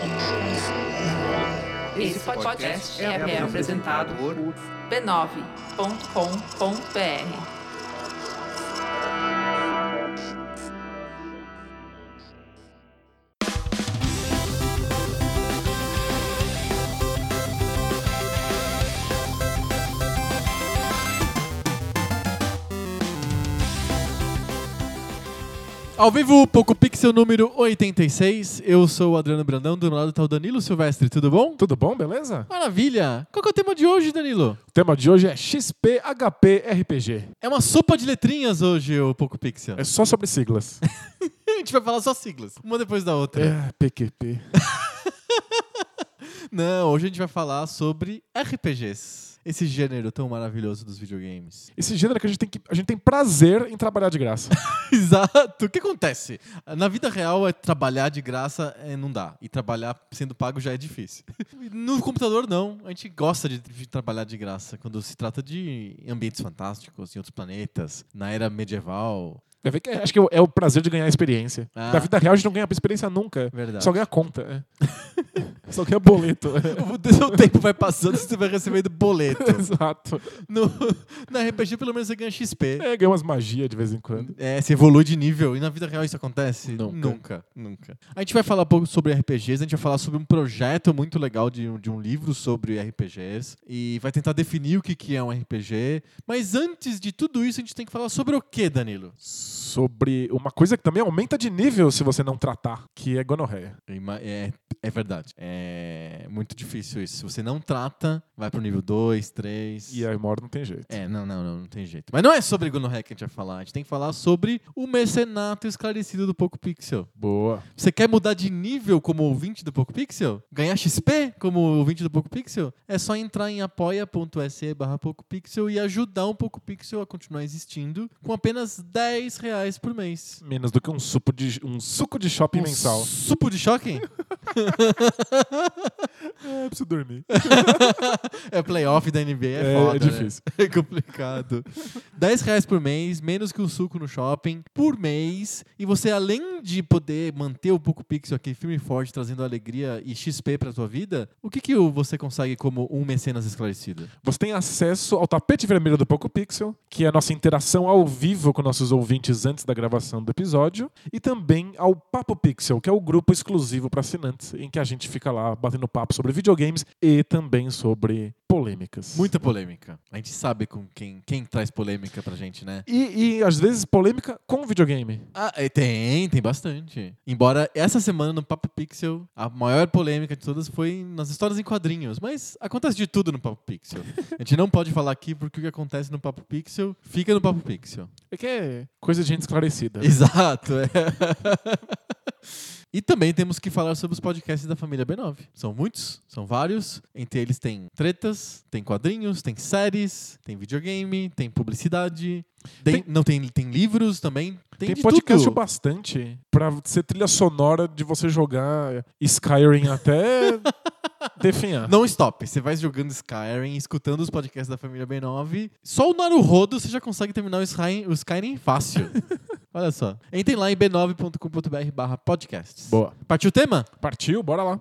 Esse podcast é apresentado por b9.com.br. Ao vivo, Poco Pixel número 86. Eu sou o Adriano Brandão, do meu lado tá o Danilo Silvestre. Tudo bom? Tudo bom, beleza? Maravilha! Qual que é o tema de hoje, Danilo? O tema de hoje é XP HP RPG. É uma sopa de letrinhas hoje, o Poco Pixel. É só sobre siglas. A gente vai falar só siglas, uma depois da outra. É, PQP. Não, hoje a gente vai falar sobre RPGs. Esse gênero tão maravilhoso dos videogames. Esse gênero que a gente tem prazer em trabalhar de graça. Exato. O que acontece? Na vida real, trabalhar de graça não dá. E trabalhar sendo pago já é difícil. No computador, não. A gente gosta de trabalhar de graça quando se trata de ambientes fantásticos, em outros planetas, na era medieval. Acho que é o prazer de ganhar experiência. Na vida real, a gente não ganha experiência nunca. Verdade. Só ganha conta. Só ganha boleto. O tempo vai passando e você vai recebendo boleto. Exato. Na RPG, pelo menos, você ganha XP. Ganha umas magias de vez em quando. Você evolui de nível. E na vida real isso acontece? Nunca. A gente vai falar um pouco sobre RPGs. A gente vai falar sobre um projeto muito legal de um livro sobre RPGs. E vai tentar definir o que é um RPG. Mas antes de tudo isso, a gente tem que falar sobre o que, Danilo? Sobre uma coisa que também aumenta de nível se você não tratar, que é gonorreia. É verdade. É muito difícil isso. Se você não trata, vai pro nível 2, 3. E aí uma hora não tem jeito. Não tem jeito. Mas não é sobre gonorreia que a gente vai falar. A gente tem que falar sobre o mecenato esclarecido do Poco Pixel. Boa. Você quer mudar de nível como ouvinte do Poco Pixel? Ganhar XP como ouvinte do Poco Pixel? É só entrar em apoia.se/PocoPixel e ajudar o Poco Pixel a continuar existindo com apenas R$10 por mês. Menos do que um suco de shopping mensal. Suco de shopping? Preciso dormir. É playoff da NBA, é foda, é difícil. Né? É complicado. R$10 por mês, menos que um suco no shopping, por mês. E você, além de poder manter o Poco Pixel aqui firme e forte, trazendo alegria e XP pra tua vida, o que você consegue como um mecenas esclarecido? Você tem acesso ao tapete vermelho do Poco Pixel, que é a nossa interação ao vivo com nossos ouvintes antes da gravação do episódio, e também ao Papo Pixel, que é o grupo exclusivo para assinantes, em que a gente fica lá batendo papo sobre videogames e também sobre polêmicas. Muita polêmica. A gente sabe com quem traz polêmica pra gente, né? E às vezes polêmica com videogame. Tem bastante. Embora essa semana no Papo Pixel, a maior polêmica de todas foi nas histórias em quadrinhos. Mas acontece de tudo no Papo Pixel. A gente não pode falar aqui porque o que acontece no Papo Pixel fica no Papo Pixel. É que é coisa de gente esclarecida. Exato. E também temos que falar sobre os podcasts da família B9. São muitos, são vários. Entre eles tem tretas, tem quadrinhos, tem séries, tem videogame, tem publicidade. Tem livros também. Tem podcast tudo. Bastante pra ser trilha sonora de você jogar Skyrim até definhar. Não stop. Você vai jogando Skyrim, escutando os podcasts da família B9. Só o Naruhodo você já consegue terminar o Skyrim fácil. Olha só. Entrem lá em b9.com.br/podcasts. Boa. Partiu o tema? Partiu, bora lá.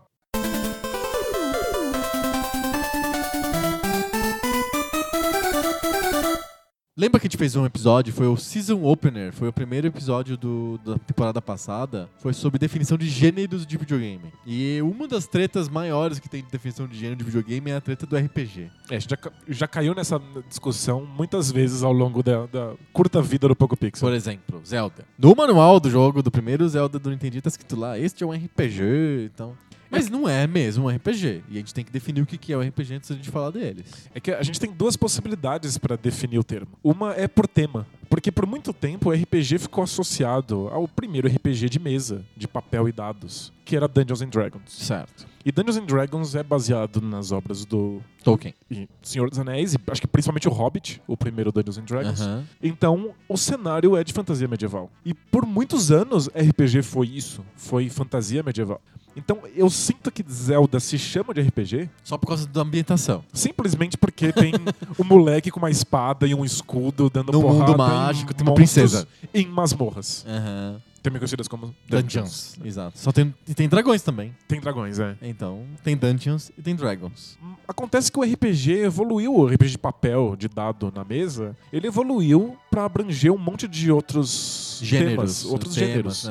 Lembra que a gente fez um episódio, foi o Season Opener, foi o primeiro episódio da temporada passada, foi sobre definição de gêneros de videogame. E uma das tretas maiores que tem de definição de gênero de videogame é a treta do RPG. A gente já caiu nessa discussão muitas vezes ao longo da curta vida do Poco Pixel. Por exemplo, Zelda. No manual do jogo, do primeiro Zelda do Nintendo, tá escrito lá, este é um RPG, então... Mas não é mesmo um RPG. E a gente tem que definir o que é um RPG antes de a gente falar deles. É que a gente tem duas possibilidades para definir o termo. Uma é por tema. Porque por muito tempo o RPG ficou associado ao primeiro RPG de mesa, de papel e dados, que era Dungeons & Dragons. Certo. E Dungeons & Dragons é baseado nas obras do Tolkien e Senhor dos Anéis, e acho que principalmente o Hobbit, o primeiro Dungeons & Dragons. Uhum. Então, o cenário é de fantasia medieval. E por muitos anos, RPG foi isso, foi fantasia medieval. Então, eu sinto que Zelda se chama de RPG só por causa da ambientação. Simplesmente porque tem um moleque com uma espada e um escudo dando no porrada mundo mágico, em tem uma princesa em masmorras. Uhum. Também conhecidas como Dungeons. Exato. E tem dragões também. Tem dragões, Então, tem Dungeons e tem Dragons. Acontece que o RPG evoluiu, o RPG de papel, de dado na mesa, ele evoluiu pra abranger um monte de outros temas, outros gêneros.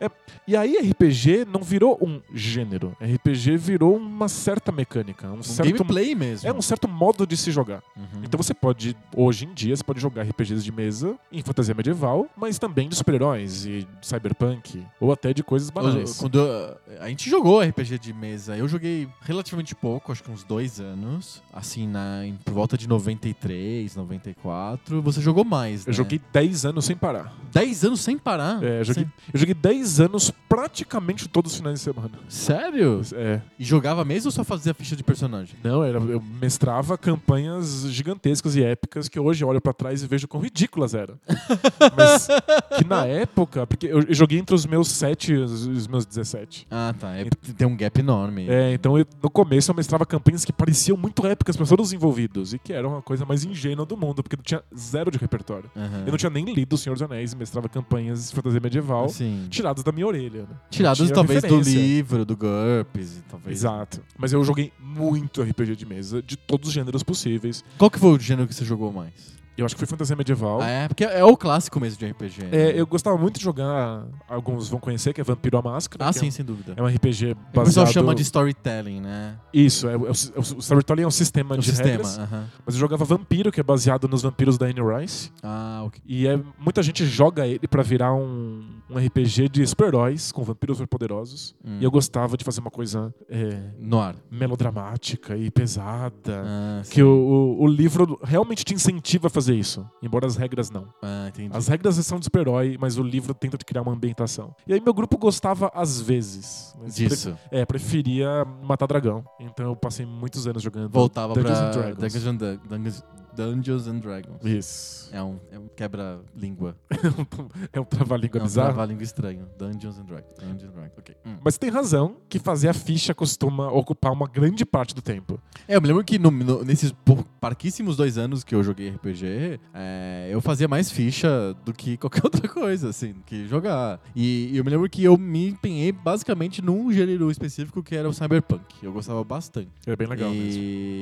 E aí RPG não virou um gênero, RPG virou uma certa mecânica, um certo gameplay mesmo. É um certo modo de se jogar. Então você pode, hoje em dia, você pode jogar RPGs de mesa em fantasia medieval, mas também de super-heróis e de cyberpunk, ou até de coisas banais. Quando a gente jogou RPG de mesa, eu joguei relativamente pouco, acho que uns 2 anos, assim, por volta de 93, 94. Você jogou mais, né? Eu joguei 10 anos sem parar. 10 anos sem parar? Eu joguei 10 anos praticamente todos os finais de semana. Sério? E jogava mesmo ou só fazia ficha de personagem? Não, eu mestrava campanhas gigantescas e épicas que hoje eu olho pra trás e vejo quão ridículas eram. Mas que na época, porque eu joguei entre os meus 7 e os meus 17. Ah, tá. Tem um gap enorme. Então no começo eu mestrava campanhas que pareciam muito épicas para todos os envolvidos e que eram a coisa mais ingênua do mundo, porque eu tinha 0 de repertório. Eu não tinha nem lido O Senhor dos Anéis e mestrava campanhas de fantasia medieval tiradas da minha orelha. Né? Tiradas talvez do livro, do GURPS. Talvez. Exato. Mas eu joguei muito RPG de mesa, de todos os gêneros possíveis. Qual que foi o gênero que você jogou mais? Eu acho que foi fantasia medieval. Porque é o clássico mesmo de RPG. Né? Eu gostava muito de jogar, alguns vão conhecer, que é Vampiro à Máscara. Sim, sem dúvida. É um RPG baseado... O pessoal chama de storytelling, né? Isso, o storytelling é um sistema de regras. Mas eu jogava Vampiro, que é baseado nos vampiros da Anne Rice. Ok. E muita gente joga ele pra virar um RPG de super-heróis, com vampiros superpoderosos. E eu gostava de fazer uma coisa... noir. Melodramática e pesada. Que o livro realmente te incentiva a fazer isso, embora as regras não. Entendi. As regras são de super-herói, mas o livro tenta te criar uma ambientação. E aí meu grupo gostava às vezes. Disso. Preferia matar dragão. Então eu passei muitos anos jogando Voltava Dungeons pra and Dragons. Dungeons and Dragons. Isso. É um quebra-língua. É um trava-língua bizarro. É um trava-língua estranho. Dungeons and Dragons. Ok. Mas tem razão que fazer a ficha costuma ocupar uma grande parte do tempo. Eu me lembro que nesses parquíssimos 2 anos que eu joguei RPG, eu fazia mais ficha do que qualquer outra coisa, assim, do que jogar. E eu me lembro que eu me empenhei basicamente num gênero específico que era o cyberpunk. Eu gostava bastante. É bem legal mesmo.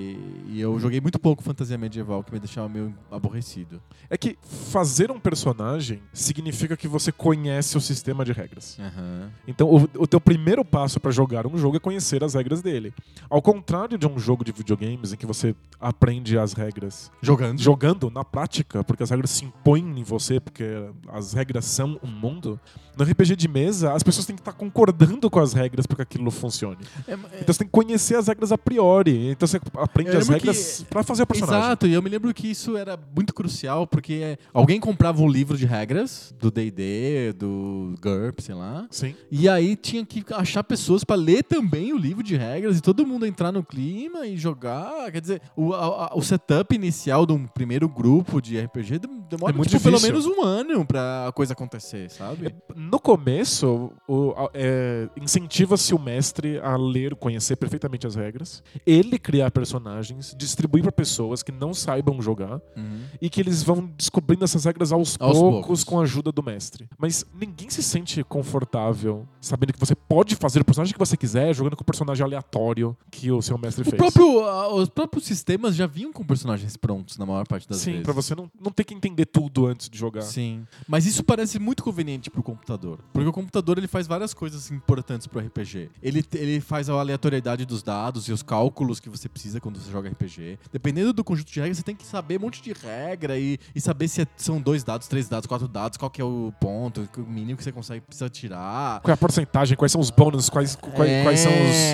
E eu joguei muito pouco fantasia medieval, que me deixava meio aborrecido. É que fazer um personagem significa que você conhece o sistema de regras. Então o teu primeiro passo pra jogar um jogo é conhecer as regras dele. Ao contrário de um jogo de videogames em que você aprende as regras jogando na prática, porque as regras se impõem em você, porque as regras são um mundo. No RPG de mesa, as pessoas têm que estar concordando com as regras para que aquilo funcione. Então você tem que conhecer as regras a priori. Então você aprende as regras pra fazer o personagem. Exato, e eu me lembro que isso era muito crucial, porque alguém comprava um livro de regras do D&D, do GURPS, sei lá. Sim. E aí tinha que achar pessoas pra ler também o livro de regras e todo mundo entrar no clima e jogar. Quer dizer, o setup inicial de um primeiro grupo de RPG demora pelo menos 1 ano pra a coisa acontecer, sabe? No começo, incentiva-se o mestre a ler, conhecer perfeitamente as regras, ele criar personagens, distribuir pra pessoas que não saibam jogar e que eles vão descobrindo essas regras aos poucos com a ajuda do mestre. Mas ninguém se sente confortável sabendo que você pode fazer o personagem que você quiser jogando com o personagem aleatório que o seu mestre fez. Os próprios sistemas já vinham com personagens prontos na maior parte das vezes. Sim, pra você não ter que entender tudo antes de jogar. Sim, mas isso parece muito conveniente pro computador. Porque o computador ele faz várias coisas importantes pro RPG. Ele faz a aleatoriedade dos dados e os cálculos que você precisa quando você joga RPG. Dependendo do conjunto de regras, você tem que saber um monte de regra e saber se são 2 dados, 3 dados, 4 dados, qual que é o ponto, o mínimo que você precisa tirar. Qual é a porcentagem, quais são os bônus, quais são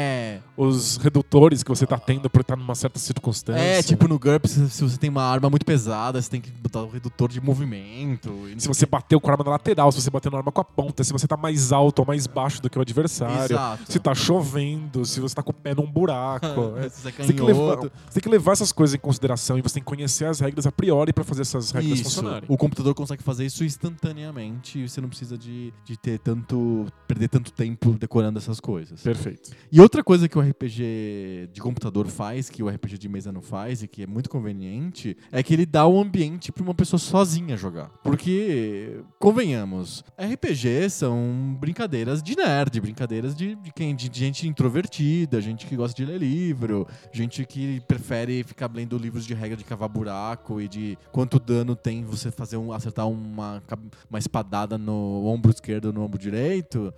os redutores que você tá tendo por estar numa certa circunstância. Tipo no GURPS, se você tem uma arma muito pesada, você tem que botar o redutor de movimento. Se você bateu com a arma na lateral, se você bateu na arma com a ponta, se você tá mais alto ou mais baixo do que o adversário. Exato. Se tá chovendo, se você tá com o pé num buraco. Você tem que levar essas coisas em consideração e você tem que conhecer as regras a priori pra fazer essas regras funcionarem. O computador consegue fazer isso instantaneamente e você não precisa de perder tanto tempo decorando essas coisas. Perfeito. E outra coisa que o RPG de computador faz, que o RPG de mesa não faz e que é muito conveniente, é que ele dá um ambiente pra uma pessoa sozinha jogar. Porque, convenhamos, RPG são brincadeiras de nerd, brincadeiras de gente introvertida, gente que gosta de ler livro, gente que prefere ficar lendo livros de regra de cavar buraco e de quanto dano tem você acertar uma espadada no ombro esquerdo ou no ombro direito.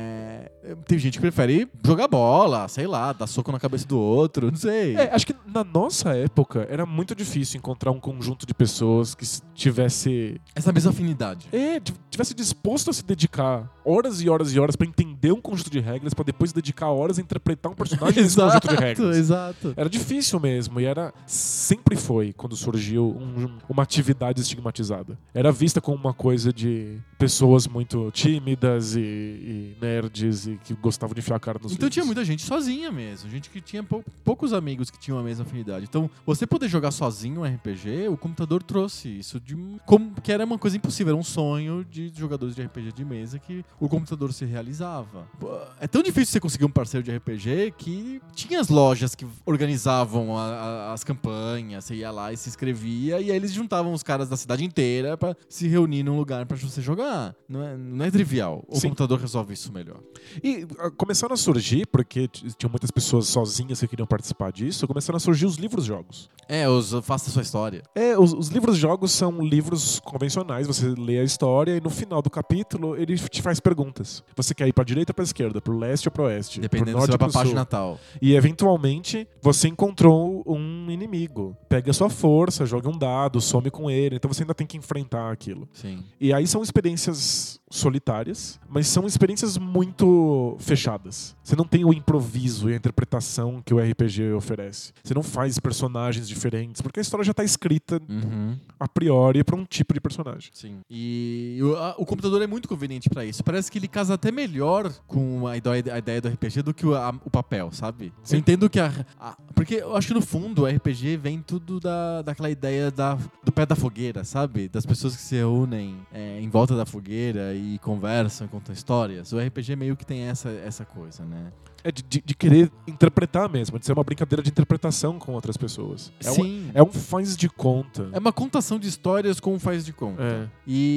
Tem gente que prefere jogar bola, sei lá, dar soco na cabeça do outro, não sei. Acho que na nossa época era muito difícil encontrar um conjunto de pessoas que tivesse... essa mesma afinidade. Tivesse disposto a se dedicar horas e horas e horas pra entender um conjunto de regras, pra depois dedicar horas a interpretar um personagem nesse conjunto de regras. Exato. Era difícil mesmo, e sempre foi, quando surgiu uma atividade estigmatizada. Era vista como uma coisa de pessoas muito tímidas e nerds e que gostavam de enfiar a cara nos Então livros. tinha muita gente sozinha mesmo, gente que tinha poucos amigos que tinham a mesma afinidade. Então, você poder jogar sozinho um RPG, o computador trouxe isso que era uma coisa impossível, era um sonho de jogadores de RPG de mesa que o computador se realizava. É tão difícil você conseguir um parceiro de RPG que tinha as lojas que organizavam as campanhas, você ia lá e se inscrevia, e aí eles juntavam os caras da cidade inteira pra se reunir num lugar pra você jogar. Não é trivial. O computador resolve isso melhor. E começaram a surgir, porque tinham muitas pessoas sozinhas que queriam participar disso, começaram a surgir os livros-jogos. Faça a sua história. Os livros-jogos são livros convencionais, você lê a história e no final do capítulo ele te faz perguntas. Você quer ir pra direita ou pra esquerda, pro leste ou pro oeste, Dependendo pro norte se ou vai pro pra sul. página tal. E eventualmente você encontrou um inimigo. Pega a sua força, joga um dado, some com ele, então você ainda tem que enfrentar aquilo. Sim. E aí são experiências solitárias, mas são experiências muito fechadas. Você não tem o improviso e a interpretação que o RPG oferece. Você não faz personagens diferentes, porque a história já está escrita a priori para um tipo de personagem. Sim. E o computador é muito conveniente para isso. Parece que ele casa até melhor com a ideia do RPG do que o papel, sabe? Sim. Eu entendo que porque eu acho que no fundo o RPG vem tudo daquela ideia do pé da fogueira, sabe? Das pessoas que se reúnem em volta da fogueira e conversam e contam histórias. O RPG meio que tem essa coisa, né? De querer interpretar mesmo, de ser uma brincadeira de interpretação com outras pessoas. Sim. É um faz de conta. É uma contação de histórias com um faz de conta. É.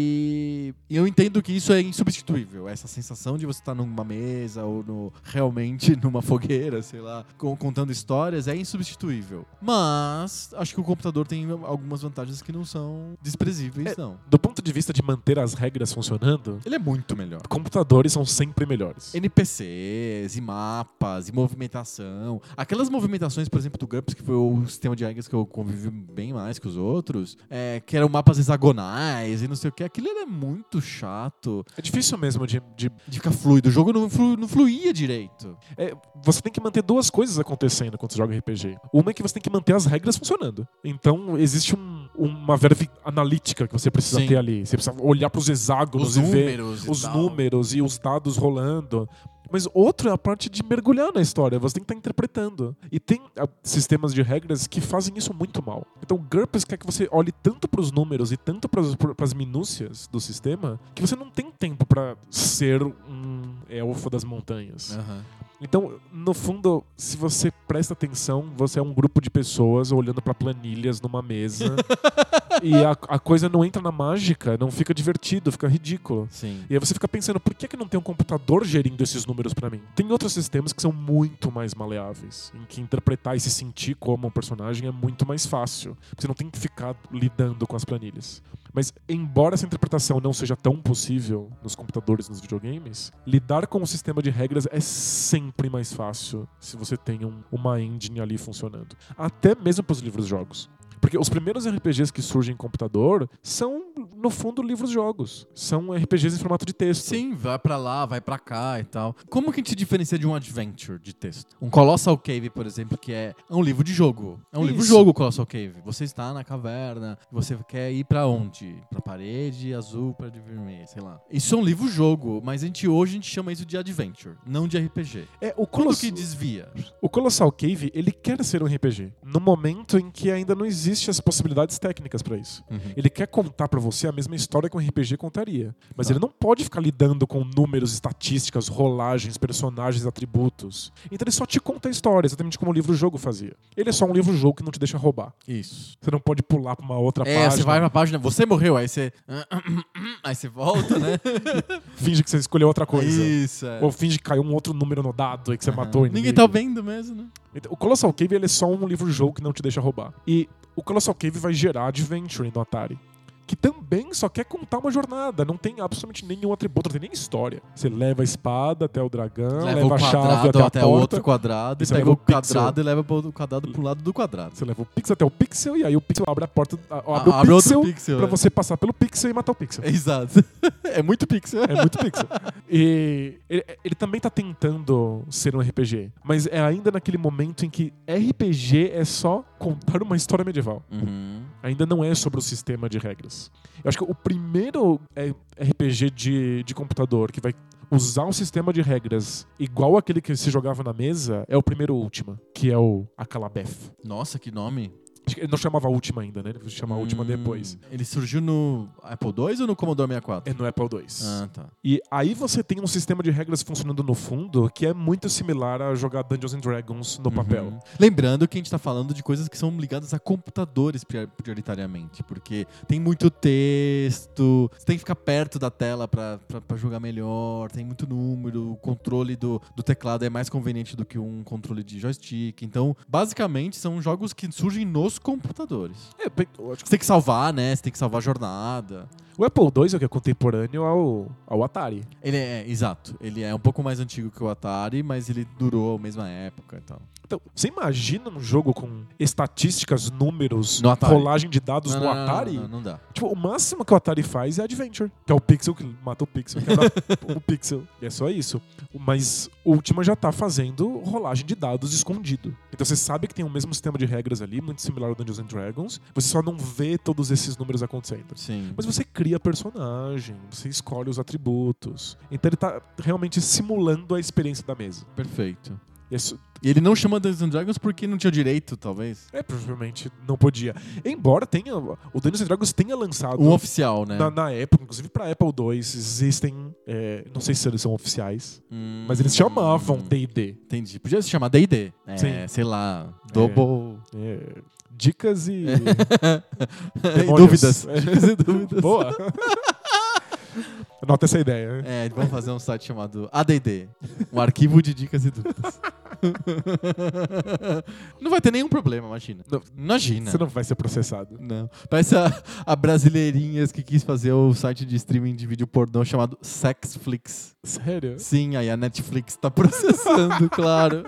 E eu entendo que isso é insubstituível. Essa sensação de você estar numa mesa ou realmente numa fogueira, sei lá, contando histórias é insubstituível. Mas acho que o computador tem algumas vantagens que não são desprezíveis, não. Do ponto de vista de manter as regras funcionando, Ele é muito melhor. computadores são sempre melhores. NPCs, mapas e movimentação. Aquelas movimentações, por exemplo, do GURPS, que foi o sistema de regras que eu convivi bem mais que os outros, que eram mapas hexagonais e não sei o que, aquilo era muito chato. É difícil mesmo de ficar fluido. O jogo não fluía direito. Você tem que manter duas coisas acontecendo quando você joga RPG. Uma é que você tem que manter as regras funcionando. Então, existe uma verve analítica que você precisa ter ali. Você precisa olhar para os hexágonos e ver os números e os dados rolando. Mas outro é a parte de mergulhar na história. Você tem que estar interpretando. E tem sistemas de regras que fazem isso muito mal. Então o GURPS quer que você olhe tanto para os números e tanto para as minúcias do sistema que você não tem tempo para ser um elfo das montanhas. Então, no fundo, se você presta atenção, você é um grupo de pessoas olhando para planilhas numa mesa e a coisa não entra na mágica, não fica divertido, fica ridículo. Sim. E aí você fica pensando, por que não tem um computador gerindo esses números pra mim? Tem outros sistemas que são muito mais maleáveis, em que interpretar e se sentir como um personagem é muito mais fácil. Você não tem que ficar lidando com as planilhas. Mas, embora essa interpretação não seja tão possível nos computadores, nos videogames, lidar com o sistema de regras é sempre mais fácil se você tem uma engine ali funcionando. Até mesmo para os livros-jogos. Porque os primeiros RPGs que surgem em computador são, no fundo, livros-jogos. São RPGs em formato de texto. Sim, vai pra lá, vai pra cá e tal. Como que a gente diferencia de um adventure de texto? Um Colossal Cave, por exemplo, que é um livro de jogo. É um livro-jogo, Colossal Cave. Você está na caverna, você quer ir pra onde? Pra parede azul, pra de vermelho, sei lá. Isso é um livro-jogo, mas hoje a gente chama isso de adventure, não de RPG. Quando que desvia? O Colossal Cave, ele quer ser um RPG. No momento em que ainda não existe existem as possibilidades técnicas pra isso. Ele quer contar pra você a mesma história que um RPG contaria. Mas ele não pode ficar lidando com números, estatísticas, rolagens, personagens, atributos. Então ele só te conta a história, exatamente como o livro-jogo fazia. Ele é só um livro-jogo que não te deixa roubar. Isso. Você não pode pular pra uma outra página. Você vai pra página, você morreu, aí você... Aí você volta, né? Finge que você escolheu outra coisa. Isso, Ou finge que caiu um outro número no dado e que você matou o inimigo. Ninguém tá vendo mesmo, né? Então, o Colossal Cave ele é só um livro-jogo que não te deixa roubar. E o Colossal Cave vai gerar Adventure no Atari, que também só quer contar uma jornada. Não tem absolutamente nenhum atributo, não tem nem história. Você leva a espada até o dragão, leva a chave até a o porta, outro quadrado, e e você pega leva o o pixel. quadrado e leva o quadrado pro lado do quadrado. Você leva o pixel até o pixel e aí o pixel abre a porta, abre o Abre pixel, outro pixel, pra é. você passar pelo pixel e matar o pixel. Exato. É muito pixel. É muito pixel. E ele também tá tentando ser um RPG, mas é ainda naquele momento em que RPG é só contar uma história medieval. Ainda não é sobre o sistema de regras. Eu acho que o primeiro RPG de computador que vai usar um sistema de regras igual aquele que se jogava na mesa é o primeiro Ultima, que é o Akalabeth. Nossa, que nome. Acho que ele não chamava Ultima ainda, né? Ele chamava Ultima depois. Ele surgiu no Apple II ou no Commodore 64? É no Apple II. Ah, tá. E aí você tem um sistema de regras funcionando no fundo que é muito similar a jogar Dungeons and Dragons no papel. Lembrando que a gente tá falando de coisas que são ligadas a computadores prioritariamente, porque tem muito texto, você tem que ficar perto da tela pra jogar melhor, tem muito número, o controle do teclado é mais conveniente do que um controle de joystick. Então, basicamente, são jogos que surgem nos computadores. Eu acho que Você tem que salvar, né? Você tem que salvar a jornada. o Apple II é o que é contemporâneo ao Atari. Ele exato. Ele é um pouco mais antigo que o Atari, mas ele durou a mesma época e tal. Então, você imagina um jogo com estatísticas, números, No Atari. rolagem de dados no Atari? Não dá. Tipo, o máximo que o Atari faz é Adventure, que é o pixel que mata o pixel, quebra o pixel. E é só isso. Mas o Ultima já tá fazendo rolagem de dados escondido. Então você sabe que tem o mesmo sistema de regras ali, muito similar ao Dungeons and Dragons. Você só não vê todos esses números acontecendo. Sim. Mas você cria personagem, você escolhe os atributos. Então ele tá realmente simulando a experiência da mesa. Perfeito. Isso, E ele não chama Dungeons and Dragons porque não tinha direito, talvez. provavelmente não podia. Embora tenha, o Dungeons and Dragons tenha lançado Um oficial, né? na época, inclusive pra Apple II, existem, não sei se eles são oficiais, mas eles chamavam D&D. Entendi. Podia se chamar D&D. Sim. Sei lá, Double... Dicas e E demônios. dúvidas. Dicas e dúvidas. Boa. Anota essa ideia. Vamos fazer um site chamado AD&D. Um arquivo de dicas e dúvidas. Não vai ter nenhum problema, imagina. Não. Imagina. Você não vai ser processado. Não. Parece a Brasileirinhas que quis fazer o site de streaming de vídeo pornô chamado Sexflix. Sério? Sim, aí a Netflix tá processando, claro.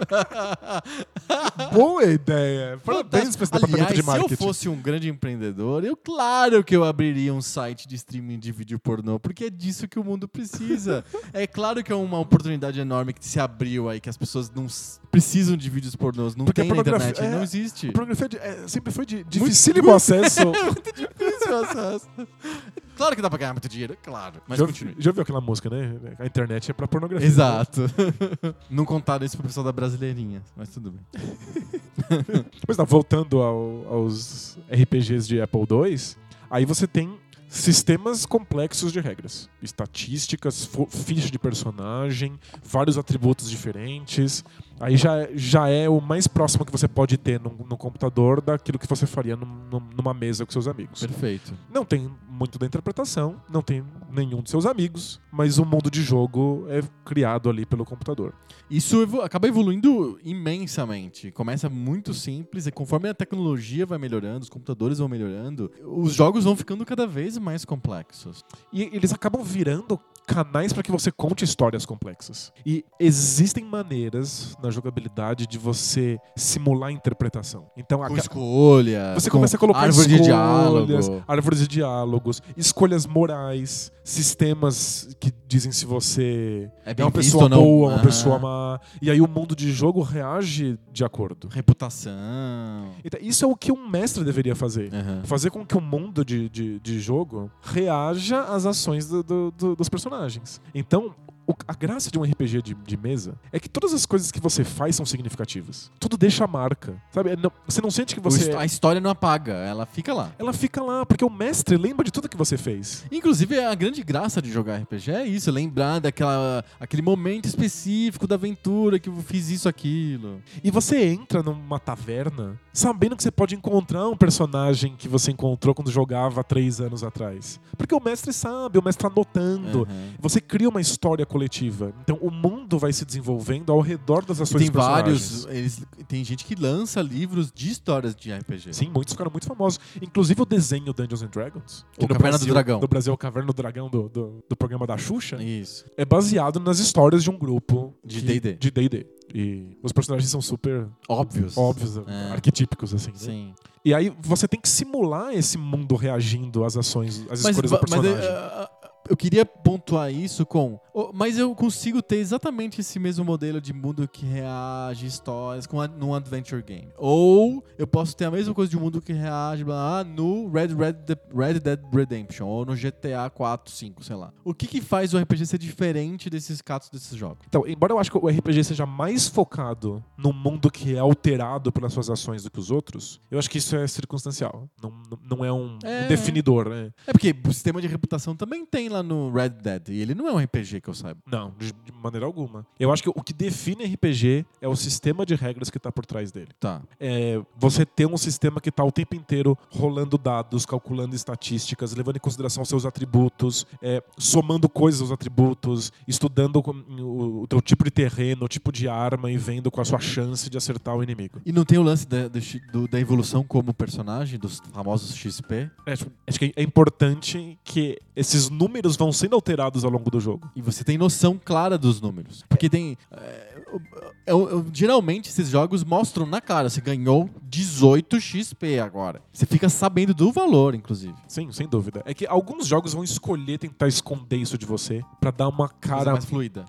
Boa ideia. Parabéns pra esse departamento Aliás, de marketing. se eu fosse um grande empreendedor, claro que eu abriria um site de streaming de vídeo pornô, porque é disso que o mundo precisa. É claro que é uma oportunidade enorme que se abriu aí, que as pessoas não precisam de vídeos pornôs, não Porque tem a na pornografia- internet, não existe. A pornografia sempre foi de dificílimo acesso. Muito difícil o acesso. Claro que dá pra ganhar muito dinheiro, claro. Mas continue. Já ouviu aquela música, né? A internet é pra pornografia. Exato. Não contaram isso pro pessoal da Brasileirinha, mas tudo bem. Mas tá, voltando aos RPGs de Apple II, aí você tem sistemas complexos de regras. Estatísticas, ficha de personagem, vários atributos diferentes. Aí já é o mais próximo que você pode ter no computador daquilo que você faria numa mesa com seus amigos. Perfeito. Não tem muito da interpretação, não tem nenhum de seus amigos, mas o mundo de jogo é criado ali pelo computador. Isso acaba evoluindo imensamente. Começa muito simples e conforme a tecnologia vai melhorando, os computadores vão melhorando, os jogos vão ficando cada vez mais complexos. E eles acabam virando canais para que você conte histórias complexas. E existem maneiras na jogabilidade de você simular a interpretação. Então, Com escolhas, você começa a colocar árvore de escolhas, diálogo. árvores de diálogos, escolhas morais, sistemas que dizem se você É bem uma visto pessoa ou não. boa, uma Aham. pessoa má. E aí o mundo de jogo reage de acordo. Reputação. Então, isso é o que um mestre deveria fazer. Aham. Fazer com que o mundo de jogo reaja às ações dos personagens. Então, a graça de um RPG de mesa é que todas as coisas que você faz são significativas. Tudo deixa a marca, sabe? Você não sente que você... A história não apaga, ela fica lá. Ela fica lá, porque o mestre lembra de tudo que você fez. Inclusive, a grande graça de jogar RPG é isso, lembrar aquele momento específico da aventura que eu fiz isso, aquilo. E você entra numa taverna sabendo que você pode encontrar um personagem que você encontrou quando jogava 3 anos atrás. Porque o mestre sabe, o mestre tá anotando. Uhum. Você cria uma história coletiva. Então o mundo vai se desenvolvendo ao redor das ações E tem dos personagens. tem gente que lança livros de histórias de RPG. Sim, muitos ficaram muito famosos. Inclusive o desenho Dungeons and Dragons. O Caverna do Dragão. No Brasil, o Caverna do Dragão do programa da Xuxa. Isso. É baseado nas histórias de um grupo De D&D. De D&D. E os personagens são super Óbvios. arquetípicos, assim. Né? Sim. E aí você tem que simular esse mundo reagindo às ações, às escolhas do personagem. Eu queria pontuar isso com... Mas eu consigo ter exatamente esse mesmo modelo de mundo que reage histórias num adventure game. Ou eu posso ter a mesma coisa de um mundo que reage no Red Dead Redemption. Ou no GTA 4, 5, sei lá. O que faz o RPG ser diferente desses casos desses jogos? Então, embora eu acho que o RPG seja mais focado num mundo que é alterado pelas suas ações do que os outros, eu acho que isso é circunstancial. Não é um definidor, né? É porque o sistema de reputação também tem lá no Red Dead. E ele não é um RPG que eu saiba. Não, de maneira alguma. Eu acho que o que define RPG é o sistema de regras que tá por trás dele. Tá. Você ter um sistema que tá o tempo inteiro rolando dados, calculando estatísticas, levando em consideração seus atributos, somando coisas aos atributos, estudando o teu tipo de terreno, o tipo de arma e vendo qual a sua chance de acertar o inimigo. E não tem o lance da evolução como personagem, dos famosos XP? Acho que é importante que esses números vão sendo alterados ao longo do jogo. E você tem noção clara dos números. Porque tem... geralmente esses jogos mostram na cara, você ganhou 18 XP agora. Você fica sabendo do valor, inclusive. Sim, sem dúvida. É que alguns jogos vão escolher tentar esconder isso de você pra dar uma cara mais fluida.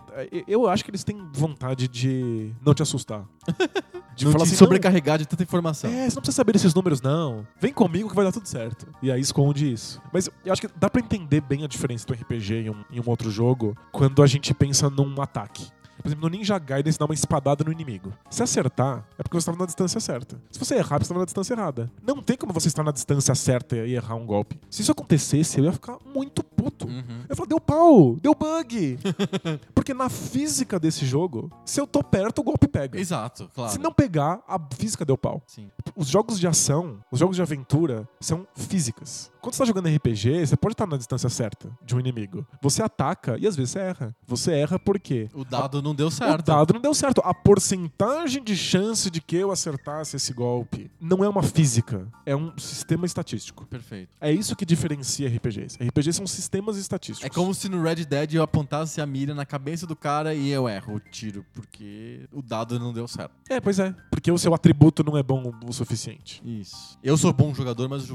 Eu acho que eles têm vontade de não te assustar. De não falar te assim, sobrecarregar de tanta informação. Você não precisa saber desses números, não. Vem comigo que vai dar tudo certo. E aí esconde isso. Mas eu acho que dá pra entender bem a diferença do RPG em um outro jogo quando a gente pensa num ataque. Por exemplo, no Ninja Gaiden você dá uma espadada no inimigo. Se acertar, é porque você estava na distância certa. Se você errar, você estava na distância errada. Não tem como você estar na distância certa e errar um golpe. Se isso acontecesse, eu ia ficar muito puto. Uhum. Eu ia falar, deu pau, deu bug. Porque na física desse jogo, se eu tô perto, o golpe pega. Exato, claro. Se não pegar, a física deu pau. Sim. Os jogos de ação, os jogos de aventura, são físicas. Quando você tá jogando RPG, você pode estar na distância certa de um inimigo. Você ataca e às vezes você erra. Você erra porque... o dado não deu certo. O dado não deu certo. A porcentagem de chance de que eu acertasse esse golpe não é uma física. É um sistema estatístico. Perfeito. É isso que diferencia RPGs. RPGs são sistemas estatísticos. É como se no Red Dead eu apontasse a mira na cabeça do cara e eu erro o tiro, porque o dado não deu certo. Pois é. Porque o seu atributo não é bom o suficiente. Isso. Eu sou bom jogador, mas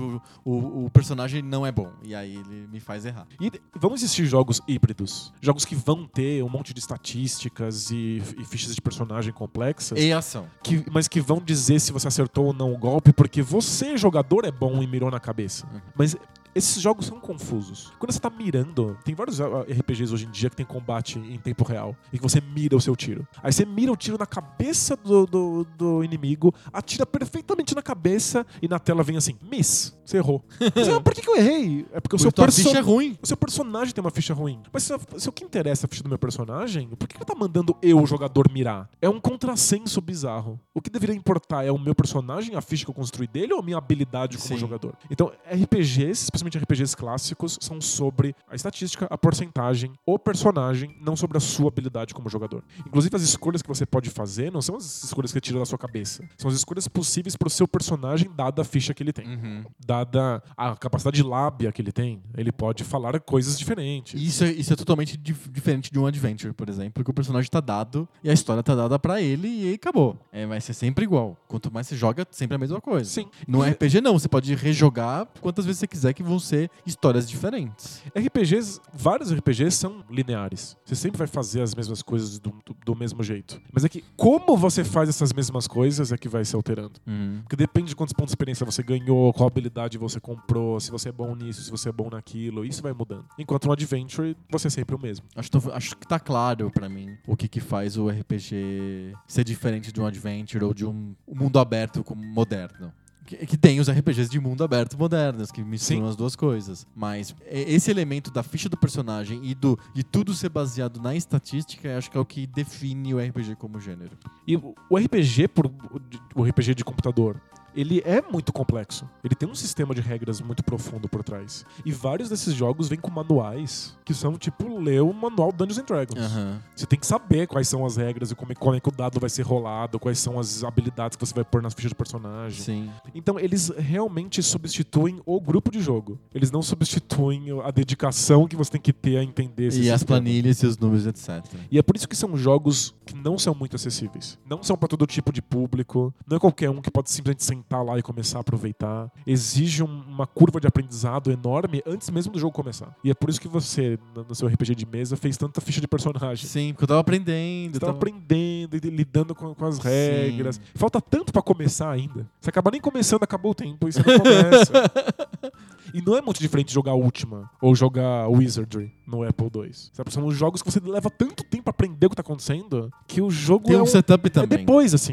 o personagem não é bom. E aí ele me faz errar. E vão existir jogos híbridos. Jogos que vão ter um monte de estatísticas e fichas de personagem complexas. E ação. Mas que vão dizer se você acertou ou não o golpe, porque você, jogador, é bom e mirou na cabeça. Uhum. Mas esses jogos são confusos. Quando você tá mirando, tem vários RPGs hoje em dia que tem combate em tempo real, e que você mira o seu tiro. Aí você mira o tiro na cabeça do inimigo, atira perfeitamente na cabeça, e na tela vem assim, miss, você errou. Mas, por que eu errei? É porque o seu ficha é ruim. O seu personagem tem uma ficha ruim. Mas se o que interessa é a ficha do meu personagem, por que ele tá mandando eu, o jogador, mirar? É um contrassenso bizarro. O que deveria importar é o meu personagem, a ficha que eu construí dele, ou a minha habilidade como jogador? Então, RPGs, especialmente RPGs clássicos, são sobre a estatística, a porcentagem, o personagem, não sobre a sua habilidade como jogador. Inclusive, as escolhas que você pode fazer não são as escolhas que tira da sua cabeça. São as escolhas possíveis pro seu personagem, dada a ficha que ele tem. Uhum. Dada a capacidade de lábia que ele tem. Ele pode falar coisas diferentes. Isso é totalmente diferente de um adventure, por exemplo, que o personagem tá dado e a história tá dada pra ele e aí acabou. Vai ser sempre igual. Quanto mais você joga, sempre a mesma coisa. Sim. No RPG não, você pode rejogar quantas vezes você quiser que vão ser histórias diferentes. Vários RPGs são lineares. Você sempre vai fazer as mesmas coisas do mesmo jeito. Mas é que como você faz essas mesmas coisas é que vai se alterando. Porque depende de quantos pontos de experiência você ganhou, qual habilidade você comprou, se você é bom nisso, se você é bom naquilo. Isso vai mudando. Enquanto no Adventure, você é sempre o mesmo. Acho que tá claro pra mim o que faz o RPG ser diferente de um Adventure ou de um mundo aberto como moderno. Que tem os RPGs de mundo aberto modernos, que misturam as duas coisas. Mas esse elemento da ficha do personagem e de tudo ser baseado na estatística, acho que é o que define o RPG como gênero. E o RPG de computador, ele é muito complexo. Ele tem um sistema de regras muito profundo por trás. E vários desses jogos vêm com manuais que são tipo ler o manual Dungeons & Dragons. Você tem que saber quais são as regras e como é que o dado vai ser rolado, quais são as habilidades que você vai pôr nas fichas do personagem. Sim. Então eles realmente substituem o grupo de jogo. Eles não substituem a dedicação que você tem que ter a entender esse sistema. As planilhas e os números, etc. E é por isso que são jogos que não são muito acessíveis. Não são para todo tipo de público. Não é qualquer um que pode simplesmente sentar lá e começar a aproveitar. Exige uma curva de aprendizado enorme antes mesmo do jogo começar. E é por isso que você, no seu RPG de mesa, fez tanta ficha de personagem. Sim, porque eu tava aprendendo. Você tava aprendendo e lidando com as regras. Sim. Falta tanto pra começar ainda. Você acaba nem começando, acabou o tempo e você não começa. E não é muito diferente jogar Ultima ou jogar Wizardry no Apple II. Sabe? São jogos que você leva tanto tempo pra aprender o que tá acontecendo que o jogo tem um setup também. É depois, assim.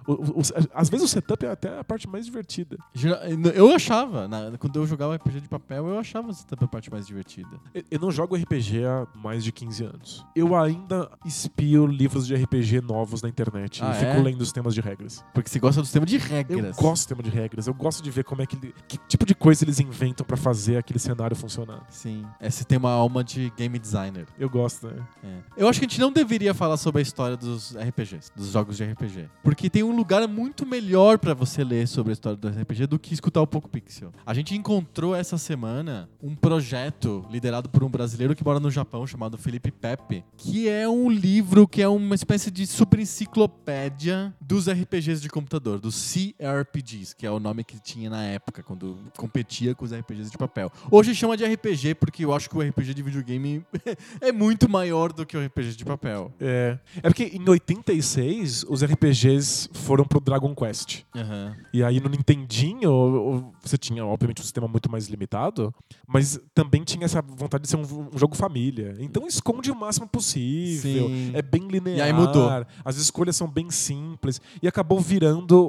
Às vezes o setup é até a parte mais divertida. Eu achava, quando eu jogava RPG de papel, eu achava o setup a parte mais divertida. Eu não jogo RPG há mais de 15 anos. Eu ainda espio livros de RPG novos na internet e fico lendo os temas de regras. Porque você gosta do sistema de regras. Eu gosto do sistema de regras. Eu gosto de ver que tipo de coisa eles inventam pra fazer aquele cenário funcionar. Sim. Você tem uma alma de game designer. Eu gosto, né? Eu acho que a gente não deveria falar sobre a história dos RPGs, dos jogos de RPG. Porque tem um lugar muito melhor pra você ler sobre a história do RPG do que escutar o Poco Pixel. A gente encontrou essa semana um projeto liderado por um brasileiro que mora no Japão, chamado Felipe Pepe, que é um livro que é uma espécie de super enciclopédia dos RPGs de computador, dos CRPGs, que é o nome que tinha na época, quando competia com os RPGs de papel. Hoje chama de RPG porque eu acho que o RPG de videogame é muito maior do que o RPG de papel. É porque em 86 os RPGs foram pro Dragon Quest. E aí no Nintendinho você tinha, obviamente, um sistema muito mais limitado, mas também tinha essa vontade de ser um jogo família. Então esconde o máximo possível. Sim. É bem linear. E aí mudou. As escolhas são bem simples. E acabou virando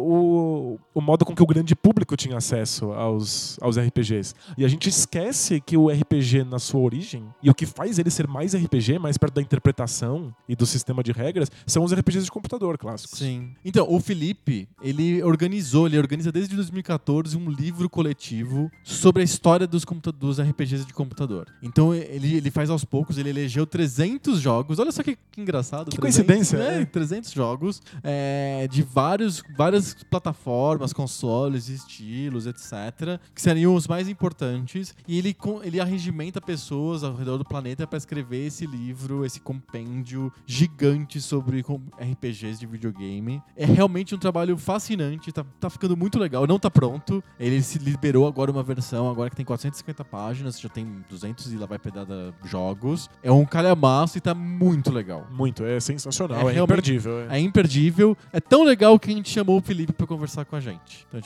o modo com que o grande público tinha acesso aos RPGs. E a gente esquece que o RPG, na sua origem, e o que faz ele ser mais RPG, mais perto da interpretação e do sistema de regras, são os RPGs de computador clássicos. Sim. Então, o Felipe, ele organiza desde 2014 um livro coletivo sobre a história dos RPGs de computador. Então, ele faz aos poucos, ele elegeu 300 jogos. Olha só que engraçado. Que 300, coincidência. 300 jogos de várias plataformas, consoles, estilos, etc. Que seriam os mais importantes. E ele arregimenta pessoas ao redor do planeta para escrever esse livro, esse compêndio gigante sobre RPGs de videogame. É realmente um trabalho fascinante, tá ficando muito legal. Não tá pronto. Ele se liberou agora uma versão, agora que tem 450 páginas, já tem 200 e lá vai pedada jogos. É um calhamaço e tá muito legal. Muito, é sensacional, é imperdível. É imperdível. É tão legal que a gente chamou o Felipe pra conversar com a gente. Então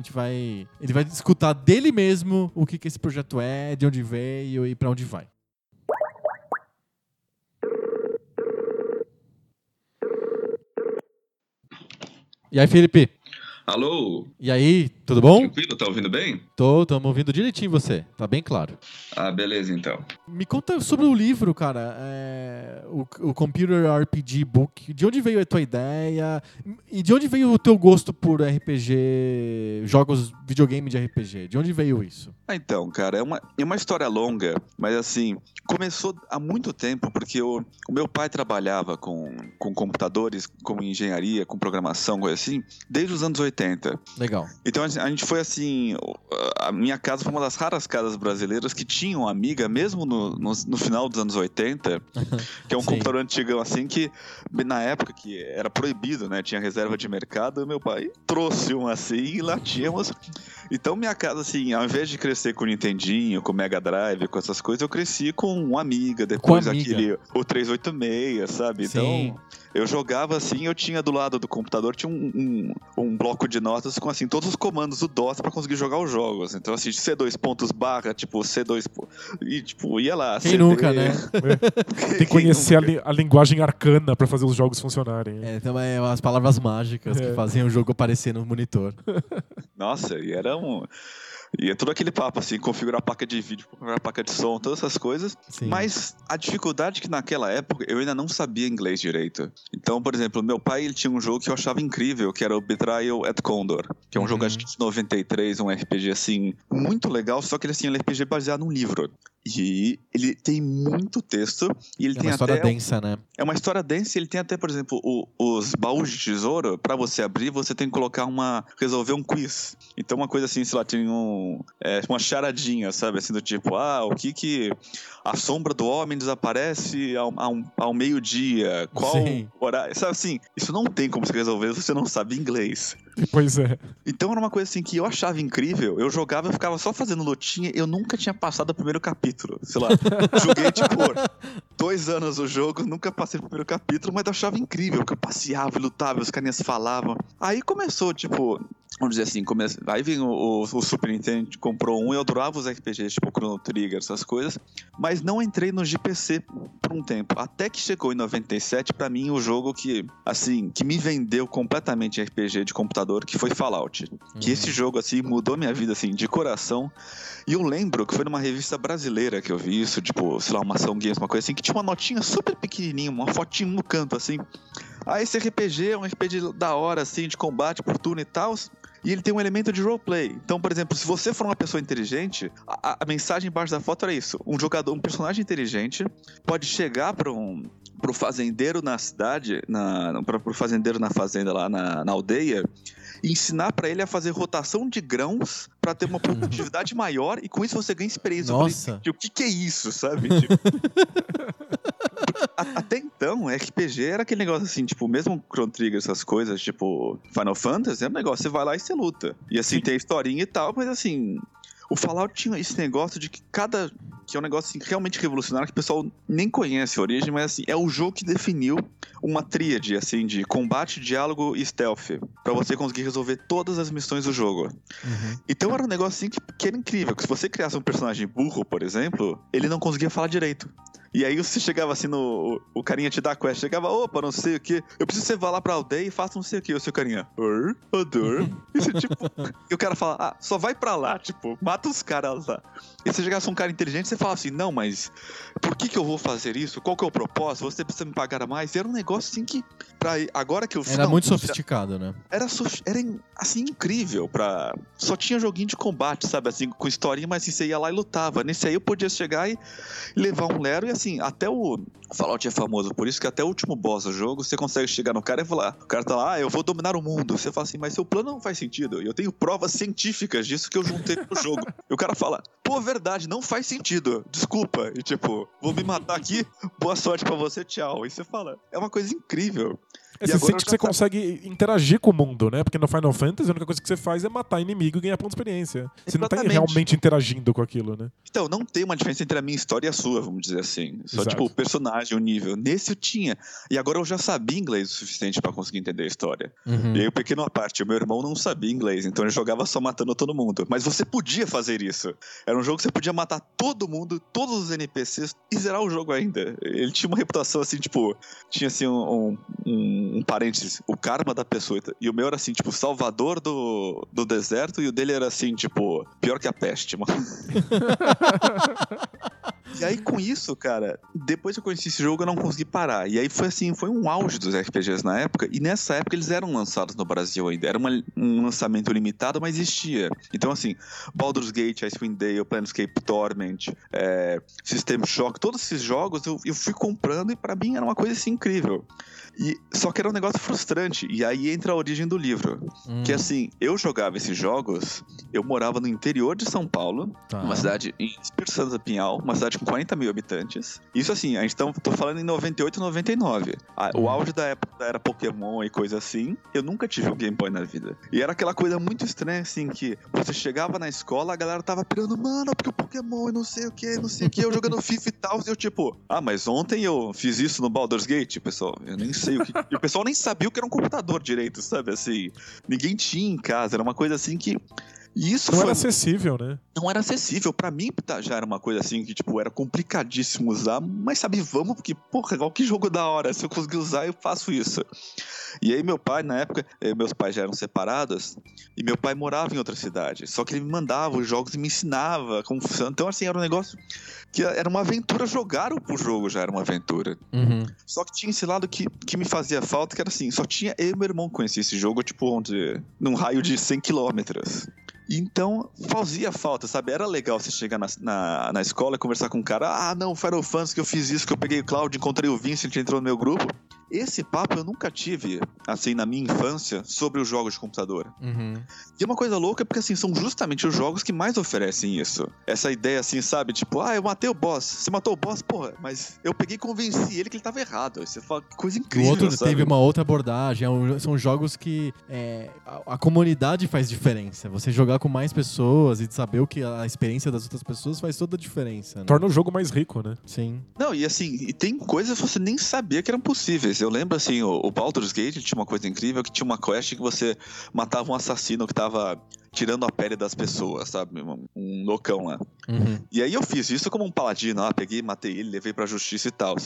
ele vai escutar dele mesmo o que esse projeto é, de onde veio e pra onde vai. E aí, Felipe? Alô? E aí, tudo bom? Tranquilo, tá ouvindo bem? Tamo ouvindo direitinho você, tá bem claro. Ah, beleza então. Me conta sobre o livro, cara, o Computer RPG Book. De onde veio a tua ideia? E de onde veio o teu gosto por RPG, jogos, videogame de RPG? De onde veio isso? Então, cara, é uma história longa, mas assim, começou há muito tempo, porque o meu pai trabalhava com computadores, com engenharia, com programação, coisa assim, desde os anos 80. Legal. Então a gente foi assim... A minha casa foi uma das raras casas brasileiras que tinham Amiga, mesmo no final dos anos 80, que é um Sim. computador antigão assim que, na época que era proibido, né? Tinha reserva de mercado, meu pai trouxe um assim e lá tínhamos. Então minha casa, assim, ao invés de crescer com o Nintendinho, com o Mega Drive, com essas coisas, eu cresci com um Amiga, depois Amiga. aquele, o 386, sabe? Sim. Então... Eu jogava assim, eu tinha do lado do computador, tinha um bloco de notas com assim, todos os comandos do DOS pra conseguir jogar os jogos. Então assim, C2 pontos barra, tipo, C2... E tipo, ia lá... Quem CD. nunca, né? Tem que conhecer a linguagem arcana pra fazer os jogos funcionarem. Então é as palavras mágicas que fazem o jogo aparecer no monitor. Nossa, e era um... E é todo aquele papo, assim, configurar a placa de vídeo, configurar a placa de som, todas essas coisas. Sim. Mas a dificuldade é que naquela época eu ainda não sabia inglês direito. Então, por exemplo, meu pai ele tinha um jogo que eu achava incrível, que era o Betrayal at Condor, que é um jogo acho que de 93, um RPG, assim, muito legal, só que ele, assim, é um RPG baseado num livro. E ele tem muito texto. E ele É tem uma história até densa, né? É uma história densa e ele tem até, por exemplo, os baús de tesouro. Pra você abrir, você tem que colocar resolver um quiz. Então uma coisa assim, sei lá, tem uma charadinha, sabe? Assim, do tipo, o que a sombra do homem desaparece ao meio-dia? Qual Sim. horário? Sabe assim, isso não tem como você resolver se você não sabe inglês. Pois é. Então era uma coisa assim que eu achava incrível. Eu jogava, eu ficava só fazendo lutinha. Eu nunca tinha passado o primeiro capítulo. Sei lá, joguei tipo 2 anos o jogo, nunca passei o primeiro capítulo, mas eu achava incrível, porque eu passeava e lutava, os carinhas falavam. Aí começou, tipo, vamos dizer assim, aí vem o Super Nintendo, comprou um, eu adorava os RPGs, tipo Chrono Trigger, essas coisas, mas não entrei no GPC por um tempo. Até que chegou em 97, pra mim, o jogo que me vendeu completamente RPG de computador, que foi Fallout. Que esse jogo, assim, mudou minha vida, assim, de coração. E eu lembro que foi numa revista brasileira que eu vi isso, tipo, sei lá, uma Ação Games, uma coisa assim, que tinha uma notinha super pequenininha, uma fotinho no canto, assim. Esse RPG é um RPG da hora, assim, de combate por turno e tal. E ele tem um elemento de roleplay. Então, por exemplo, se você for uma pessoa inteligente, a mensagem embaixo da foto era isso. Um personagem inteligente pode chegar pro fazendeiro na cidade, pro fazendeiro na fazenda lá na aldeia, e ensinar pra ele a fazer rotação de grãos pra ter uma produtividade maior, e com isso você ganha experiência. Nossa. Eu falei, o que é isso, sabe? Tipo... Até então, RPG era aquele negócio assim, tipo, mesmo Chrono Trigger, essas coisas, tipo Final Fantasy, é um negócio, você vai lá e você luta. E assim, tem a historinha e tal, mas assim, o Fallout tinha esse negócio de que que é um negócio assim, realmente revolucionário, que o pessoal nem conhece a origem, mas assim, é o jogo que definiu uma tríade, assim, de combate, diálogo e stealth, pra você conseguir resolver todas as missões do jogo. Então era um negócio assim que era incrível, que se você criasse um personagem burro, por exemplo, ele não conseguia falar direito. E aí você chegava assim o carinha te dá a quest, chegava, opa, não sei o que, eu preciso que você vá lá pra aldeia e faça não sei o que, o seu carinha, e você tipo, e o cara fala, só vai pra lá, tipo, mata os caras lá. E você chegasse um cara inteligente, você fala assim, não, mas por que eu vou fazer isso? Qual que é o propósito? Você precisa me pagar a mais? E era um negócio assim que, agora que eu... Era muito sofisticado, né? Era assim, incrível só tinha joguinho de combate, sabe, assim, com historinha, mas assim, você ia lá e lutava. Nesse aí eu podia chegar e levar um lero e assim, até o Fallout é famoso por isso, que até o último boss do jogo, você consegue chegar no cara e falar, o cara tá lá, eu vou dominar o mundo. Você fala assim, mas seu plano não faz sentido. E eu tenho provas científicas disso que eu juntei no jogo. E o cara fala, pô, verdade, não faz sentido. Desculpa. E tipo, vou me matar aqui, boa sorte pra você, tchau. E você fala, é uma coisa incrível. Você sente que você consegue interagir com o mundo, né? Porque no Final Fantasy a única coisa que você faz é matar inimigo e ganhar ponto de experiência. Você não tá realmente interagindo com aquilo, né? Então, não tem uma diferença entre a minha história e a sua, vamos dizer assim. Só, Exato. tipo, o personagem, o nível. Nesse eu tinha. E agora eu já sabia inglês o suficiente pra conseguir entender a história. E aí, pequeno à parte, o meu irmão não sabia inglês, então ele jogava só matando todo mundo. Mas você podia fazer isso. Era um jogo que você podia matar todo mundo, todos os NPCs e zerar o jogo ainda. Ele tinha uma reputação assim, tipo, tinha assim um parênteses, o karma da pessoa. E o meu era assim, tipo, salvador do deserto, e o dele era assim, tipo, pior que a peste, mano. E aí, com isso, cara, depois que eu conheci esse jogo, eu não consegui parar. E aí foi assim, foi um auge dos RPGs na época. E nessa época eles eram lançados no Brasil ainda. Era um lançamento limitado, mas existia. Então, assim, Baldur's Gate, Icewind Dale, Planescape Torment, System Shock, todos esses jogos eu fui comprando e pra mim era uma coisa assim incrível. Só que era um negócio frustrante. E aí entra a origem do livro. Que assim, eu jogava esses jogos, eu morava no interior de São Paulo, uma cidade em Espírito Santo do Pinhal, uma cidade com 40 mil habitantes. Isso assim, a gente tô falando em 98 e 99. O auge da época era Pokémon e coisa assim. Eu nunca tive um Game Boy na vida. E era aquela coisa muito estranha, assim, que você chegava na escola, a galera tava pirando, mano, porque o Pokémon e não sei o que, eu jogando FIFA e tal. E eu tipo, mas ontem eu fiz isso no Baldur's Gate, pessoal. Eu nem sei o que... E o pessoal nem sabia o que era um computador direito, sabe? Assim, ninguém tinha em casa. Era uma coisa assim que... E isso não era acessível, né? Não era acessível. Pra mim já era uma coisa assim que, tipo, era complicadíssimo usar. Mas sabe, vamos, porque, porra, que jogo da hora. Se eu conseguir usar, eu faço isso. E aí meu pai, na época, meus pais já eram separados. E meu pai morava em outra cidade. Só que ele me mandava os jogos e me ensinava como funciona. Então, assim, era um negócio que era uma aventura. Jogar o jogo já era uma aventura. Só que tinha esse lado que me fazia falta, que era assim, só tinha eu e meu irmão que conhecia esse jogo, tipo, num raio de 100 quilômetros. Então, fazia falta, sabe? Era legal você chegar na escola e conversar com um cara. Não, Final Fantasy, que eu fiz isso, que eu peguei o Cloud, encontrei o Vincent, entrou no meu grupo. Esse papo eu nunca tive, assim, na minha infância, sobre os jogos de computador. E é uma coisa louca, porque, assim, são justamente os jogos que mais oferecem isso. Essa ideia, assim, sabe? Tipo, eu matei o boss. Você matou o boss? Porra, mas eu peguei e convenci ele que ele tava errado. Aí você fala, que coisa incrível, o outro sabe? Teve uma outra abordagem. São jogos que a comunidade faz diferença. Você jogar com mais pessoas e saber o que a experiência das outras pessoas faz toda a diferença, né? Torna o jogo mais rico, né? Sim. Não, e assim, e tem coisas que você nem sabia que eram possíveis. Eu lembro, assim, o Baldur's Gate tinha uma coisa incrível, que tinha uma quest que você matava um assassino que tava tirando a pele das pessoas, sabe? Um loucão lá. E aí eu fiz isso como um paladino, peguei, matei ele, levei pra justiça e tal.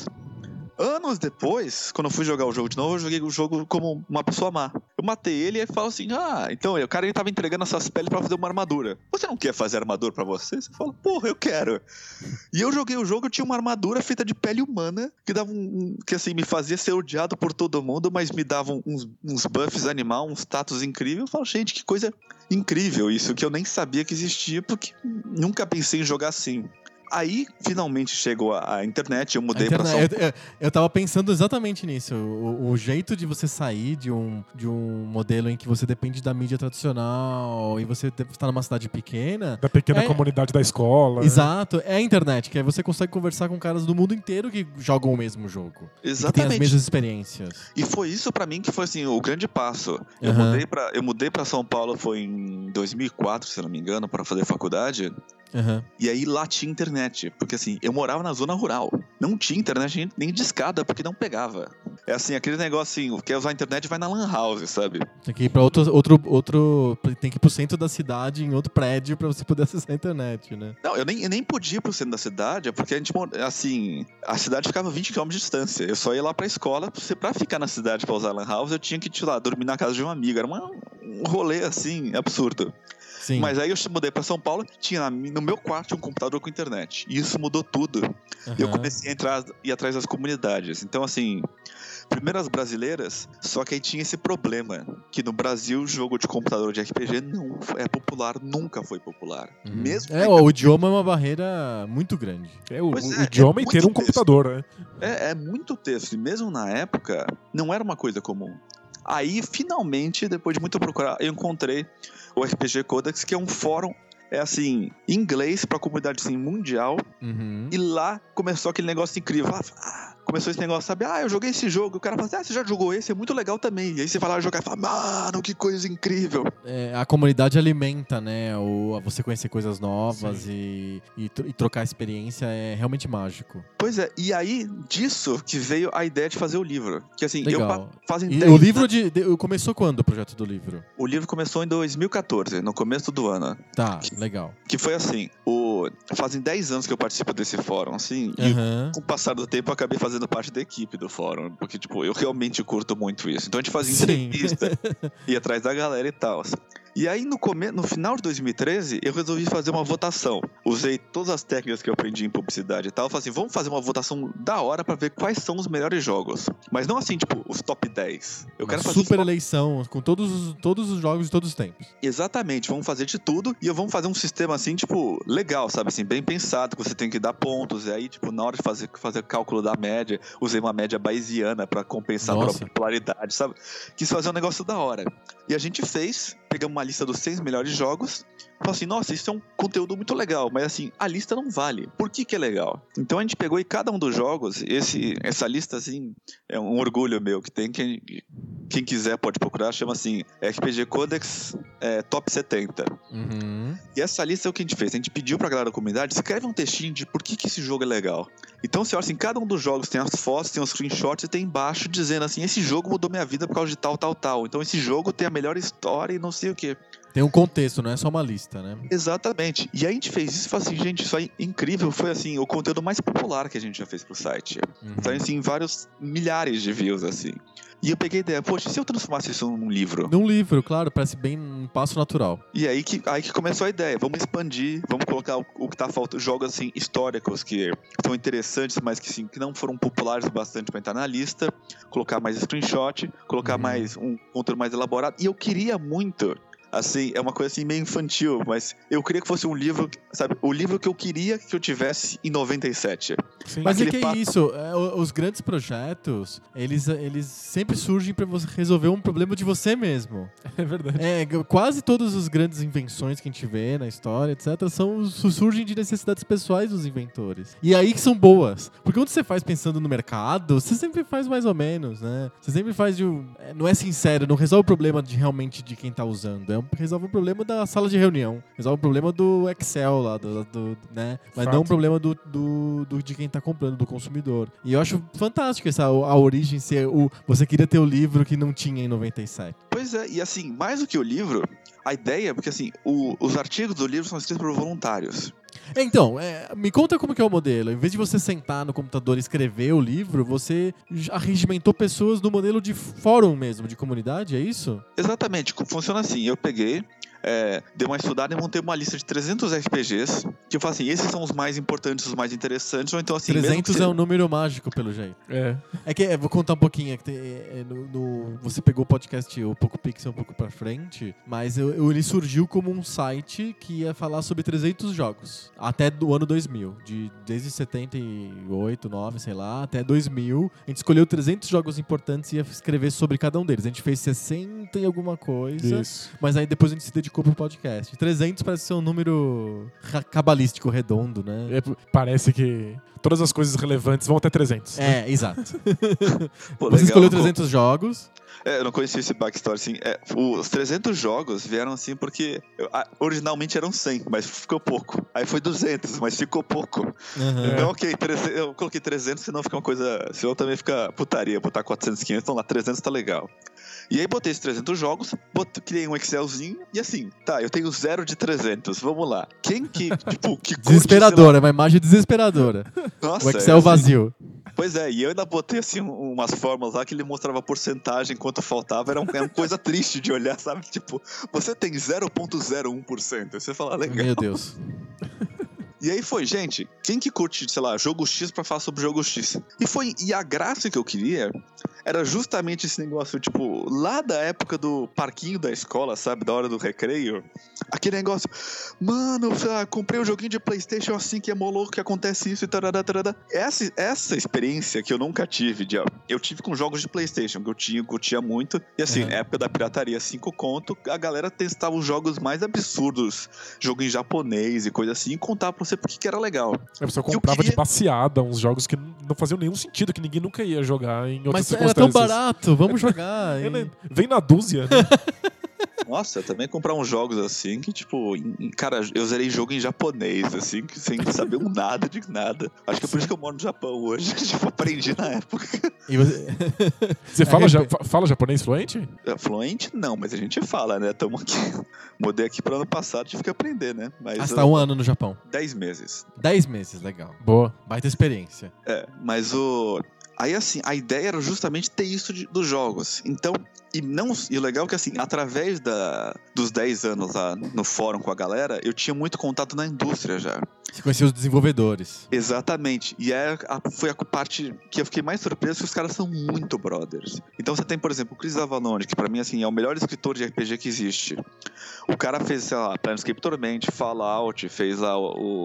Anos depois, quando eu fui jogar o jogo de novo, eu joguei o jogo como uma pessoa má. Eu matei ele e ele falou assim, então o cara ele tava entregando essas peles pra fazer uma armadura. Você não quer fazer armadura pra você? Você fala, porra, eu quero. E eu joguei o jogo, eu tinha uma armadura feita de pele humana, que dava que assim, me fazia ser odiado por todo mundo, mas me dava uns buffs animal, uns status incríveis. Eu falo, gente, que coisa incrível isso, que eu nem sabia que existia, porque nunca pensei em jogar assim. Aí, finalmente, chegou a internet, eu mudei pra São Paulo. Eu tava pensando exatamente nisso. O jeito de você sair de um modelo em que você depende da mídia tradicional e você está numa cidade pequena... Da pequena comunidade da escola. Exato. É a internet, que aí você consegue conversar com caras do mundo inteiro que jogam o mesmo jogo. Exatamente. Que tem as mesmas experiências. E foi isso pra mim que foi, assim, o grande passo. Eu mudei pra São Paulo, foi em 2004, se eu não me engano, pra fazer faculdade. E aí lá tinha internet, porque assim, eu morava na zona rural, não tinha internet nem de escada, porque não pegava. É assim, aquele negócio assim, quer usar a internet vai na lan house, sabe? Tem que ir pra tem que ir pro centro da cidade, em outro prédio, pra você poder acessar a internet, né? Não, eu nem podia ir pro centro da cidade, porque a gente, assim, a cidade ficava 20 km de distância, eu só ia lá pra escola, pra ficar na cidade pra usar a lan house, eu tinha que, sei lá, dormir na casa de um amigo, era um rolê, assim, absurdo. Sim. Mas aí eu mudei pra São Paulo, tinha no meu quarto um computador com internet. E isso mudou tudo. E eu comecei a ir atrás das comunidades. Então, assim, primeiras brasileiras, só que aí tinha esse problema, que no Brasil o jogo de computador de RPG não é popular, nunca foi popular. Mesmo o idioma é uma barreira muito grande. O idioma e ter um computador, né? É muito texto. E mesmo na época, não era uma coisa comum. Aí, finalmente, depois de muito procurar, eu encontrei o RPG Codex, que é um fórum, assim, em inglês pra comunidade assim, mundial. E lá começou aquele negócio incrível. Começou esse negócio, sabe? Eu joguei esse jogo. O cara fala assim, você já jogou esse? É muito legal também. E aí você vai lá jogar e fala, mano, que coisa incrível. A comunidade alimenta, né? Você conhecer coisas novas e trocar experiência é realmente mágico. Pois é, e aí disso que veio a ideia de fazer o livro. Que assim, legal. Fazem e o livro começou quando o projeto do livro? O livro começou em 2014, no começo do ano. Tá, legal. Que foi assim, fazem 10 anos que eu participo desse fórum, assim, e com o passar do tempo eu acabei fazendo parte da equipe do fórum, porque, tipo, eu realmente curto muito isso. Então a gente fazia entrevista, ia atrás da galera e tal. E aí, no final de 2013, eu resolvi fazer uma votação. Usei todas as técnicas que eu aprendi em publicidade e tal. Falei assim, vamos fazer uma votação da hora pra ver quais são os melhores jogos. Mas não assim, tipo, os top 10. Eu quero fazer super eleição, com todos os jogos de todos os tempos. Exatamente, vamos fazer de tudo e vamos fazer um sistema assim, tipo, legal, sabe? Assim, bem pensado, que você tem que dar pontos. E aí, tipo, na hora de fazer o cálculo da média, usei uma média bayesiana pra compensar a popularidade, sabe? Quis fazer um negócio da hora. E a gente fez, pegamos uma lista dos 6 melhores jogos, falou assim, nossa, isso é um conteúdo muito legal, mas assim, a lista não vale. Por que é legal? Então a gente pegou e cada um dos jogos, essa lista assim, é um orgulho meu, que tem quem quiser pode procurar, chama assim, RPG Codex Top 70. Uhum. E essa lista é o que a gente fez, a gente pediu pra galera da comunidade, escreve um textinho de por que esse jogo é legal. Então você olha assim, cada um dos jogos tem as fotos, tem os screenshots e tem embaixo dizendo assim, esse jogo mudou minha vida por causa de tal, tal, tal. Então esse jogo tem a melhor história e não sei o que. Tem um contexto, não é só uma lista, né? Exatamente. E aí a gente fez isso e falou assim, gente, isso aí é incrível. Foi assim, o conteúdo mais popular que a gente já fez pro site. Então, assim, vários milhares de views, assim. E eu peguei a ideia, poxa, e se eu transformasse isso num livro? Num livro, claro, parece bem um passo natural. E aí que começou a ideia, vamos expandir, vamos colocar o que tá faltando, jogos assim, históricos que são interessantes, mas que, assim, que não foram populares o bastante pra entrar na lista, colocar mais screenshot, colocar mais um conteúdo mais elaborado. E eu queria muito... Assim, é uma coisa assim meio infantil, mas eu queria que fosse um livro, sabe? O livro que eu queria que eu tivesse em 97. Sim. Mas é que é isso, os grandes projetos, eles sempre surgem pra você resolver um problema de você mesmo. É verdade. Quase todas as grandes invenções que a gente vê na história, etc., surgem de necessidades pessoais dos inventores. E aí que são boas. Porque quando você faz pensando no mercado, você sempre faz mais ou menos, né? Você sempre faz não é sincero, não resolve o problema realmente de quem tá usando. Resolve o problema da sala de reunião. Resolve o problema do Excel lá, né? Mas não o problema de quem tá comprando, do consumidor. E eu acho fantástico a origem ser você queria ter o livro que não tinha em 97. Pois é, e assim, mais do que o livro, a ideia, porque assim, os artigos do livro são escritos por voluntários. Então, me conta como que é o modelo. Em vez de você sentar no computador e escrever o livro, você arregimentou pessoas no modelo de fórum mesmo, de comunidade, é isso? Exatamente, funciona assim, eu peguei, dei uma estudada e montei uma lista de 300 RPGs, que eu falo assim, esses são os mais importantes, os mais interessantes, ou então assim... 300 é um número mágico, pelo jeito. Vou contar um pouquinho, você pegou o podcast o Poco Pixel um pouco pra frente, mas ele surgiu como um site que ia falar sobre 300 jogos, até do ano 2000, desde 78, 9, sei lá, até 2000, a gente escolheu 300 jogos importantes e ia escrever sobre cada um deles. A gente fez 60 e alguma coisa, mas aí depois a gente se dedicou pro podcast. 300 parece ser um número cabalístico, redondo, né? Parece que todas as coisas relevantes vão até 300. Exato. Pô, você legal, escolheu 300 jogos. Eu não conhecia esse backstory, assim. Os 300 jogos vieram assim porque originalmente eram 100, mas ficou pouco. Aí foi 200, mas ficou pouco. Uhum. Então, ok, eu coloquei 300, senão fica uma coisa... Senão também fica putaria, botar 400, 500, então lá, 300 tá legal. E aí botei esses 300 jogos, criei um Excelzinho e assim, tá, eu tenho 0 de 300, vamos lá. Quem que, tipo, que curte... Desesperadora, é uma imagem desesperadora. Nossa, o Excel vazio. Pois é, e eu ainda botei assim umas fórmulas lá que ele mostrava a porcentagem, quanto faltava, era uma coisa triste de olhar, sabe? Tipo, você tem 0,01%, você fala, legal. Meu Deus. E aí foi, gente, quem que curte, sei lá, jogo X pra falar sobre jogo X? E a graça que eu queria era justamente esse negócio, tipo, lá da época do parquinho da escola, sabe, da hora do recreio, aquele negócio, mano, comprei um joguinho de PlayStation assim que é molo, que acontece isso e tarará, tarará. Essa experiência que eu nunca tive, eu tive com jogos de PlayStation, que eu curtia muito, e assim, na época da pirataria, 5 conto, a galera testava os jogos mais absurdos, jogo em japonês e coisa assim, e contava pra você porque que era legal. A pessoa comprava de passeada uns jogos que não faziam nenhum sentido, que ninguém nunca ia jogar em outras circunstâncias. Era tão barato, vamos jogar. Vem na dúzia, né? Nossa, eu também comprar uns jogos assim que, tipo, cara, eu zerei jogo em japonês, assim, sem saber nada de nada. Acho que é por isso que eu moro no Japão hoje. Tipo, aprendi na época. E você fala japonês fluente? Fluente? Não, mas a gente fala, né? Tamo aqui. Mudei aqui pro ano passado, tive que aprender, né? Mas você tá 1 ano no Japão? 10 meses. 10 meses, legal. Boa. Baita experiência. Mas Aí, assim, a ideia era justamente ter isso dos jogos. Então, e o legal é que, assim, através dos 10 anos lá no fórum com a galera, eu tinha muito contato na indústria já. Você conhecia os desenvolvedores. Exatamente. E foi a parte que eu fiquei mais surpreso, que os caras são muito brothers. Então você tem, por exemplo, o Chris Avalone, que pra mim, assim, é o melhor escritor de RPG que existe. O cara fez, sei lá, Planescape Torment, Fallout, fez lá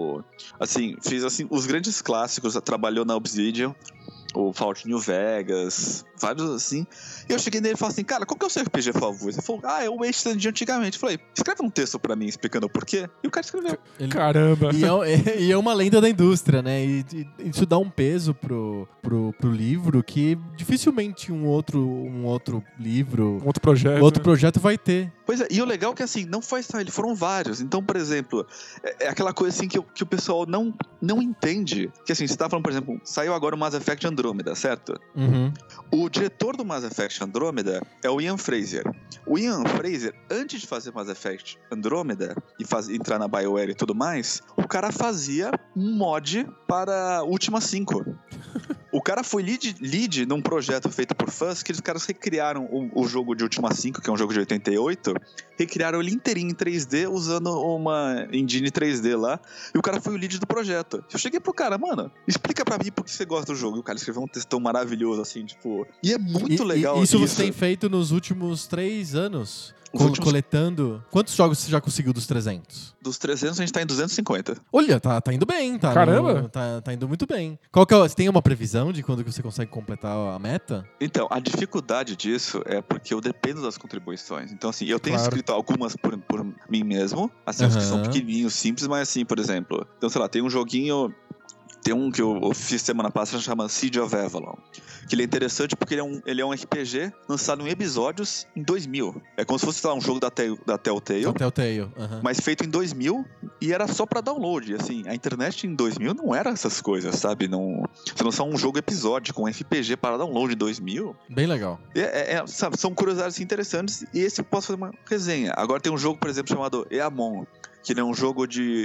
fez os grandes clássicos, trabalhou na Obsidian, o Fallout New Vegas, vários assim. E eu cheguei nele e falei assim, cara, qual que é o seu RPG favorito? Ele falou, é o Wasteland de antigamente. Eu falei, escreve um texto pra mim explicando o porquê. E o cara escreveu. Caramba! E é uma lenda da indústria, né? E isso dá um peso pro livro que dificilmente um outro livro, outro projeto vai ter. Pois é, e o legal é que, assim, não foi só ele, foram vários. Então, por exemplo, é aquela coisa assim que o pessoal não entende. Que, assim, você tá falando, por exemplo, saiu agora o Mass Effect Andromeda, certo? Uhum. O diretor do Mass Effect Andromeda é o Ian Fraser. O Ian Fraser, antes de fazer Mass Effect Andromeda e entrar na BioWare e tudo mais, o cara fazia um mod para Ultima 5. O cara foi lead num projeto feito por fãs, que os caras recriaram o jogo de Ultima 5, que é um jogo de 88, recriaram ele inteirinho em 3D usando uma engine 3D lá, e o cara foi o lead do projeto. Eu cheguei pro cara, mano, explica pra mim por que você gosta do jogo. E o cara escreveu um textão maravilhoso, assim, tipo... E é muito legal isso. Você tem feito nos últimos 3 anos? Coletando... Quantos jogos você já conseguiu dos 300? Dos 300 a gente tá em 250. Olha, tá indo bem, tá? Caramba! Tá indo muito bem. Você tem uma previsão de quando que você consegue completar a meta? Então, a dificuldade disso é porque eu dependo das contribuições. Então, assim, eu tenho escrito algumas por mim mesmo, assim, os que são pequenininhos, simples, mas assim, por exemplo... Então, sei lá, tem um joguinho... Tem um que eu fiz semana passada, chama Siege of Avalon. Que ele é interessante porque ele é um RPG lançado em episódios em 2000. É como se fosse lá, um jogo da Telltale. Mas feito em 2000 e era só pra download. Assim, a internet em 2000 não era essas coisas, sabe? Você lançar um jogo episódico, um RPG para download em 2000. Bem legal. Sabe, são curiosidades interessantes e esse eu posso fazer uma resenha. Agora tem um jogo, por exemplo, chamado Eamon, que ele é um jogo de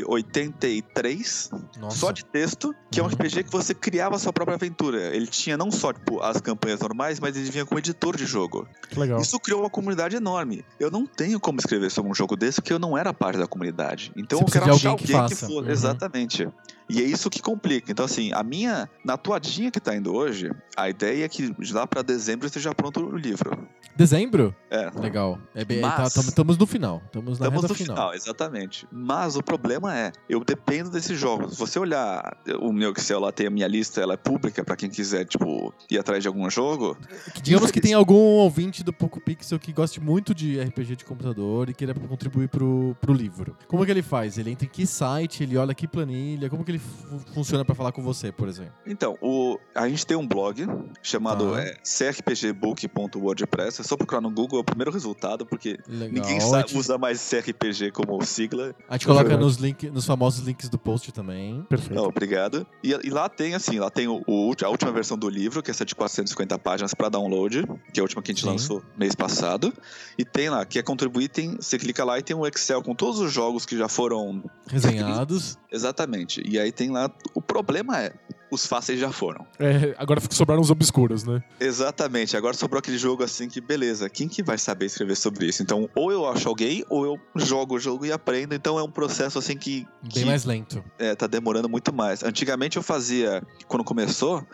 83, só de texto, que é um RPG que você criava a sua própria aventura. Ele tinha não só, tipo, as campanhas normais, mas ele vinha como editor de jogo. Que legal. Isso criou uma comunidade enorme. Eu não tenho como escrever sobre um jogo desse, porque eu não era parte da comunidade. Então eu quero achar alguém que for. Exatamente. E é isso que complica. Então, assim, na toadinha que tá indo hoje, a ideia é que lá pra dezembro esteja pronto o livro. Dezembro? É. Legal. Estamos no final. Estamos na reta final. Exatamente. Mas o problema é, eu dependo desses jogos. Se você olhar o meu Excel lá, tem a minha lista, ela é pública pra quem quiser, tipo, ir atrás de algum jogo. Digamos que tem algum ouvinte do Poco Pixel que goste muito de RPG de computador e queira contribuir pro livro. Como é que ele faz? Ele entra em que site? Ele olha que planilha? Como que ele funciona pra falar com você, por exemplo? Então, a gente tem um blog chamado crpgbook.wordpress. É só procurar no Google, é o primeiro resultado, porque ninguém usa mais CRPG como sigla. A gente coloca nos famosos links do post também. Perfeito. Não, obrigado. E lá tem, assim, a última versão do livro, que é essa de 450 páginas pra download, que é a última que a gente lançou mês passado. E tem lá, quer contribuir, você clica lá e tem um Excel com todos os jogos que já foram resenhados. Exatamente. E aí tem lá, o problema é, os fáceis já foram. Agora sobraram os obscuros, né? Exatamente. Agora sobrou aquele jogo assim que, beleza, quem que vai saber escrever sobre isso? Então, ou eu acho alguém, ou eu jogo o jogo e aprendo. Então é um processo assim que bem mais lento. Tá demorando muito mais. Antigamente eu fazia, quando começou,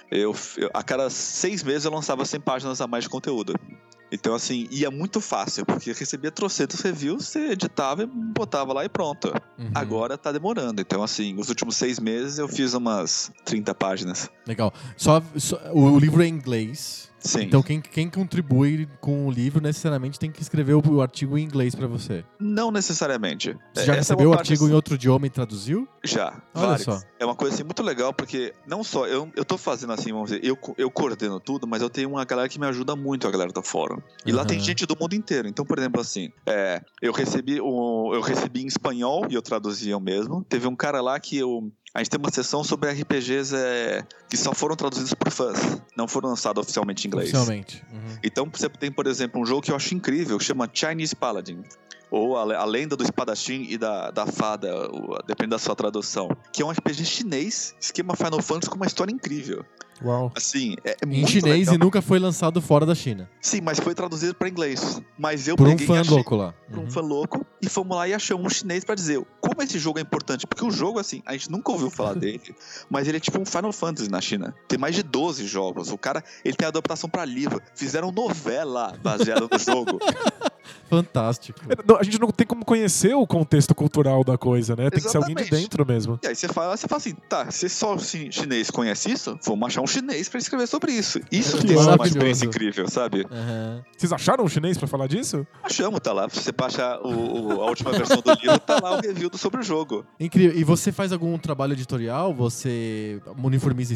a cada 6 meses eu lançava 100 páginas a mais de conteúdo. Então, assim, ia muito fácil, porque recebia trocentos reviews, você editava e botava lá e pronto. Agora tá demorando. Então, assim, os últimos 6 meses eu fiz umas 30 páginas. Legal. O livro é em inglês. Sim. Então quem contribui com o livro necessariamente tem que escrever o artigo em inglês pra você. Não necessariamente. Você já recebeu o artigo em outro idioma e traduziu? Já, olha vários. Só. É uma coisa assim muito legal, porque não só eu tô fazendo assim, vamos dizer, eu coordeno tudo, mas eu tenho uma galera que me ajuda muito, a galera do fórum. E lá tem gente do mundo inteiro. Então, por exemplo, assim, eu recebi em espanhol e eu traduzi eu mesmo. Teve um cara lá que a gente tem uma sessão sobre RPGs que só foram traduzidos por fãs, não foram lançados oficialmente em inglês. Oficialmente. Então você tem, por exemplo, um jogo que eu acho incrível, que chama Chinese Paladin. ou a lenda do espadachim e da fada, depende da sua tradução, que é um RPG chinês, esquema Final Fantasy com uma história incrível. Uau. Assim, é Em muito chinês legal. e nunca foi lançado fora da China. Sim, mas foi traduzido pra inglês. Mas eu Por um peguei e fã achei- louco lá. por um fã louco, e fomos lá e achamos um chinês pra dizer como esse jogo é importante. Porque o jogo, assim, a gente nunca ouviu falar dele, mas ele é tipo um Final Fantasy na China. Tem mais de 12 jogos. O cara, ele tem adaptação pra livro. Fizeram novela baseada no jogo. Fantástico. A gente não tem como conhecer o contexto cultural da coisa, né? Tem que ser alguém de Exatamente. dentro mesmo. E aí você fala assim, tá, se só o chinês conhece isso, vamos achar um chinês pra escrever sobre isso. Isso Que tem sido uma maravilhoso. experiência incrível, sabe? Aham. Vocês acharam um chinês pra falar disso? Achamos, tá lá. Se você baixar a última versão do livro, tá lá o review sobre o jogo. Incrível. E você faz algum trabalho editorial? Você uniformiza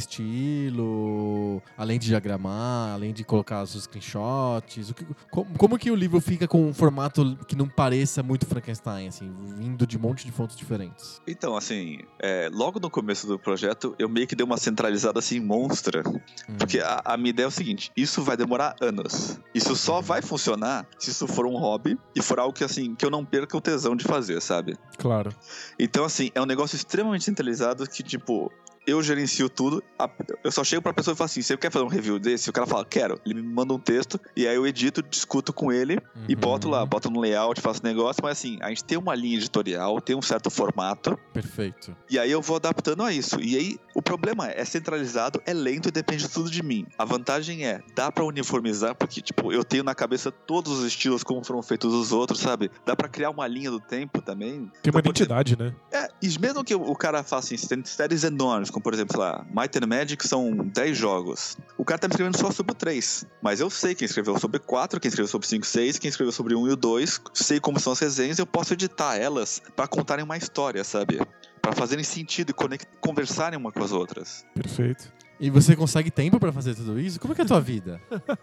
estilo, além de diagramar, além de colocar os screenshots? Como que o livro fica com um formato que não pareça muito Frankenstein, assim, vindo de um monte de fontes diferentes? Então, assim, logo no começo do projeto, eu meio que dei uma centralizada assim monstra. Porque a minha ideia é o seguinte: isso vai demorar anos. Isso só vai funcionar se isso for um hobby e for algo que, assim, que eu não perca o tesão de fazer, sabe? Claro. Então, assim, é um negócio extremamente centralizado que, tipo, eu gerencio tudo. Eu só chego pra pessoa e falo assim: você quer fazer um review desse? O cara fala, quero. Ele me manda um texto e aí eu edito, discuto com ele e boto lá, boto no layout, faço negócio. Mas assim, a gente tem uma linha editorial, tem um certo formato. Perfeito. E aí eu vou adaptando a isso. E aí, o problema é centralizado, é lento e depende tudo de mim. A vantagem dá pra uniformizar, porque, tipo, eu tenho na cabeça todos os estilos como foram feitos os outros, sabe? Dá pra criar uma linha do tempo também. Tem uma Pra poder- identidade, né? E mesmo que o cara faça assim, tem séries enormes, como por exemplo, sei lá, Might and Magic são 10 jogos. O cara tá me escrevendo só sobre o 3. Mas eu sei quem escreveu sobre 4, quem escreveu sobre 5, 6, quem escreveu sobre 1 e o 2. Sei como são as resenhas e eu posso editar elas pra contarem uma história, sabe? Pra fazerem sentido e conversarem uma com as outras. Perfeito. E você consegue tempo pra fazer tudo isso? Como é que é a tua vida?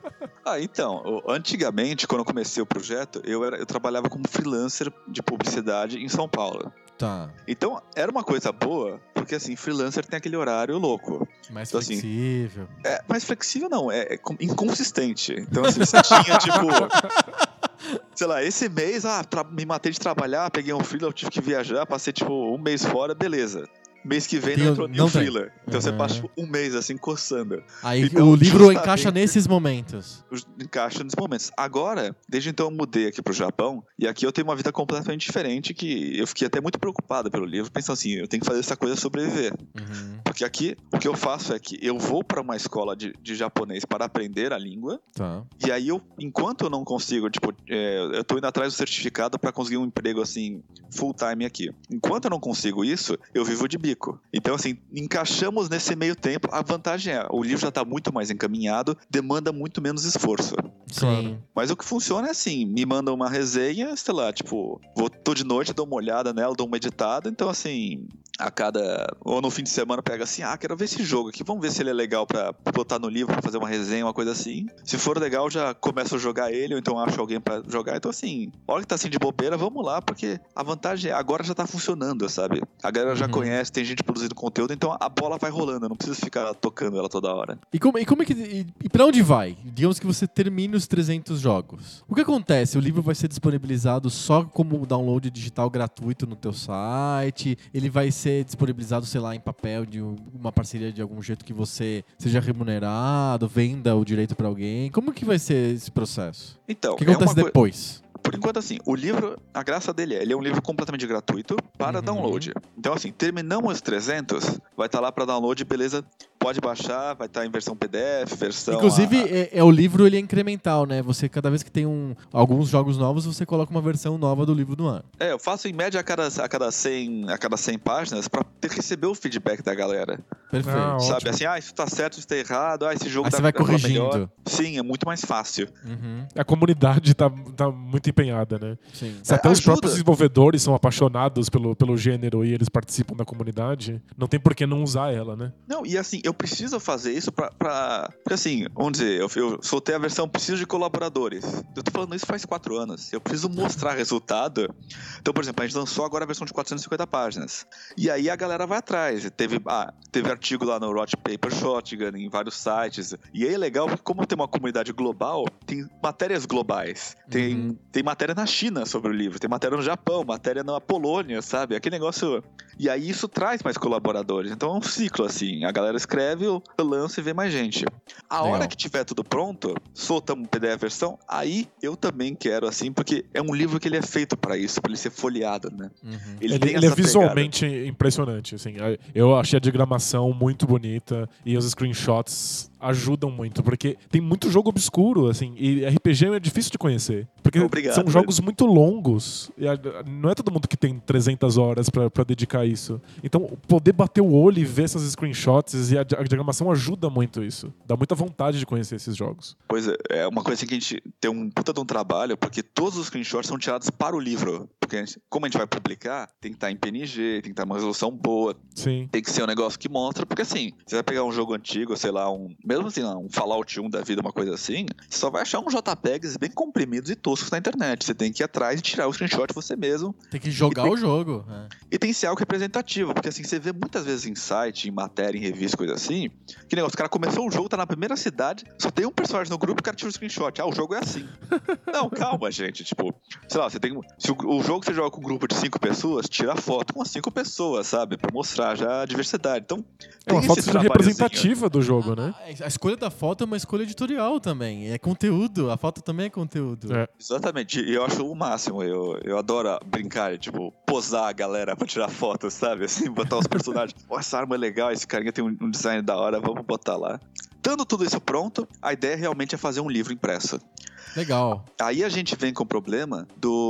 Então, antigamente, quando eu comecei o projeto, eu trabalhava como freelancer de publicidade em São Paulo. Tá. Então, era uma coisa boa, porque assim, freelancer tem aquele horário louco. Mais Então, assim, flexível. Mais flexível não, é inconsistente. Então, assim, você tinha, tipo... Sei lá, esse mês, me matei de trabalhar, peguei um freela, eu tive que viajar, passei, tipo, um mês fora, beleza. Mês que vem não entrou nenhum freela. Então você passa, tipo, um mês, assim, coçando. Aí Então, o livro justamente- encaixa nesses momentos. Encaixa nesses momentos. Agora, desde então eu mudei aqui pro Japão, e aqui eu tenho uma vida completamente diferente, que eu fiquei até muito preocupado pelo livro, pensando assim, eu tenho que fazer essa coisa sobreviver. Uhum. Porque aqui, o que eu faço é que eu vou para uma escola de japonês para aprender a língua, Tá. e aí enquanto eu não consigo, tipo, eu tô indo atrás do certificado para conseguir um emprego, assim, full time aqui. Enquanto eu não consigo isso, eu vivo de bico. Então, assim, encaixamos nesse meio tempo. A vantagem o livro já tá muito mais encaminhado, demanda muito menos esforço. Sim. Mas o que funciona é assim, me mandam uma resenha, sei lá, tipo, tô de noite, dou uma olhada nela, dou uma editada, então assim, ou no fim de semana pega assim, quero ver esse jogo aqui, vamos ver se ele é legal pra botar no livro, pra fazer uma resenha, uma coisa assim. Se for legal, já começo a jogar ele, ou então acho alguém pra jogar. Então assim, a hora que tá assim de bobeira, vamos lá, porque a vantagem agora já tá funcionando, sabe? A galera já conhece, tem gente produzindo conteúdo, então a bola vai rolando, eu não preciso ficar tocando ela toda hora. E como é que. E pra onde vai? Digamos que você termine os 300 jogos. O que acontece? O livro vai ser disponibilizado só como download digital gratuito no teu site? Ele vai ser disponibilizado, sei lá, em papel, de uma parceria de algum jeito que você seja remunerado, venda o direito pra alguém? Como que vai ser esse processo? Então, O que acontece depois? Por enquanto, assim, o livro, a graça dele ele é um livro completamente gratuito para download. Então, assim, terminamos os 300, vai estar lá para download, beleza? Pode baixar, vai estar em versão PDF, versão... Inclusive, o livro ele é incremental, né? Você, cada vez que tem alguns jogos novos, você coloca uma versão nova do livro no ar. Eu faço em média a cada 100 páginas para receber o feedback da galera. Perfeito. Sabe, ótimo. assim, isso tá certo, isso tá errado, esse jogo Aí dá você vai pra falar corrigindo. melhor. Sim, é muito mais fácil. Uhum. A comunidade tá muito empenhada, né? Sim. Se até os ajuda. próprios desenvolvedores são apaixonados pelo gênero e eles participam da comunidade, não tem por que não usar ela, né? Não, e assim, eu preciso fazer isso pra... Porque assim, vamos dizer, eu soltei a versão preciso de colaboradores. Eu tô falando isso faz 4 anos. Eu preciso mostrar resultado. Então, por exemplo, a gente lançou agora a versão de 450 páginas. E aí a galera vai atrás. Teve artigo lá no Rotten Paper Shotgun, em vários sites. E aí é legal porque como tem uma comunidade global, tem matérias globais. Tem matéria na China sobre o livro, tem matéria no Japão, matéria na Polônia, sabe? Aquele negócio... E aí isso traz mais colaboradores. Então é um ciclo, assim. A galera escreve, eu lanço e vê mais gente. A hora que tiver tudo pronto, soltamos o PDF versão, aí eu também quero, assim, porque é um livro que ele é feito pra isso, pra ele ser folheado, né? Ele é visualmente impressionante, assim. Eu achei a diagramação muito bonita e os screenshots ajudam muito, porque tem muito jogo obscuro, assim, e RPG é difícil de conhecer, porque são jogos muito longos, e não é todo mundo que tem 300 horas pra dedicar a isso. Então, poder bater o olho e ver essas screenshots e a diagramação ajuda muito isso. Dá muita vontade de conhecer esses jogos. Pois é uma coisa assim que a gente tem um puta de um trabalho, porque todos os screenshots são tirados para o livro. Porque como a gente vai publicar, tem que estar em PNG, tem que estar uma resolução boa. Sim. Tem que ser um negócio que mostra, porque assim, você vai pegar um jogo antigo, sei lá, mesmo assim, um Fallout 1 da vida, uma coisa assim, você só vai achar uns JPEGs bem comprimidos e toscos na internet. Você tem que ir atrás e tirar o screenshot você mesmo. Tem que jogar o jogo. E tem que ser algo representativo, porque assim, você vê muitas vezes em site, em matéria, em revista, coisa assim, que negócio, o cara começou o jogo, tá na primeira cidade, só tem um personagem no grupo, o cara tira o screenshot. O jogo é assim. Não, calma, gente, tipo, sei lá, você tem... Se o jogo que você joga com um grupo de 5 pessoas, tira a foto com as 5 pessoas, sabe? Pra mostrar já a diversidade. Então, é uma foto representativa do jogo, né? A escolha da foto é uma escolha editorial também. É conteúdo. A foto também é conteúdo. É. Exatamente. E eu acho o máximo. Eu adoro brincar, tipo, posar a galera pra tirar foto, sabe? Assim, botar os personagens. Essa arma é legal, esse carinha tem um design da hora, vamos botar lá. Tendo tudo isso pronto, a ideia realmente é fazer um livro impresso. Legal. Aí a gente vem com o problema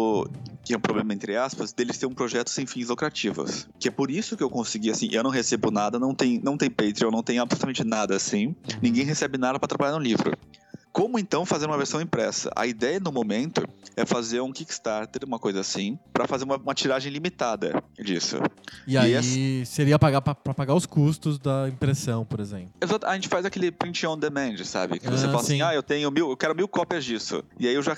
que é um problema entre aspas, deles ter um projeto sem fins lucrativos. Que é por isso que eu consegui, assim, eu não recebo nada, não tem Patreon, não tem absolutamente nada assim. Ninguém recebe nada pra trabalhar no livro. Como então fazer uma versão impressa? A ideia no momento é fazer um Kickstarter, uma coisa assim, pra fazer uma tiragem limitada disso. E aí seria pra pagar os custos da impressão, por exemplo. Exato, a gente faz aquele print on demand, sabe? Que você fala assim, eu quero 1000 cópias disso. E aí eu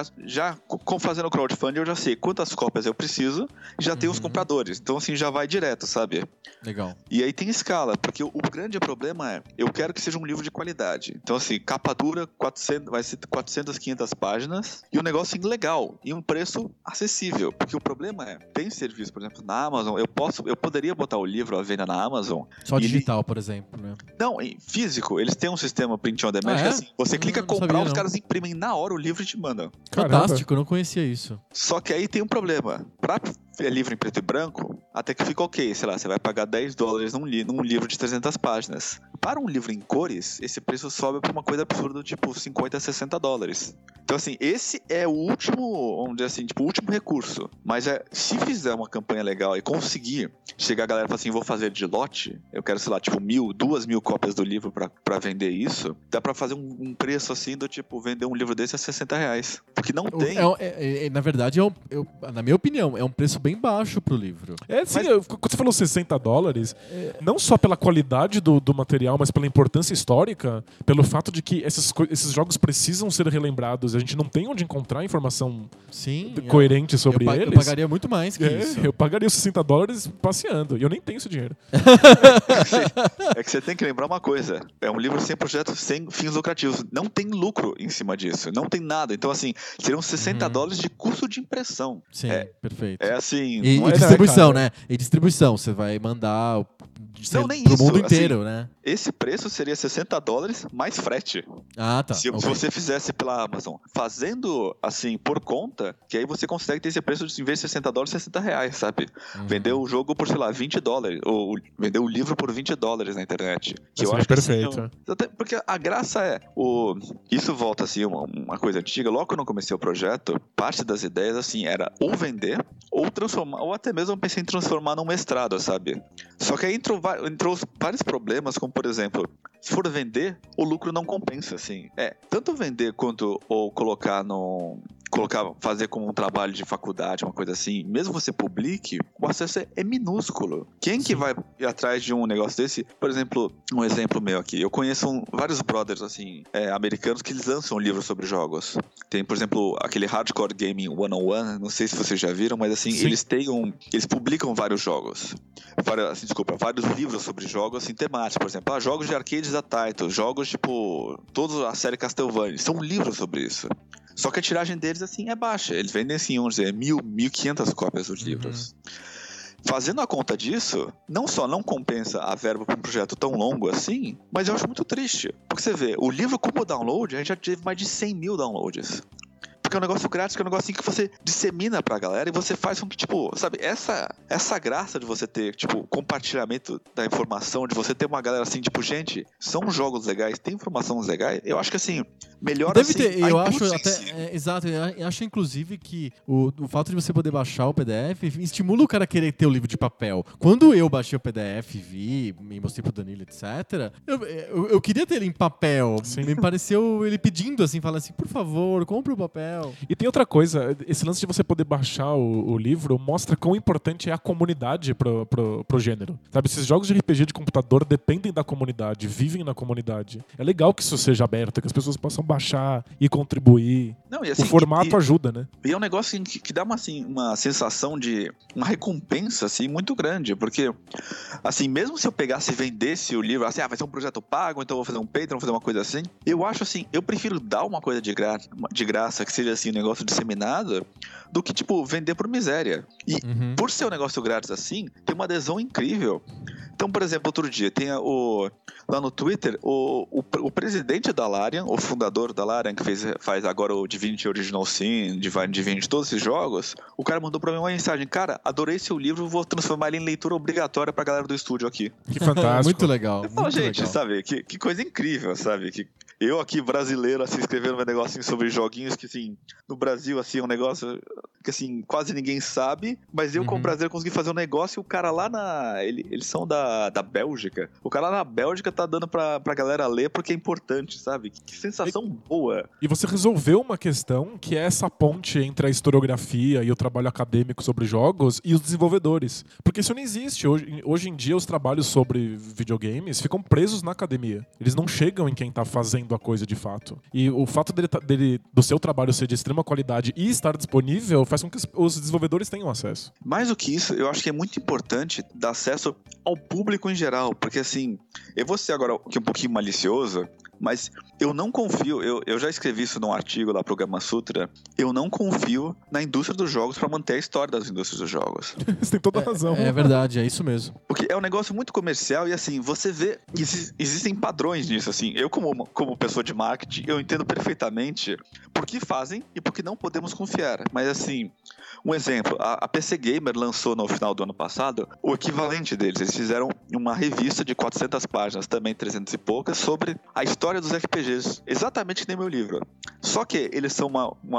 já fazendo crowdfunding, eu já sei quantas cópias eu preciso e já tenho os compradores. Então assim, já vai direto, sabe? Legal. E aí tem escala, porque o grande problema é, eu quero que seja um livro de qualidade. Então assim, capa dura, vai ser 400, 500 páginas e um negócio legal e um preço acessível, porque o problema é, tem serviço, por exemplo, na Amazon, eu poderia botar o livro à venda na Amazon. Só digital, por exemplo, né? Não, em físico, eles têm um sistema print on demand, que assim, você clica comprar, os caras imprimem na hora o livro e te mandam. Fantástico, eu não conhecia isso. Só que aí tem um problema, pra livro em preto e branco, até que fica ok, sei lá, você vai pagar $10 num livro de 300 páginas. Para um livro em cores, esse preço sobe pra uma coisa absurda, tipo $50 a $60. Então assim, esse é o último, vamos dizer assim, tipo, o último recurso. Mas se fizer uma campanha legal e conseguir chegar a galera e falar assim, vou fazer de lote, eu quero, sei lá, tipo 2.000 cópias do livro pra vender isso, dá pra fazer um preço assim do tipo, vender um livro desse a R$60. Porque não tem... na verdade, na minha opinião, é um preço bem baixo pro livro. Quando você falou $60, não só pela qualidade do material, mas pela importância histórica, pelo fato de que esses jogos precisam ser relembrados, a gente não tem onde encontrar informação coerente sobre eles. Eu pagaria muito mais que isso. Eu pagaria os $60 passeando, e eu nem tenho esse dinheiro. É que você tem que lembrar uma coisa, é um livro sem projeto, sem fins lucrativos, não tem lucro em cima disso, não tem nada. Então assim, seriam $60 de custo de impressão. Sim, perfeito. É assim... E distribuição, né? E distribuição, você vai mandar pro mundo inteiro, assim, né? Esse preço seria $60 mais frete. Ah, tá. Se você fizesse pela Amazon, fazendo assim, por conta, que aí você consegue ter esse preço de, em vez de $60, R$60, sabe? Vender o jogo por, sei lá, $20, ou vender o livro por $20 na internet. Que eu acho perfeito. Que, porque a graça é, isso volta assim, uma coisa antiga, logo que eu não comecei o projeto, parte das ideias assim, era ou vender, ou transformar, ou até mesmo eu pensei em transformar num mestrado, sabe? Só que aí entrou vários problemas, como por exemplo, se for vender, o lucro não compensa, assim. Tanto vender quanto ou colocar fazer como um trabalho de faculdade, uma coisa assim, mesmo você publique, o acesso é minúsculo. Quem que vai ir atrás de um negócio desse? Por exemplo, um exemplo meu aqui. Eu conheço vários brothers, assim, americanos que eles lançam livros sobre jogos. Tem, por exemplo, aquele Hardcore Gaming 101, não sei se vocês já viram, mas assim, eles publicam vários jogos. Vários livros sobre jogos, assim, temáticos. Por exemplo, jogos de arcades da Taito, jogos tipo, toda a série Castlevania. São livros sobre isso. Só que a tiragem deles, assim, é baixa. Eles vendem, assim, 1.500 cópias dos livros. Fazendo a conta disso, não só não compensa a verba para um projeto tão longo assim, mas eu acho muito triste. Porque você vê, o livro como download, a gente já teve mais de 100 mil downloads. Porque é um negócio grátis, que é um negócio assim que você dissemina pra galera e você faz com que, tipo, sabe, essa graça de você ter, tipo, compartilhamento da informação, de você ter uma galera assim, tipo, gente, são jogos legais, tem informações legais, eu acho que assim, melhor deve assim, ter, eu acho até, exato, eu acho inclusive que o fato de você poder baixar o PDF estimula o cara a querer ter o livro de papel. Quando eu baixei o PDF, vi, me mostrei pro Danilo, etc, eu queria ter ele em papel. Sim. Me pareceu ele pedindo assim, falando assim, por favor, compre o papel. E tem outra coisa, esse lance de você poder baixar o livro mostra quão importante é a comunidade pro gênero. Sabe, esses jogos de RPG de computador dependem da comunidade, vivem na comunidade. É legal que isso seja aberto, que as pessoas possam baixar e contribuir. Não, e assim, o formato ajuda, né? E é um negócio assim, que dá uma sensação de uma recompensa assim, muito grande, porque assim, mesmo se eu pegasse e vendesse o livro, assim, vai ser um projeto pago, então eu vou fazer um Patreon, vou fazer uma coisa assim, eu acho assim, eu prefiro dar uma coisa de graça, que seja assim, um negócio disseminado, do que, tipo, vender por miséria. E por ser um negócio grátis assim, tem uma adesão incrível. Então, por exemplo, outro dia, tem lá no Twitter, o presidente da Larian, o fundador da Larian, que faz agora o Divinity Original Sin, Divinity, todos esses jogos, o cara mandou pra mim uma mensagem, cara, adorei seu livro, vou transformar ele em leitura obrigatória pra galera do estúdio aqui. Que fantástico. Muito legal. Eu falo, gente, legal. Sabe, que coisa incrível, sabe, que eu aqui, brasileiro, assim, escrevendo um negocinho sobre joguinhos que, assim, no Brasil, assim, é um negócio que, assim, quase ninguém sabe, mas eu, como brasileiro, consegui fazer um negócio e o cara lá eles são da Bélgica. O cara lá na Bélgica tá dando pra galera ler porque é importante, sabe? Que sensação boa. E você resolveu uma questão que é essa ponte entre a historiografia e o trabalho acadêmico sobre jogos e os desenvolvedores. Porque isso não existe. Hoje em dia, os trabalhos sobre videogames ficam presos na academia. Eles não chegam em quem tá fazendo a coisa de fato. E o fato do seu trabalho ser de extrema qualidade e estar disponível faz com que os desenvolvedores tenham acesso. Mais do que isso, eu acho que é muito importante dar acesso ao público em geral, porque assim, eu vou ser agora aqui um pouquinho malicioso, mas eu não confio, eu já escrevi isso num artigo lá pro Gama Sutra, eu não confio na indústria dos jogos pra manter a história das indústrias dos jogos. Você tem toda a razão. É verdade, é isso mesmo. Porque é um negócio muito comercial e assim, você vê, existem padrões nisso, assim, eu como pessoa de marketing, eu entendo perfeitamente por que fazem e por que não podemos confiar, mas assim, um exemplo, a PC Gamer lançou no final do ano passado o equivalente deles, eles fizeram uma revista de 400 páginas, também 300 e poucas, sobre a história dos RPGs, exatamente que nem meu livro. Só que eles são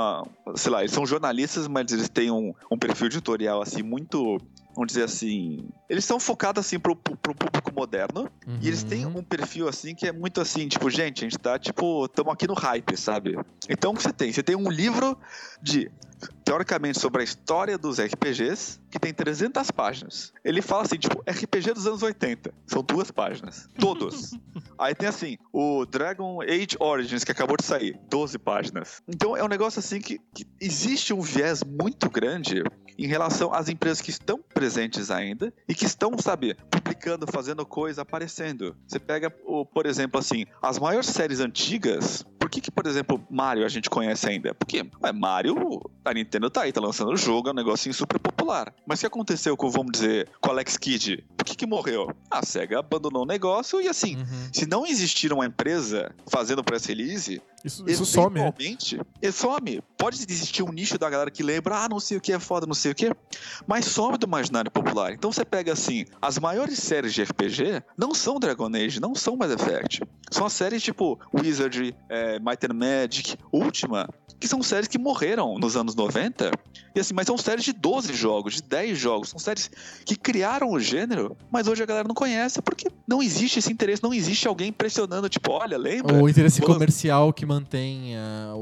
sei lá, eles são jornalistas, mas eles têm um perfil editorial assim muito, vamos dizer assim, eles são focados assim pro público moderno, e eles têm um perfil assim que é muito assim, tipo, gente, a gente tá tipo, tamo aqui no hype, sabe? Então o que você tem? Você tem um livro teoricamente sobre a história dos RPGs, que tem 300 páginas. Ele fala assim, tipo, RPG dos anos 80. São 2 páginas. Todos. Aí tem assim, o Dragon Age Origins, que acabou de sair. 12 páginas. Então é um negócio assim que existe um viés muito grande em relação às empresas que estão presentes ainda e que estão, sabe, publicando, fazendo coisa, aparecendo. Você pega, por exemplo, assim, as maiores séries antigas. Por que, por exemplo, Mario a gente conhece ainda? Porque Mario, a Nintendo tá aí, tá lançando o jogo, é um negocinho super popular. Mas o que aconteceu com, vamos dizer, com Alex Kidd? Por que morreu? A SEGA abandonou o negócio e assim, se não existir uma empresa fazendo press release, isso some, ele some. Pode existir um nicho da galera que lembra, não sei o que é foda, não sei o que, mas some do imaginário popular. Então você pega assim, as maiores séries de RPG não são Dragon Age, não são Mass Effect. São as séries tipo Wizard, Might and Magic, Ultima, que são séries que morreram nos anos 90. E assim, mas são séries de 12 jogos, de 10 jogos. São séries que criaram o gênero, mas hoje a galera não conhece, porque não existe esse interesse, não existe alguém pressionando, tipo, olha, lembra? O interesse comercial que mantém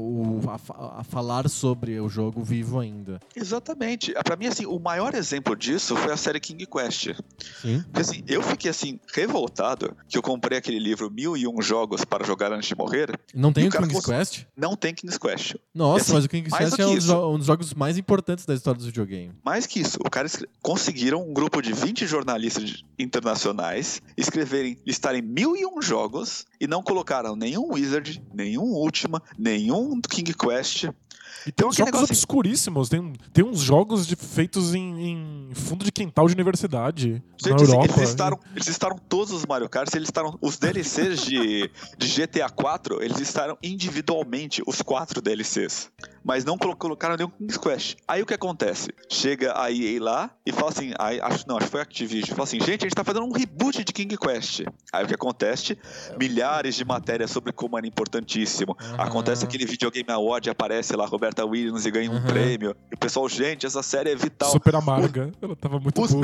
a falar sobre o jogo vivo ainda. Exatamente. Pra mim, assim, o maior exemplo disso foi a série King Quest. Sim. Porque assim, eu fiquei assim, revoltado, que eu comprei aquele livro 1001 Jogos para Jogar Antes de Morrer. Não tem E o o cara King's Quest? Não tem King's Quest. Nossa, E assim, mas o King's mais Quest do é que um isso. um dos jogos mais importantes da história do videogame. Mais que isso, o cara conseguiram um grupo de 20 jornalistas internacionais listarem 1001 jogos e não colocaram nenhum Wizard, nenhum Ultima, nenhum King Quest. Então, aquele jogos negócio obscuríssimos. Tem uns jogos feitos em fundo de quintal de universidade na Gente, assim, Europa. eles listaram todos os Mario Kart, eles listaram os DLCs de GTA 4, eles listaram individualmente os 4 DLCs. Mas não colocaram nenhum King's Quest. Aí o que acontece? Chega a EA lá e fala assim, acho que foi a Activision, fala assim, gente, a gente tá fazendo um reboot de King Quest. Aí o que acontece? Milhares de matérias sobre como era importantíssimo. Acontece aquele Videogame Award, aparece lá Roberta Williams e ganha um prêmio. E o pessoal, gente, essa série é vital. Super amarga. Ela tava muito puta.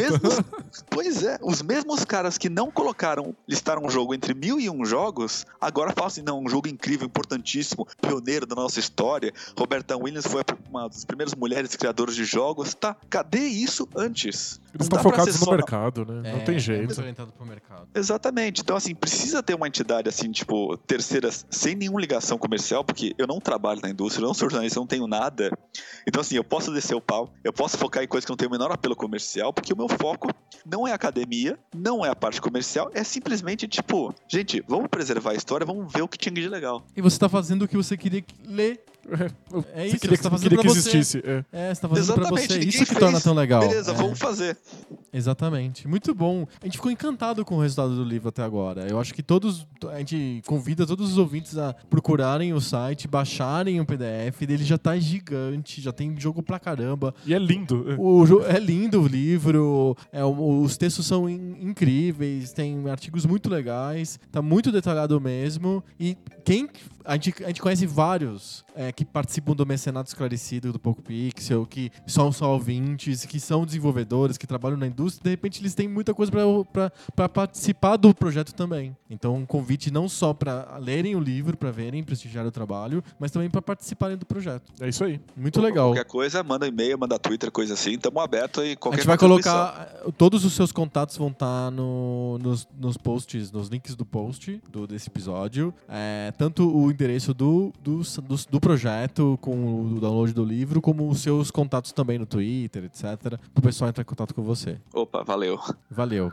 Pois é, os mesmos caras que não listaram um jogo entre 1001 jogos, agora falam assim, não, um jogo incrível, importantíssimo, pioneiro da nossa história. Roberta Williams foi uma das primeiras mulheres criadoras de jogos. Tá, cadê isso antes? Eles estão focados no mercado, né? Não tem jeito. É orientado pro mercado. Exatamente. Então, assim, precisa ter uma entidade, assim, tipo, terceira, sem nenhuma ligação comercial, porque eu não trabalho na indústria, eu não sou jornalista, eu não tenho nada. Então, assim, eu posso descer o pau, eu posso focar em coisas que não têm o menor apelo comercial, porque o meu foco não é a academia, não é a parte comercial, é simplesmente, tipo, gente, vamos preservar a história, vamos ver o que tinha de legal. E você tá fazendo o que você queria ler. É isso, Você você tá fazendo pra que você. existisse. Você tá fazendo pra você. ninguém Isso que fez. torna tão legal. Beleza, vamos fazer. Exatamente. Muito bom. A gente ficou encantado com o resultado do livro até agora. Eu acho que a gente convida todos os ouvintes a procurarem o site, baixarem o PDF. Ele já tá gigante, já tem jogo pra caramba. E é lindo. É lindo o livro, os textos são incríveis, tem artigos muito legais, tá muito detalhado mesmo. E a gente conhece vários que participam do Mecenato Esclarecido, do Poco Pixel, que são só ouvintes, que são desenvolvedores, que trabalham na indústria. De repente eles têm muita coisa para participar do projeto também. Então um convite não só para lerem o livro, para verem, prestigiar o trabalho, mas também para participarem do projeto. É isso aí. Muito legal. Qualquer coisa, manda e-mail, manda Twitter, coisa assim. Estamos abertos e A qualquer gente vai contribuição. colocar... Todos os seus contatos vão estar nos posts, nos links do post desse episódio. Tanto o endereço do projeto, com o download do livro, como os seus contatos também no Twitter, etc. Para o pessoal entrar em contato com você. Opa, valeu. Valeu.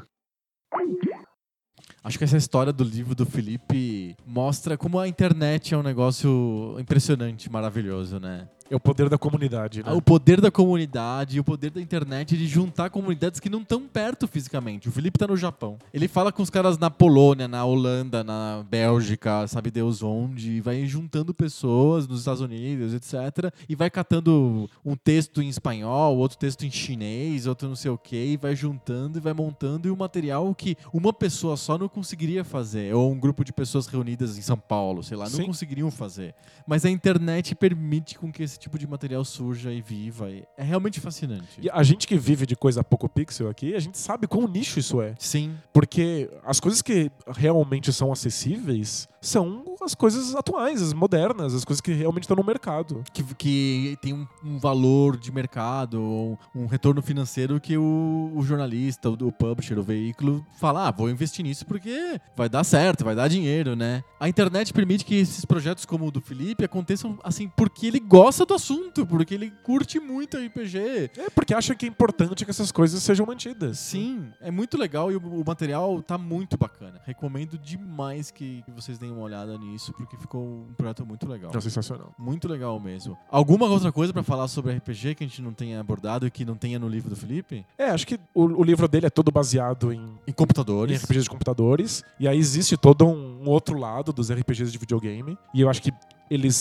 Acho que essa história do livro do Felipe mostra como a internet é um negócio impressionante, maravilhoso, né? É o poder da comunidade, né? O poder da comunidade e o poder da internet de juntar comunidades que não estão perto fisicamente. O Felipe tá no Japão. Ele fala com os caras na Polônia, na Holanda, na Bélgica, sabe Deus onde, e vai juntando pessoas nos Estados Unidos, etc. E vai catando um texto em espanhol, outro texto em chinês, outro não sei o quê, e vai juntando e vai montando, e um material que uma pessoa só não conseguiria fazer, ou um grupo de pessoas reunidas em São Paulo, sei lá, não Sim. conseguiriam fazer. Mas a internet permite com que esse tipo de material surja e viva. É realmente fascinante. E a gente que vive de coisa pouco pixel aqui, a gente sabe quão nicho isso é. Sim. Porque as coisas que realmente são acessíveis são as coisas atuais, as modernas, as coisas que realmente estão no mercado. Que tem um valor de mercado, um retorno financeiro que o jornalista, o publisher, o veículo fala, vou investir nisso porque vai dar certo, vai dar dinheiro, né? A internet permite que esses projetos como o do Felipe aconteçam assim porque ele gosta do assunto, porque ele curte muito RPG. Porque acha que é importante que essas coisas sejam mantidas. Sim, é muito legal e o material tá muito bacana. Recomendo demais que vocês deem uma olhada nisso, porque ficou um projeto muito legal. É sensacional. Muito legal mesmo. Alguma outra coisa pra falar sobre RPG que a gente não tenha abordado e que não tenha no livro do Felipe? Acho que o livro dele é todo baseado em computadores. RPGs de computadores. E aí existe todo um outro lado dos RPGs de videogame. E eu acho que eles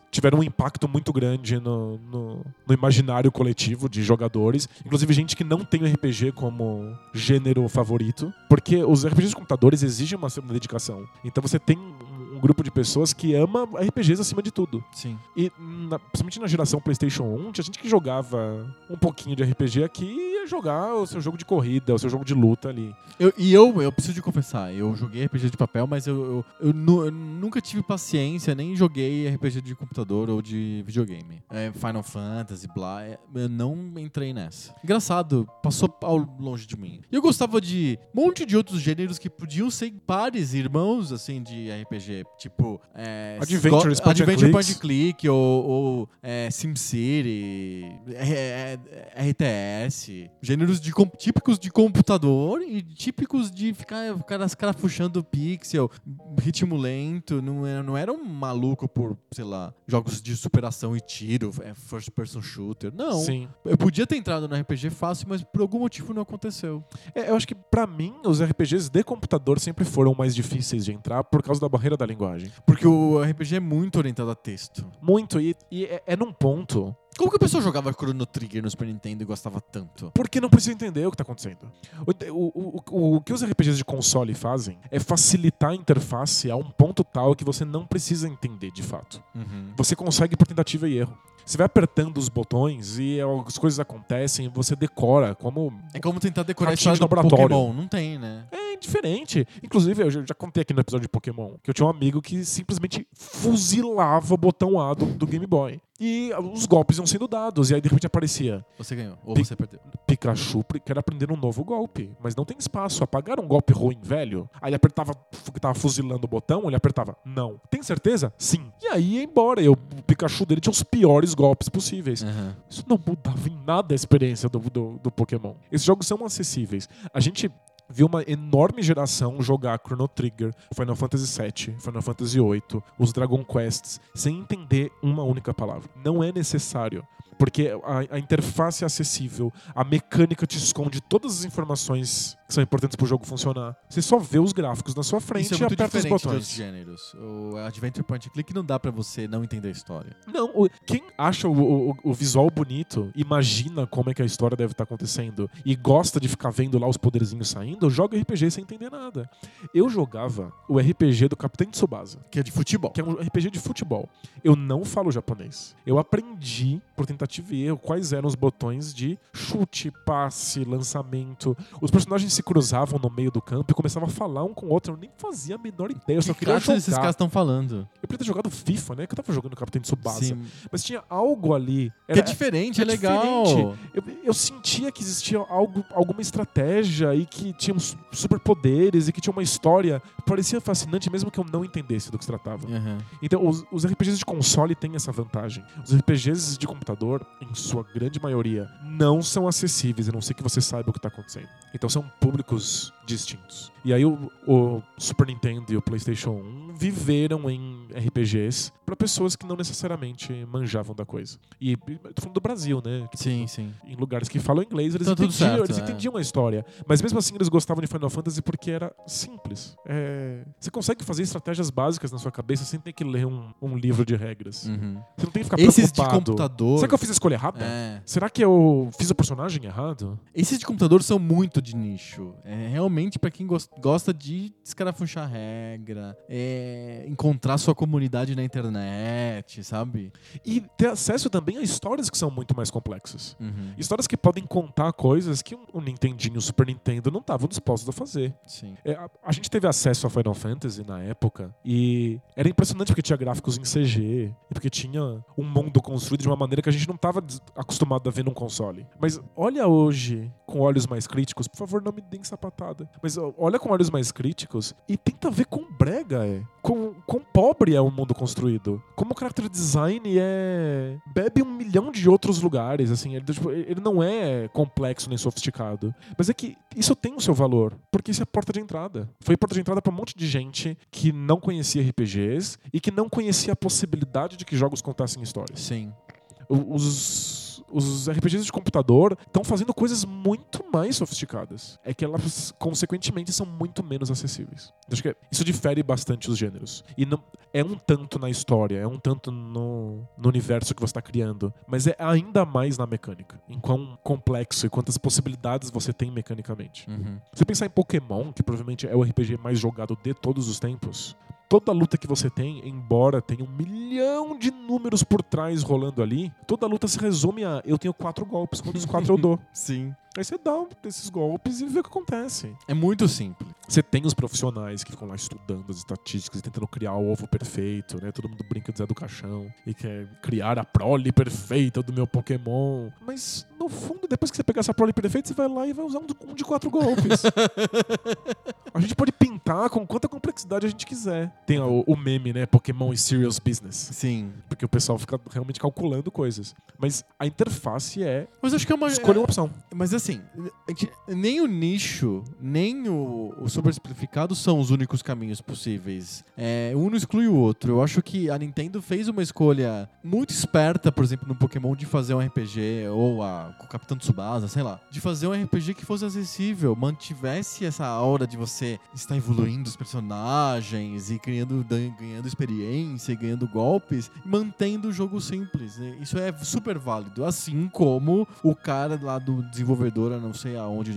tiveram um impacto muito grande no imaginário coletivo de jogadores. Inclusive gente que não tem o RPG como gênero favorito. Porque os RPGs de computadores exigem uma dedicação. Então você tem um grupo de pessoas que ama RPGs acima de tudo. Sim. E principalmente na geração PlayStation 1, tinha gente que jogava um pouquinho de RPG aqui e ia jogar o seu jogo de corrida, o seu jogo de luta ali. Eu preciso de confessar, eu joguei RPG de papel, mas eu nunca tive paciência, nem joguei RPG de computador ou de videogame. Final Fantasy, blá, eu não entrei nessa. Engraçado, passou ao longe de mim. E eu gostava de um monte de outros gêneros que podiam ser pares, irmãos, assim, de RPG. Tipo, Adventure Point and Click ou SimCity, RTS. Gêneros típicos de computador e típicos de ficar puxando pixel, ritmo lento. Não era um maluco por, sei lá, jogos de superação e tiro, first person shooter. Não. Sim. Eu podia ter entrado no RPG fácil, mas por algum motivo não aconteceu. Eu acho que pra mim os RPGs de computador sempre foram mais difíceis de entrar por causa da barreira da linguagem. Porque o RPG é muito orientado a texto. Muito, e é num ponto. Como que a pessoa jogava Chrono Trigger no Super Nintendo e gostava tanto? Porque não precisa entender o que tá acontecendo. O que os RPGs de console fazem é facilitar a interface a um ponto tal que você não precisa entender de fato. Uhum. Você consegue por tentativa e erro. Você vai apertando os botões e as coisas acontecem e você decora como... É como tentar decorar a ratinho história de do laboratório. Pokémon. Não tem, né? É diferente. Inclusive, eu já contei aqui no episódio de Pokémon que eu tinha um amigo que simplesmente fuzilava o botão A do Game Boy. E os golpes iam sendo dados. E aí, de repente, aparecia... Você ganhou. Ou você perdeu. Pikachu quer aprender um novo golpe, mas não tem espaço. Apagaram um golpe ruim, velho. Aí ele apertava, que tava fuzilando o botão, ele apertava, não. Tem certeza? Sim. E aí ia embora. E o Pikachu dele tinha os piores golpes possíveis. Uhum. Isso não mudava em nada a experiência do Pokémon. Esses jogos são acessíveis. A gente viu uma enorme geração jogar Chrono Trigger, Final Fantasy VII, Final Fantasy VIII, os Dragon Quests, sem entender uma única palavra. Não é necessário. Porque a interface é acessível, a mecânica te esconde todas as informações que são importantes pro jogo funcionar. Você só vê os gráficos na sua frente Isso é e muito aperta os diferente de botões. outros gêneros. O Adventure Point and Click não dá pra você não entender a história. Não, quem acha o visual bonito, imagina como é que a história deve estar acontecendo e gosta de ficar vendo lá os poderzinhos saindo, joga RPG sem entender nada. Eu jogava o RPG do Capitão Tsubasa, Que é de futebol. que é um RPG de futebol. Eu não falo japonês. Eu aprendi, por tentativa e erro, quais eram os botões de chute, passe, lançamento. Os personagens se cruzavam no meio do campo e começavam a falar um com o outro. Eu nem fazia a menor ideia. Eu só queria jogar. Esses caras estão falando. Eu podia ter jogado FIFA, né? Que eu tava jogando Capitão Tsubasa. Sim. Mas tinha algo ali. Que é diferente, é legal. Diferente. Eu sentia que existia alguma estratégia e que tinha superpoderes e que tinha uma história. Parecia fascinante mesmo que eu não entendesse do que se tratava. Uhum. Então, os RPGs de console têm essa vantagem. Os RPGs de computador, em sua grande maioria, não são acessíveis, a não ser que você saiba o que está acontecendo. Então são públicos distintos. E aí o Super Nintendo e o PlayStation 1 viveram em RPGs para pessoas que não necessariamente manjavam da coisa. E eu tô falando do Brasil, né? Sim, sim. Em lugares que falam inglês, eles Tá tudo certo, eles entendiam a história. Mas mesmo assim, eles gostavam de Final Fantasy porque era simples. Você consegue fazer estratégias básicas na sua cabeça sem ter que ler um livro de regras. Uhum. Você não tem que ficar Esses preocupado. de computador... Será que eu fiz a escolha errada? É. Será que eu fiz o personagem errado? Esses de computador são muito de nicho. É realmente pra quem gosta de escarafunchar regra, encontrar sua comunidade na internet, sabe? E ter acesso também a histórias que são muito mais complexas. Uhum. Histórias que podem contar coisas que o Nintendinho e o Super Nintendo não estavam dispostos a fazer. Sim. A gente teve acesso a Final Fantasy na época e era impressionante porque tinha gráficos em CG e porque tinha um mundo construído de uma maneira que a gente não estava acostumado a ver num console. Mas olha hoje com olhos mais críticos, por favor, não me deem sapatada, mas olha com olhos mais críticos e tenta ver quão brega é, quão pobre é o mundo construído, como o character design bebe 1 milhão de outros lugares, assim, ele não é complexo nem sofisticado, mas é que isso tem o seu valor, porque isso é porta de entrada. Foi porta de entrada para um monte de gente que não conhecia RPGs e que não conhecia a possibilidade de que jogos contassem histórias. Sim. Os os RPGs de computador estão fazendo coisas muito mais sofisticadas. É que elas, consequentemente, são muito menos acessíveis. Acho que isso difere bastante os gêneros. E não, é um tanto na história, é um tanto no universo que você está criando, mas é ainda mais na mecânica. Em quão complexo e quantas possibilidades você tem mecanicamente. Você pensar em Pokémon, que provavelmente é o RPG mais jogado de todos os tempos, toda luta que você tem, embora tenha 1 milhão de números por trás rolando ali, toda luta se resume a eu tenho 4 golpes, quando os 4 eu dou. Sim. Aí você dá esses golpes e vê o que acontece. É muito simples. Você tem os profissionais que ficam lá estudando as estatísticas e tentando criar o ovo perfeito, né? Todo mundo brinca de Zé do Caixão e quer criar a prole perfeita do meu Pokémon. Mas, no fundo, depois que você pegar essa prole perfeita, você vai lá e vai usar um de 4 golpes. A gente pode pintar com quanta complexidade a gente quiser. Tem o meme, né? Pokémon e Serious Business. Sim. Porque o pessoal fica realmente calculando coisas. Mas a interface é Mas acho que é uma... escolha uma opção. Mas assim, nem o nicho, nem o super simplificado são os únicos caminhos possíveis. Um não exclui o outro. Eu acho que a Nintendo fez uma escolha muito esperta, por exemplo, no Pokémon, de fazer um RPG, ou o Capitão Tsubasa, sei lá, de fazer um RPG que fosse acessível, mantivesse essa aura de você estar evoluindo os personagens e ganhando experiência e ganhando golpes, mantendo o jogo simples. Isso é super válido. Assim como o cara lá do desenvolvedor, não sei aonde,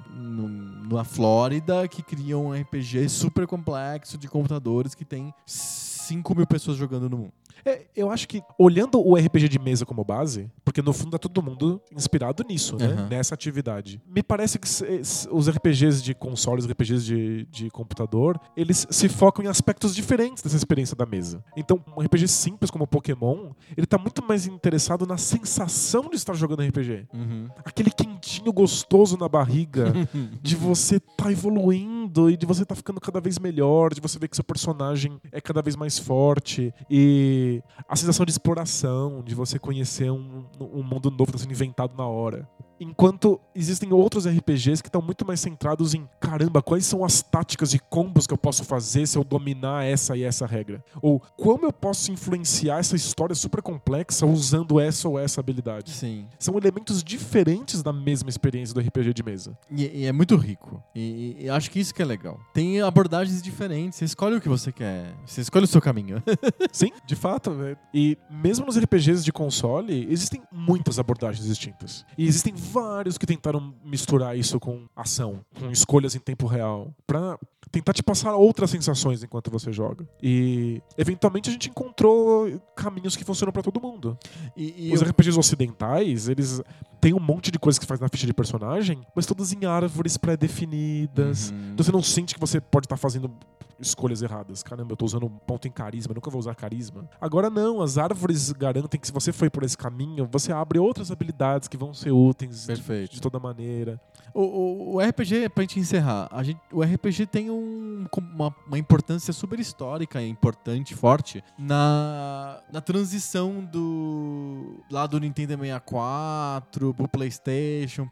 na Flórida, que cria um RPG super complexo de computadores que tem 5 mil pessoas jogando no mundo. Eu acho que, olhando o RPG de mesa como base, porque no fundo é todo mundo inspirado nisso, né? Uhum. Nessa atividade. Me parece que os RPGs de consoles, os RPGs de computador, eles se focam em aspectos diferentes dessa experiência da mesa. Então, um RPG simples como Pokémon, ele tá muito mais interessado na sensação de estar jogando RPG. Aquele quentinho gostoso na barriga de você tá evoluindo e de você tá ficando cada vez melhor, de você ver que seu personagem é cada vez mais forte e a sensação de exploração, de você conhecer um mundo novo que está sendo inventado na hora. Enquanto existem outros RPGs que estão muito mais centrados em caramba, quais são as táticas e combos que eu posso fazer se eu dominar essa e essa regra? Ou como eu posso influenciar essa história super complexa usando essa ou essa habilidade? Sim. São elementos diferentes da mesma experiência do RPG de mesa. E é muito rico. E acho que isso que é legal. Tem abordagens diferentes. Você escolhe o que você quer. Você escolhe o seu caminho. Sim, de fato. E mesmo nos RPGs de console, existem muitas abordagens distintas. E existem vários que tentaram misturar isso com ação, com escolhas em tempo real, pra tentar te passar outras sensações enquanto você joga. E eventualmente a gente encontrou caminhos que funcionam pra todo mundo. Os RPGs ocidentais, eles têm um monte de coisas que faz na ficha de personagem, mas todas em árvores pré-definidas. Então você não sente que você pode estar fazendo escolhas erradas. Caramba, eu tô usando um ponto em carisma, nunca vou usar carisma. Agora não, as árvores garantem que se você for por esse caminho, você abre outras habilidades que vão ser úteis de toda maneira. O RPG, pra gente encerrar, o RPG tem uma importância super histórica, importante, forte, na transição lá do Nintendo 64 pro PlayStation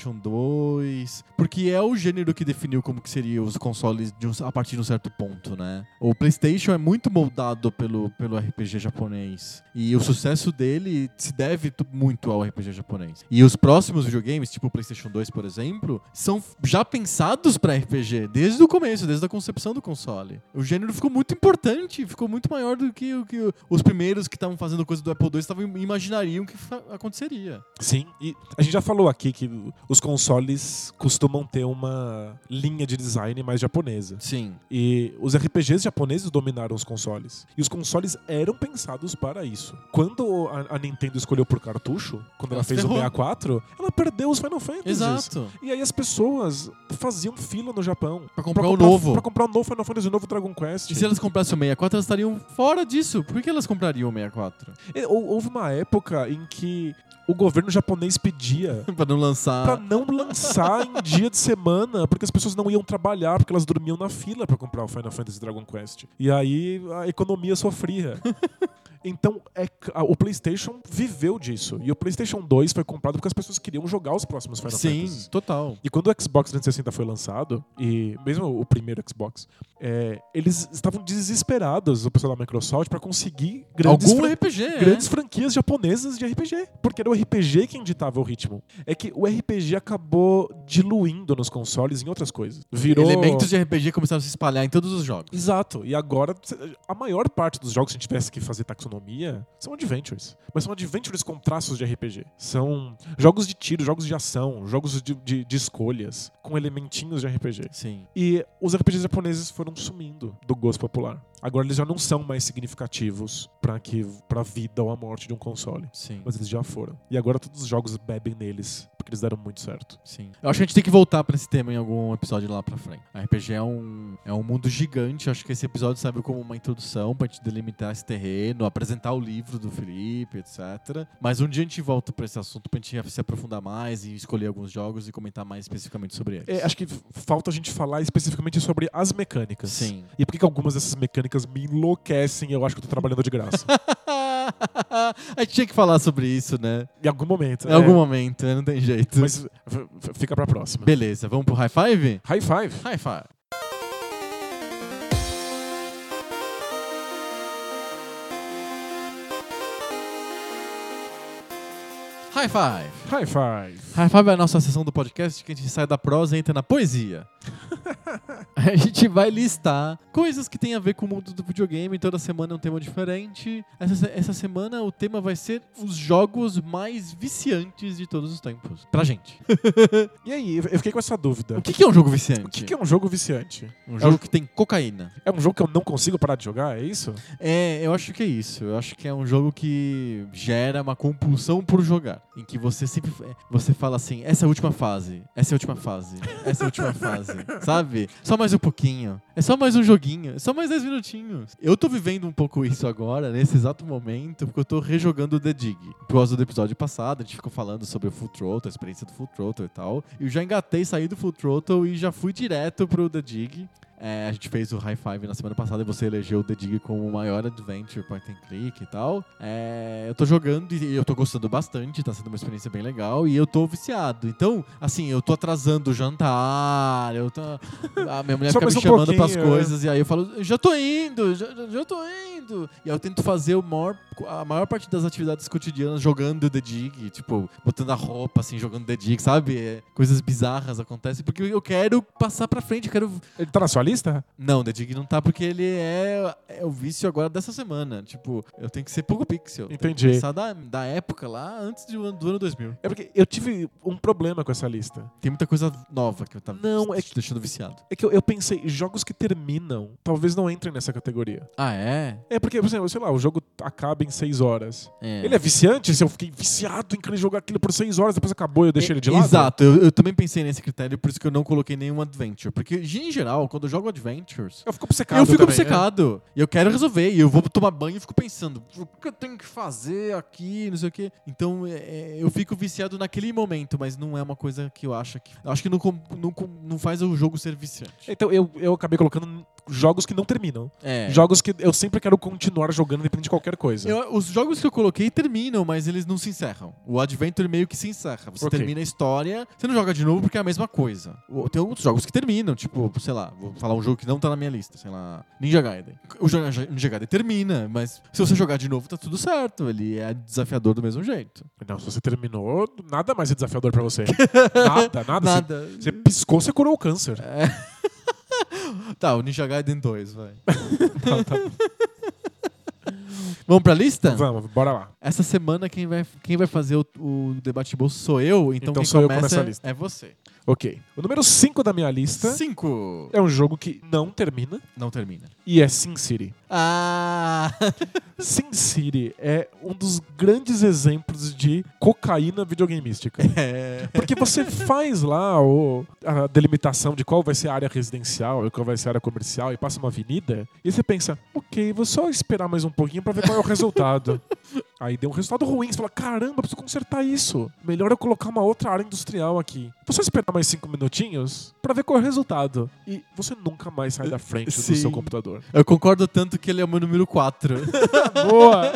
2, porque é o gênero que definiu como que seriam os consoles a partir de um certo ponto, né? O PlayStation é muito moldado pelo RPG japonês, e o sucesso dele se deve muito ao RPG japonês. E os próximos videogames, tipo o PlayStation 2, por exemplo, são já pensados pra RPG desde o começo, desde a concepção do console. O gênero ficou muito importante, ficou muito maior do que os primeiros que estavam fazendo coisa do Apple II imaginariam que aconteceria. Sim, e a gente já falou aqui que os consoles costumam ter uma linha de design mais japonesa. Sim. E os RPGs japoneses dominaram os consoles. E os consoles eram pensados para isso. Quando a Nintendo escolheu por cartucho, quando ela fez o 64, ela perdeu os Final Fantasy. Exato. E aí as pessoas faziam fila no Japão Pra comprar o novo. Pra comprar o novo Final Fantasy, o novo Dragon Quest. E se elas comprassem o 64, elas estariam fora disso. Por que elas comprariam o 64? Houve uma época em que o governo japonês pedia Pra não lançar em dia de semana, porque as pessoas não iam trabalhar, porque elas dormiam na fila pra comprar o Final Fantasy Dragon Quest. E aí a economia sofria. Então, o PlayStation viveu disso. E o PlayStation 2 foi comprado porque as pessoas queriam jogar os próximos Final Sim, Fantasy. total. E quando o Xbox 360 foi lançado, e mesmo o primeiro Xbox, eles estavam desesperados, o pessoal da Microsoft, pra conseguir Algum RPG, grandes franquias japonesas de RPG. Porque era o RPG que ditava o ritmo. É que o RPG acabou diluindo nos consoles em outras coisas. Virou... Elementos de RPG começaram a se espalhar em todos os jogos. Exato. E agora, a maior parte dos jogos, se a gente tivesse que fazer taxonomia, são adventures. Mas são adventures com traços de RPG. São jogos de tiro, jogos de ação, jogos de escolhas, com elementinhos de RPG. Sim. E os RPGs japoneses foram sumindo do gosto popular. Agora eles já não são mais significativos pra vida ou a morte de um console. Sim. Mas eles já foram. E agora todos os jogos bebem neles, porque eles deram muito certo. Sim. Eu acho que a gente tem que voltar pra esse tema em algum episódio lá pra frente. A RPG é um mundo gigante. Eu acho que esse episódio serve como uma introdução pra gente delimitar esse terreno, apresentar o livro do Felipe, etc. Mas um dia a gente volta pra esse assunto pra gente se aprofundar mais e escolher alguns jogos e comentar mais especificamente sobre eles. Acho que falta a gente falar especificamente sobre as mecânicas. Sim. E por que algumas dessas mecânicas me enlouquecem e eu acho que eu tô trabalhando de graça. A gente tinha que falar sobre isso, né? Em algum momento. Em algum momento, né? Não tem jeito. Mas fica pra próxima. Beleza, vamos pro High Five? High five. High Five. High Five. High five. High Five é a nossa sessão do podcast que a gente sai da prosa e entra na poesia. A gente vai listar coisas que tem a ver com o mundo do videogame. Toda semana é um tema diferente. Essa semana o tema vai ser os jogos mais viciantes de todos os tempos. Pra gente. E aí, eu fiquei com essa dúvida. O que é um jogo viciante? O que é um jogo viciante? Um jogo que tem cocaína. É um jogo que eu não consigo parar de jogar, é isso? Eu acho que é isso. Eu acho que é um jogo que gera uma compulsão por jogar. Em que você sempre fala assim, essa é a última fase, essa é a última fase, essa é a última fase, sabe? Só mais um pouquinho, é só mais um joguinho, é só mais 10 minutinhos. Eu tô vivendo um pouco isso agora, nesse exato momento, porque eu tô rejogando o The Dig. Por causa do episódio passado, a gente ficou falando sobre o Full Throttle, a experiência do Full Throttle e tal. Eu já engatei, saí do Full Throttle e já fui direto pro The Dig. A gente fez o High Five na semana passada e você elegeu o The Dig como o maior adventure point and click e tal. Eu tô jogando e eu tô gostando bastante, tá sendo uma experiência bem legal e eu tô viciado. Então, assim, eu tô atrasando o jantar, a minha mulher fica me chamando pras coisas e aí eu falo, já tô indo. E aí eu tento fazer a maior parte das atividades cotidianas jogando The Dig, tipo, botando a roupa, assim, jogando The Dig, sabe? Coisas bizarras acontecem porque eu quero passar pra frente, Ele tá na sua lista? Não, The Dig não tá porque ele é o vício agora dessa semana. Tipo, eu tenho que ser pouco pixel. Entendi. Pensar da época lá, antes do ano 2000. É porque eu tive um problema com essa lista. Tem muita coisa nova que eu tava te deixando viciado. É que eu pensei, jogos que terminam talvez não entrem nessa categoria. Ah, é? É porque, por exemplo, sei lá, o jogo acaba em 6 horas. É. Ele é viciante? Se eu fiquei viciado em querer jogar aquilo por 6 horas, depois acabou e eu deixei ele de lado? Exato, eu também pensei nesse critério, por isso que eu não coloquei nenhum adventure. Porque, em geral, quando eu jogo adventures, Eu fico obcecado. eu fico também, obcecado. E eu quero resolver. E eu vou tomar banho e fico pensando, o que eu tenho que fazer aqui, não sei o quê. Então, eu fico viciado naquele momento, mas não é uma coisa que eu acho que... Eu acho que não faz o jogo ser viciante. Então eu acabei colocando jogos que não terminam. É. Jogos que eu sempre quero continuar jogando, independente de qualquer coisa. Os jogos que eu coloquei terminam, mas eles não se encerram. O Adventure meio que se encerra. Você Ok. termina a história, você não joga de novo porque é a mesma coisa. Tem outros jogos que terminam, tipo, sei lá, vou falar um jogo que não tá na minha lista, sei lá, Ninja Gaiden. O Ninja Gaiden termina, mas se você jogar de novo tá tudo certo. Ele é desafiador do mesmo jeito. Não, se você terminou, nada mais é desafiador pra você. nada. Nada. Você piscou, você curou o câncer. Tá, o Ninja Gaiden 2, vai. Tá. Vamos pra lista? Vamos, bora lá. Essa semana quem vai fazer o debate bolso sou eu, então quem sou eu começa começo a lista. é você. Ok. O número 5 da minha lista 5. é um jogo que não termina Não termina. e é SimCity. Ah! SimCity é um dos grandes exemplos de cocaína videogameística. Porque você faz lá a delimitação de qual vai ser a área residencial e qual vai ser a área comercial e passa uma avenida e você pensa, ok, vou só esperar mais um pouquinho pra ver qual é o resultado. Aí deu um resultado ruim, você fala, caramba, preciso consertar isso. Melhor eu colocar uma outra área industrial aqui. Vou só esperar mais 5 minutinhos pra ver qual é o resultado. E você nunca mais sai da frente do Sim. seu computador. Eu concordo tanto que ele é o meu número 4. Boa!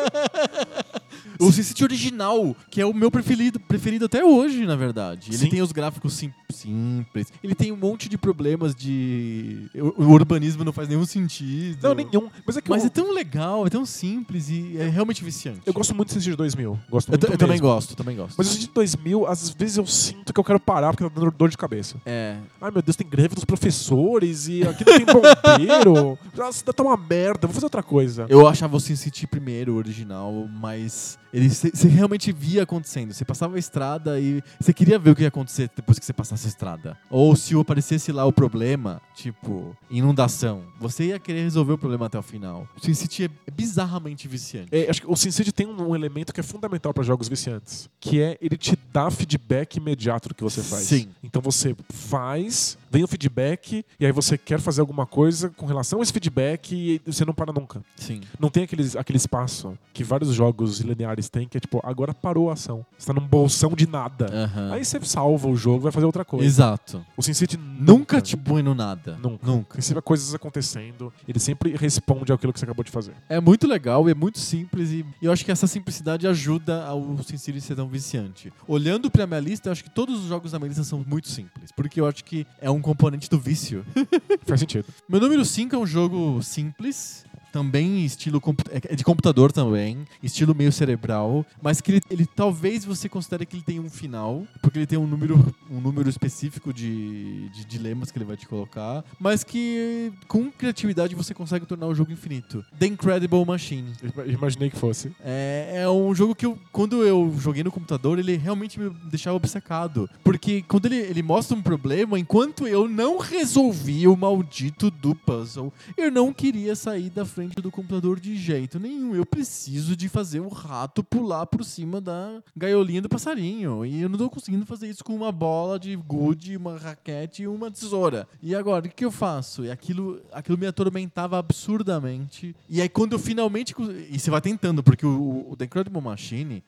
O SimCity original, que é o meu preferido até hoje, na verdade. Ele Sim. tem os gráficos simples. Ele tem um monte de problemas de... O urbanismo não faz nenhum sentido. Não, nenhum. Mas é que Mas é tão legal, é tão simples e é realmente viciante. eu gosto muito do SimCity 2000. Gosto Eu muito também mesmo. gosto, também gosto. Mas o SimCity 2000, às vezes eu sinto que eu quero parar porque tá dando dor de cabeça. É. Ai, meu Deus, tem greve dos professores e aqui não tem bombeiro. Nossa, tá uma merda, vou fazer outra coisa. Eu achava o SimCity primeiro, o original, mas você realmente via acontecendo. Você passava a estrada e você queria ver o que ia acontecer depois que você passasse a estrada. Ou se aparecesse lá o problema, tipo, inundação, você ia querer resolver o problema até o final. O SimCity é bizarramente viciante. Acho que o SimCity tem um elemento que é fundamental para jogos viciantes, que é ele te dá feedback imediato do que você faz. Sim. Então você faz, vem o feedback, e aí você quer fazer alguma coisa com relação a esse feedback e você não para nunca. Sim. Não tem aquele espaço que vários jogos lineares têm, que é tipo, agora parou a ação. Você tá num bolsão de nada. Aham. Aí você salva o jogo, vai fazer outra coisa. Exato. O SimCity Nunca te põe no nada. Nunca. Você vê coisas acontecendo, ele sempre responde àquilo que você acabou de fazer. É muito legal, é muito simples e eu acho que essa simplicidade ajuda ao SimCity ser tão viciante. Olhando pra minha lista, eu acho que todos os jogos da minha lista são muito simples, porque eu acho que é um componente do vício. Faz sentido. Meu número 5 é um jogo simples, também estilo é de computador também, estilo meio cerebral, mas que ele talvez você considere que ele tem um final, porque ele tem um número específico de dilemas que ele vai te colocar, mas que com criatividade você consegue tornar o jogo infinito. The Incredible Machine. Eu imaginei que fosse. É um jogo que quando eu joguei no computador, ele realmente me deixava obcecado. Porque quando ele mostra um problema, enquanto eu não resolvi o maldito do puzzle, eu não queria sair da frente do computador de jeito nenhum. Eu preciso de fazer o rato pular por cima da gaiolinha do passarinho. E eu não tô conseguindo fazer isso com uma bola de gude, uma raquete e uma tesoura. E agora, o que eu faço? E aquilo me atormentava absurdamente. E aí quando eu finalmente... E você vai tentando, porque o The Incredible Machine,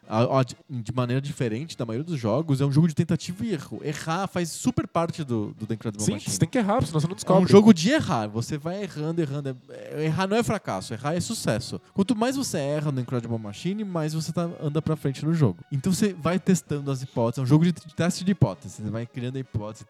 de maneira diferente da maioria dos jogos, é um jogo de tentativa e erro. Errar faz super parte do The Incredible Sim, Machine. você tem que errar, senão você não É descobre. um jogo de errar. Você vai errando. Errar não é fracasso, errar é sucesso. Quanto mais você erra no Incredible Machine, mais você anda pra frente no jogo. Então você vai testando as hipóteses. É um jogo de teste de hipóteses. Você vai criando a hipótese,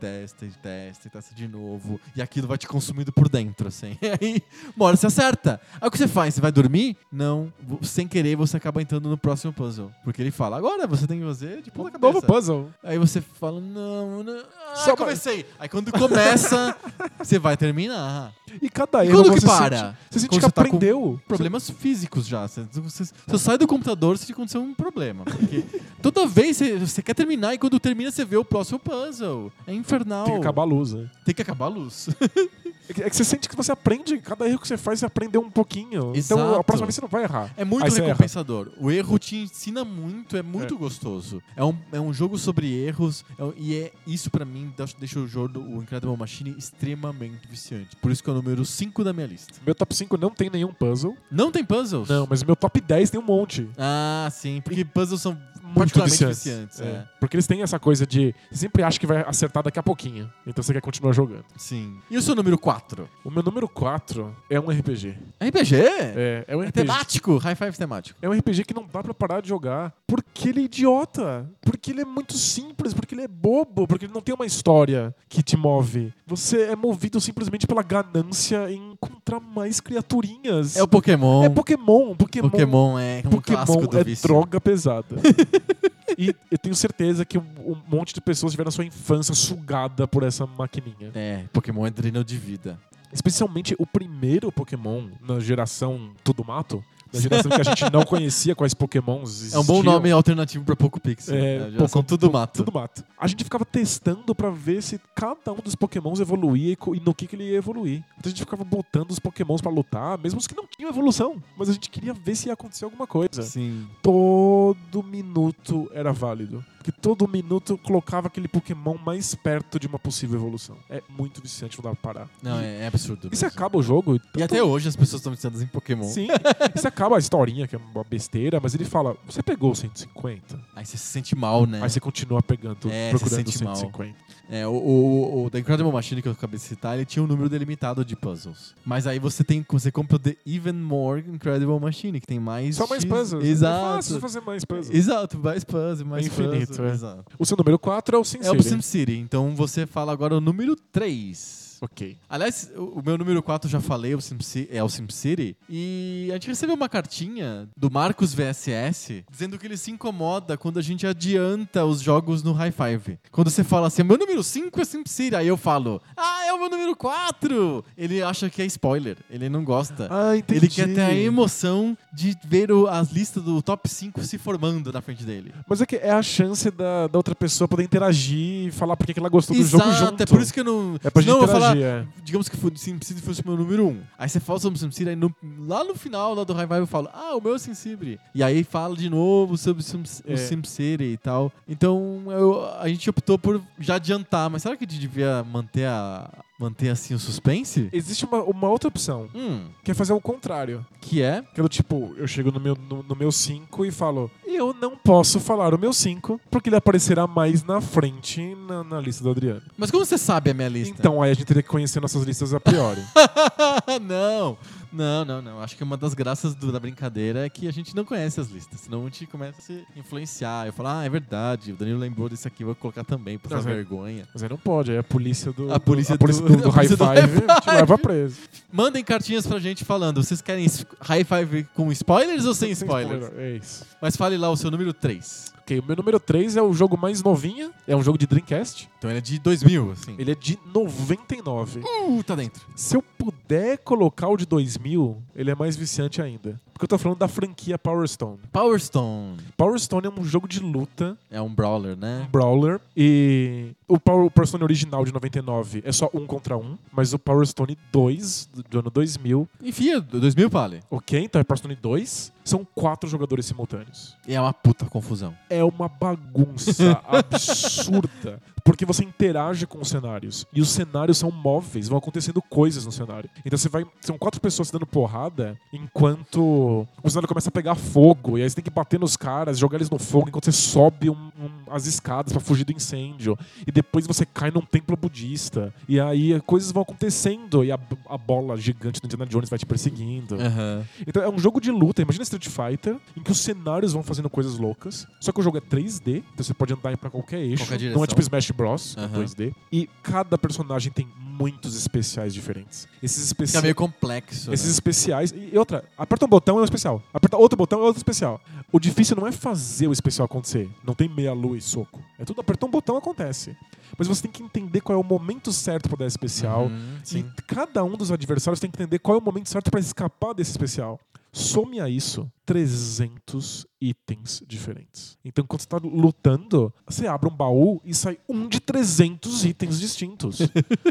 testa de novo. E aquilo vai te consumindo por dentro, assim. E aí, uma hora você acerta. Aí o que você faz? Você vai dormir? Não. Sem querer, você acaba entrando no próximo puzzle. Porque ele fala, agora você tem que fazer de ponta cabeça. Novo puzzle. Aí você fala, não. Só comecei. Aí quando começa, você vai terminar. E cada E erro quando que você para? Você sente Quando que você tá com aprendeu. problemas físicos já. Você sai do computador, você aconteceu um problema. Porque toda vez você quer terminar e quando termina você vê o próximo puzzle. É infernal. Tem que acabar a luz, né? Tem que acabar a luz. É que você sente que você aprende, cada erro que você faz, você aprendeu um pouquinho. Então Exato. a próxima vez você não vai errar. É muito Aí você recompensador. O erro te ensina muito, é muito gostoso. É um jogo sobre erros e isso pra mim deixa o jogo, o Incredible Machine, extremamente viciante. Por isso que é o número 5 da minha lista. Meu top 5 não tem nenhum puzzle. Não tem puzzles? Não, mas meu top 10 tem um monte. Ah, sim, porque puzzles são Muito particularmente viciantes. viciantes. Porque eles têm essa coisa de... Você sempre acha que vai acertar daqui a pouquinho. Então você quer continuar jogando. Sim. E o seu número 4? O meu número 4 é um RPG. RPG? É um É RPG. temático, high five temático. É um RPG que não dá pra parar de jogar porque ele é idiota, porque ele é muito simples, porque ele é bobo, porque ele não tem uma história que te move. Você é movido simplesmente pela ganância em encontrar mais criaturinhas. É o Pokémon. É Pokémon. Pokémon é um clássico do é vício. droga pesada. E eu tenho certeza que um monte de pessoas tiveram a sua infância sugada por essa maquininha. É, Pokémon é dreno de vida. Especialmente o primeiro Pokémon na geração Tudo Mato, na geração que a gente não conhecia quais Pokémons existiam. É um bom nome alternativo pra Poco Pixel. São tudo mato. Tudo mato. A gente ficava testando pra ver se cada um dos Pokémons evoluía e no que ele ia evoluir. Então a gente ficava botando os Pokémons pra lutar, mesmo os que não tinham evolução. Mas a gente queria ver se ia acontecer alguma coisa. Sim. Todo minuto era válido. Porque todo minuto colocava aquele Pokémon mais perto de uma possível evolução. É muito viciante, não dá pra parar. Não, é absurdo. E você mesmo. acaba o jogo... E até hoje as pessoas estão viciadas em Pokémon. Sim. E você acaba a historinha, que é uma besteira, mas ele fala, você pegou o 150? Aí você se sente mal, né? Aí você continua pegando, É, procurando você o sente 150. O The Incredible Machine que eu acabei de citar, ele tinha um número delimitado de puzzles. Mas aí você compra o The Even More Incredible Machine, que tem mais... Só mais puzzles. Exato. É fácil fazer mais puzzles. Exato, mais puzzles, mais infinito, puzzles. é. Exato. O seu número 4 é o SimCity. É o SimCity, então você fala agora o número 3. Ok. Aliás, o meu número 4 eu já falei, é o SimCity. E a gente recebeu uma cartinha do Marcos VSS dizendo que ele se incomoda quando a gente adianta os jogos no High Five. Quando você fala assim, meu número 5 é SimCity, aí eu falo, é o meu número 4! Ele acha que é spoiler, ele não gosta. Entendi. Ele quer ter a emoção de ver as listas do top 5 se formando na frente dele. Mas é a chance da outra pessoa poder interagir e falar porque que ela gostou do jogo junto. É por isso que eu não... É pra gente não, interagir, digamos que o SimCity fosse o meu número 1. Aí você fala sobre o SimCity, aí lá no final lá do High Five eu falo, o meu é o SimCity. E aí fala de novo sobre o SimCity e tal. Então a gente optou por já adiantar. Mas será que a gente devia manter assim o suspense? Existe uma outra opção, que é fazer o contrário. Que é? Que é do tipo, eu chego no meu 5 e falo, eu não posso falar o meu 5 porque ele aparecerá mais na frente na lista do Adriano. Mas como você sabe a minha lista? Então aí a gente teria que conhecer nossas listas a priori. Não. Acho que uma das graças da brincadeira é que a gente não conhece as listas. Senão a gente começa a se influenciar. Eu falo, é verdade, o Danilo lembrou desse aqui, vou colocar também, por essa vergonha. Mas aí não pode, aí a polícia do High High Five te leva preso. Mandem cartinhas pra gente falando, vocês querem High Five com spoilers ou sem spoilers? É isso. Mas fale lá o seu número 3. Ok, o meu número 3 é o jogo mais novinho, é um jogo de Dreamcast. Então ele é de 2000, assim. Ele é de 99. Tá dentro. Se eu puder colocar o de 2000, ele é mais viciante ainda. Porque eu tô falando da franquia Power Stone. Power Stone. Power Stone é um jogo de luta. É um brawler, né? Um brawler. E o Power Stone original de 99 é só 1 contra 1. Mas o Power Stone 2, do ano 2000... Enfia, 2000, Pali. Ok, então é Power Stone 2. São 4 jogadores simultâneos. E é uma puta confusão. É uma bagunça absurda. Porque você interage com os cenários. E os cenários são móveis, vão acontecendo coisas no cenário. Então são 4 pessoas se dando porrada, enquanto o cenário começa a pegar fogo. E aí você tem que bater nos caras, jogar eles no fogo, enquanto você sobe as escadas pra fugir do incêndio. E depois você cai num templo budista. E aí coisas vão acontecendo. E a bola gigante do Indiana Jones vai te perseguindo. Uhum. Então é um jogo de luta. Imagina Street Fighter, em que os cenários vão fazendo coisas loucas. Só que o jogo é 3D, então você pode andar pra qualquer eixo. Não é tipo Smash Bros, 2D. E cada personagem tem muitos especiais diferentes. Esses especiais... Fica meio complexo. Esses especiais... E outra, aperta um botão é um especial. Aperta outro botão é outro especial. O difícil não é fazer o especial acontecer. Não tem meia lua e soco. É tudo, apertar um botão acontece. Mas você tem que entender qual é o momento certo para dar especial. E cada um dos adversários tem que entender qual é o momento certo para escapar desse especial. Some a isso 300 itens diferentes. Então, quando você tá lutando, você abre um baú e sai um de 300 itens distintos.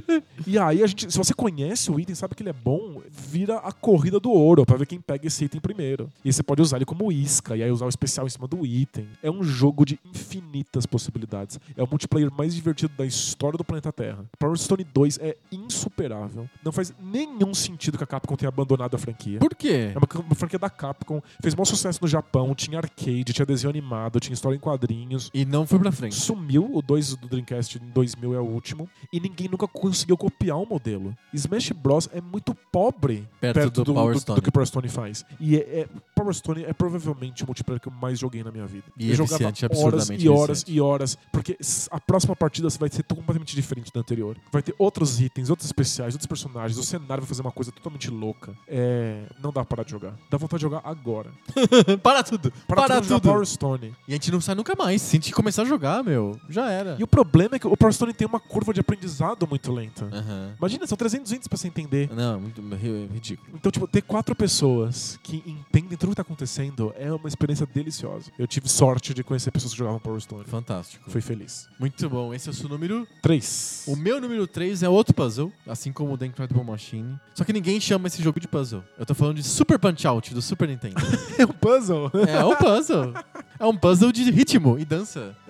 E aí, se você conhece o item, sabe que ele é bom, vira a corrida do ouro pra ver quem pega esse item primeiro. E aí você pode usar ele como isca, e aí usar o especial em cima do item. É um jogo de infinitas possibilidades. É o multiplayer mais divertido da história do planeta Terra. Power Stone 2 é insuperável. Não faz nenhum sentido que a Capcom tenha abandonado a franquia. Por quê? É uma franquia da Capcom. Fez maior sucesso no Japão, tinha arcade, tinha desenho animado, tinha história em quadrinhos. E não foi pra frente. Sumiu, o 2 do Dreamcast em 2000 é o último. E ninguém nunca conseguiu copiar o modelo. Smash Bros. É muito pobre perto do que Power Stone faz. E Power Stone é provavelmente o multiplayer que eu mais joguei na minha vida. E eu jogava horas e horas e horas. Porque a próxima partida vai ser completamente diferente da anterior. Vai ter outros itens, outros especiais, outros personagens. O cenário vai fazer uma coisa totalmente louca. Não dá pra parar de jogar. Dá vontade de jogar agora. Para tudo. Para tudo. Power Stone. E a gente não sai nunca mais. Se a gente começar a jogar, já era. E o problema é que o Power Stone tem uma curva de aprendizado muito lenta. Uhum. Imagina, são 300 itens pra você entender. Não, muito ridículo. Então, ter 4 pessoas que entendem tudo o que tá acontecendo é uma experiência deliciosa. Eu tive sorte de conhecer pessoas que jogavam Power Stone. Fantástico. Fui feliz. Muito bom. Esse é o seu número 3. O meu número 3 é outro puzzle, assim como o The Incredible Machine. Só que ninguém chama esse jogo de puzzle. Eu tô falando de Super Punch-Out, do Super Nintendo. É um puzzle? É um puzzle. É um puzzle de ritmo e dança.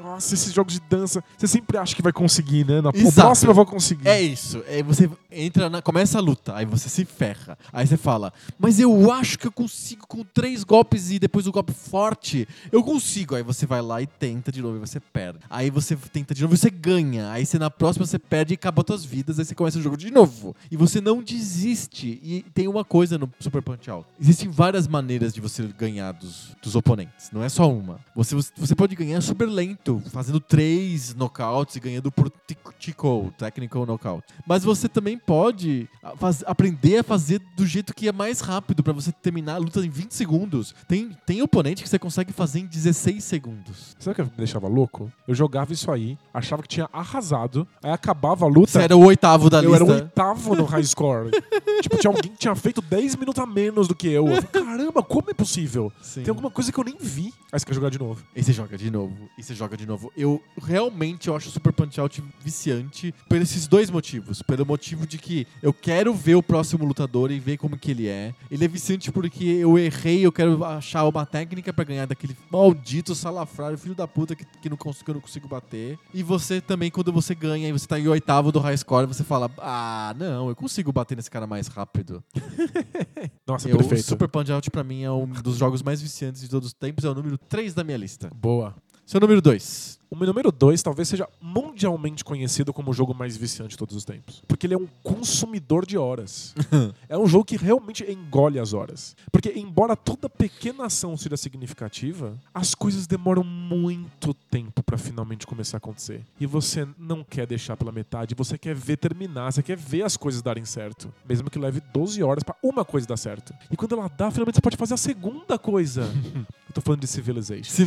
nossa, esses jogos de dança, você sempre acha que vai conseguir, né? O Exato. próximo eu vou conseguir. É isso. Você começa a luta, aí você se ferra. Aí você fala, mas eu acho que eu consigo com 3 golpes e depois o golpe forte. Eu consigo. Aí você vai lá e tenta de novo e você perde. Aí você tenta de novo e você ganha. Aí na próxima você perde e acaba as suas vidas. Aí você começa o jogo de novo. E você não desiste. E tem uma coisa no Super Punch-Out. Existem várias maneiras de você ganhar dos oponentes. Não é só uma. Você pode ganhar super lento, fazendo 3 knockouts e ganhando por TKO, Technical Knockout. Mas você também pode aprender a fazer do jeito que é mais rápido, pra você terminar a luta em 20 segundos. Tem oponente que você consegue fazer em 16 segundos. Sabe o que me deixava louco? Eu jogava isso aí, achava que tinha arrasado, aí acabava a luta... Você era o 8º da eu lista. era o 8º no high score. Tipo, tinha alguém que tinha feito 10 minutos a menos do que eu. Eu falei, caramba, como é possível? Sim. Tem alguma coisa que eu nem vi. Aí você quer jogar de novo. E você joga de novo. E você joga de novo. Eu acho o Super Punch-Out viciante por esses 2 motivos. Pelo motivo de que eu quero ver o próximo lutador e ver como que ele é. Ele é viciante porque eu errei, eu quero achar uma técnica pra ganhar daquele maldito salafrário, filho da puta que eu não consigo bater. E você também, quando você ganha e você tá em 8º do high score, você fala, não, eu consigo bater nesse cara mais rápido. Nossa, O perfeito. Super Punch-Out pra mim é um dos jogos mais viciantes de todos os tempos. É o número 3 da minha lista. Boa. Seu número 2. O meu número 2 talvez seja mundialmente conhecido como o jogo mais viciante de todos os tempos. Porque ele é um consumidor de horas. É um jogo que realmente engole as horas. Porque embora toda pequena ação seja significativa, as coisas demoram muito tempo pra finalmente começar a acontecer. E você não quer deixar pela metade, você quer ver terminar, você quer ver as coisas darem certo. Mesmo que leve 12 horas pra uma coisa dar certo. E quando ela dá, finalmente você pode fazer a segunda coisa. Eu tô falando de Civilization.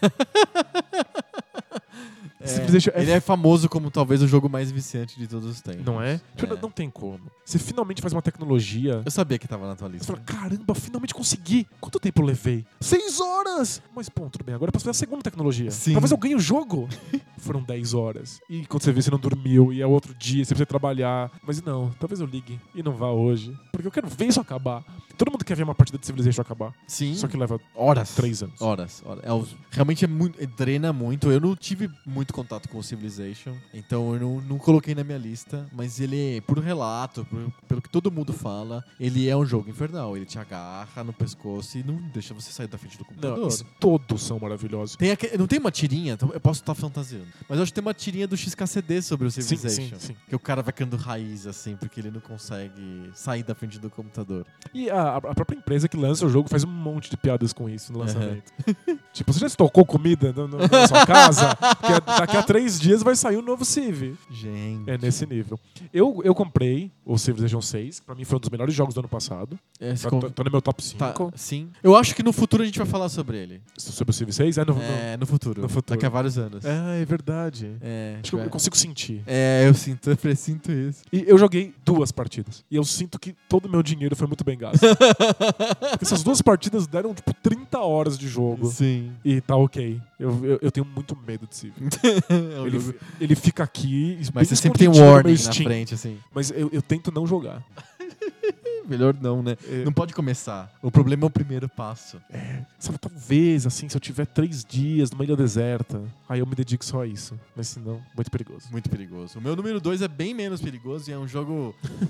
Ele é famoso como talvez o jogo mais viciante de todos os tempos. Não é? Não tem como. Você finalmente faz uma tecnologia. Eu sabia que tava na tua Você lista. fala, caramba, finalmente consegui. Quanto tempo eu levei? 6 horas! Mas, bom, tudo bem, agora eu posso fazer a segunda tecnologia. Sim. Talvez eu ganhe o jogo. Foram 10 horas. E quando você vê, você não dormiu. E é outro dia, você precisa trabalhar. Mas não, talvez eu ligue e não vá hoje. Porque eu quero ver isso acabar. Todo mundo quer ver uma partida de Civilization acabar. Sim. Só que leva Horas. 3 anos. Horas. Realmente drena muito. Eu não tive muito contato com o Civilization, então eu não coloquei na minha lista, mas ele, por relato, pelo que todo mundo fala, ele é um jogo infernal. Ele te agarra no pescoço e não deixa você sair da frente do computador. Não, todos são maravilhosos. Não tem uma tirinha, eu posso estar fantasiando, mas eu acho que tem uma tirinha do XKCD sobre o Civilization. Sim. Que o cara vai criando raiz, assim, porque ele não consegue sair da frente do computador. E a própria empresa que lança o jogo faz um monte de piadas com isso no lançamento. Tipo, você já estocou comida na sua casa? Porque daqui a 3 dias vai sair um novo Civ. Gente. É nesse nível. Eu comprei o Civilization 6, que pra mim foi um dos melhores jogos do ano passado. Tá no meu top 5. Sim. Eu acho que no futuro a gente vai falar sobre ele. Sobre o Civ 6? No futuro. No futuro. Daqui a vários anos. É verdade. Acho que eu vai. consigo sentir. Eu sinto isso. E eu joguei 2 partidas. E eu sinto que todo o meu dinheiro foi muito bem gasto. Porque essas 2 partidas deram, tipo, 30 horas de jogo. Sim. E tá ok. Eu tenho muito medo de Civ. Ele fica aqui... Mas bem você sempre tem um escondidinho no meu warning na Steam. frente, assim. Mas eu tento não jogar. Melhor não, né? Não pode começar. O problema é o primeiro passo. Sabe, talvez, assim, se eu tiver 3 dias numa ilha deserta, aí eu me dedico só a isso. Mas senão, muito perigoso. Muito perigoso. O meu número 2 é bem menos perigoso e é um jogo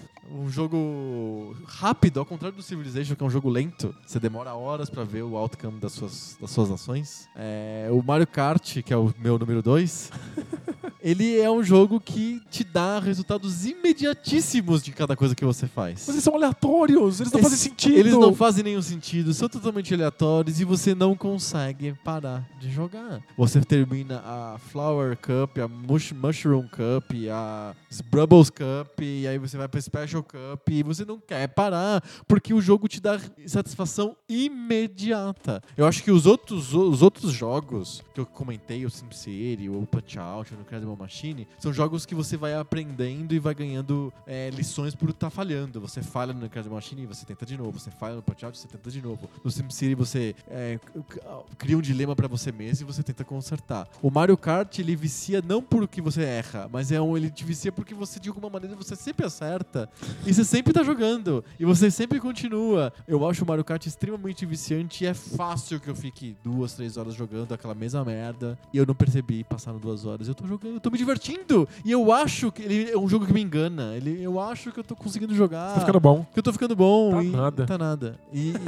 rápido, ao contrário do Civilization, que é um jogo lento. Você demora horas pra ver o outcome das suas ações. O Mario Kart, que é o meu número 2, ele é um jogo que te dá resultados imediatíssimos de cada coisa que você faz. Mas eles são aleatórios, eles não fazem sentido. Eles não fazem nenhum sentido, são totalmente aleatórios e você não consegue parar de jogar. Você termina a Flower Cup, a Mushroom Cup, a Brubbles Cup, e aí você vai pra Special Cup e você não quer parar, porque o jogo te dá satisfação imediata. Eu acho que os outros jogos que eu comentei, o SimCity, o Punch-Out, o Incredible Demo Machine, são jogos que você vai aprendendo e vai ganhando lições por estar falhando. Você falha no Card Machine e você tenta de novo. Você falha no Punch-Out e você tenta de novo. No SimCity você cria um dilema pra você mesmo e você tenta consertar. O Mario Kart, ele vicia não porque você erra, mas ele te vicia porque você, de alguma maneira, você sempre acerta e você sempre tá jogando. E você sempre continua. Eu acho o Mario Kart extremamente viciante e é fácil que eu fique 2, 3 horas jogando aquela mesma merda e eu não percebi, passaram 2 horas. Eu tô jogando, eu tô me divertindo. E eu acho que ele é um jogo que me engana. Eu acho que eu tô conseguindo jogar. Tá ficando bom. Que eu tô ficando bom. Tá e nada. Tá nada.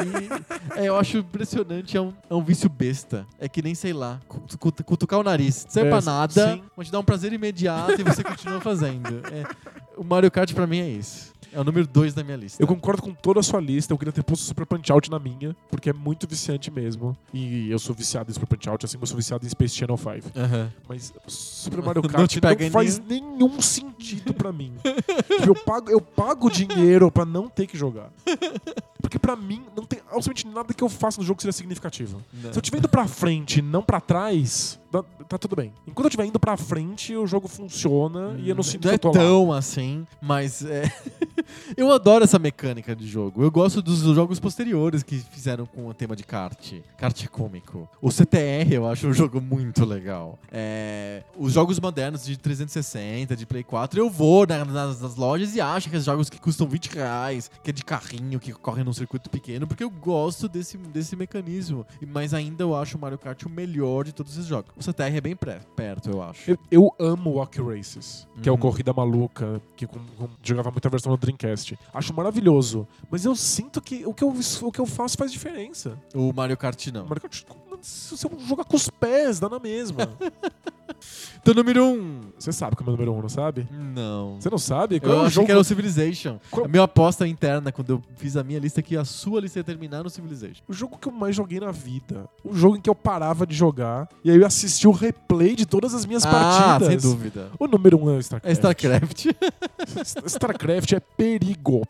Eu acho impressionante. É um vício besta. É que nem, sei lá, cutucar o nariz. Não serve pra nada, sim. mas te dá um prazer imediato e você continua fazendo. O Mario Kart pra mim é isso. É o número 2 da minha lista. Eu concordo com toda a sua lista. Eu queria ter posto Super Punch-Out na minha, porque é muito viciante mesmo. E eu sou viciado em Super Punch-Out, assim como eu sou viciado em Space Channel 5. Uhum. Mas Super Mario Não Kart te pega não faz nenhum sentido pra mim. Tipo, eu pago dinheiro pra não ter que jogar. Porque pra mim, não tem absolutamente nada que eu faça no jogo que seja significativo. Não. Se eu estiver indo pra frente e não pra trás, tá tudo bem. Enquanto eu estiver indo pra frente, o jogo funciona e eu não sinto Não que é eu tô lá. tão assim, mas eu adoro essa mecânica de jogo. Eu gosto dos jogos posteriores que fizeram com o tema de kart cômico. O CTR eu acho um jogo muito legal. Os jogos modernos de 360, de Play 4, eu vou nas lojas e acho que os jogos que custam R$20, que é de carrinho, que correm num circuito pequeno, porque eu gosto desse mecanismo. Mas ainda eu acho o Mario Kart o melhor de todos esses jogos. O CTR é bem perto, eu acho. Eu amo Walk Races, que é o Uhum. Corrida Maluca, que jogava muita versão no Dreamcast. Acho maravilhoso, mas eu sinto que o que eu faço faz diferença. O Mario Kart não. Mario Kart, se eu jogar com os pés, dá na mesma. Então, número 1. Você sabe que é o meu número 1, não sabe? Não. Você não sabe? Qual Eu é o achei jogo? que era o Civilization. Qual- A minha aposta interna, quando eu fiz a minha lista, que a sua lista ia terminar no Civilization. O jogo que eu mais joguei na vida. O jogo em que eu parava de jogar e aí eu assisti o replay de todas as minhas partidas. sem dúvida. O número 1 é o StarCraft. É StarCraft. StarCraft é perigo.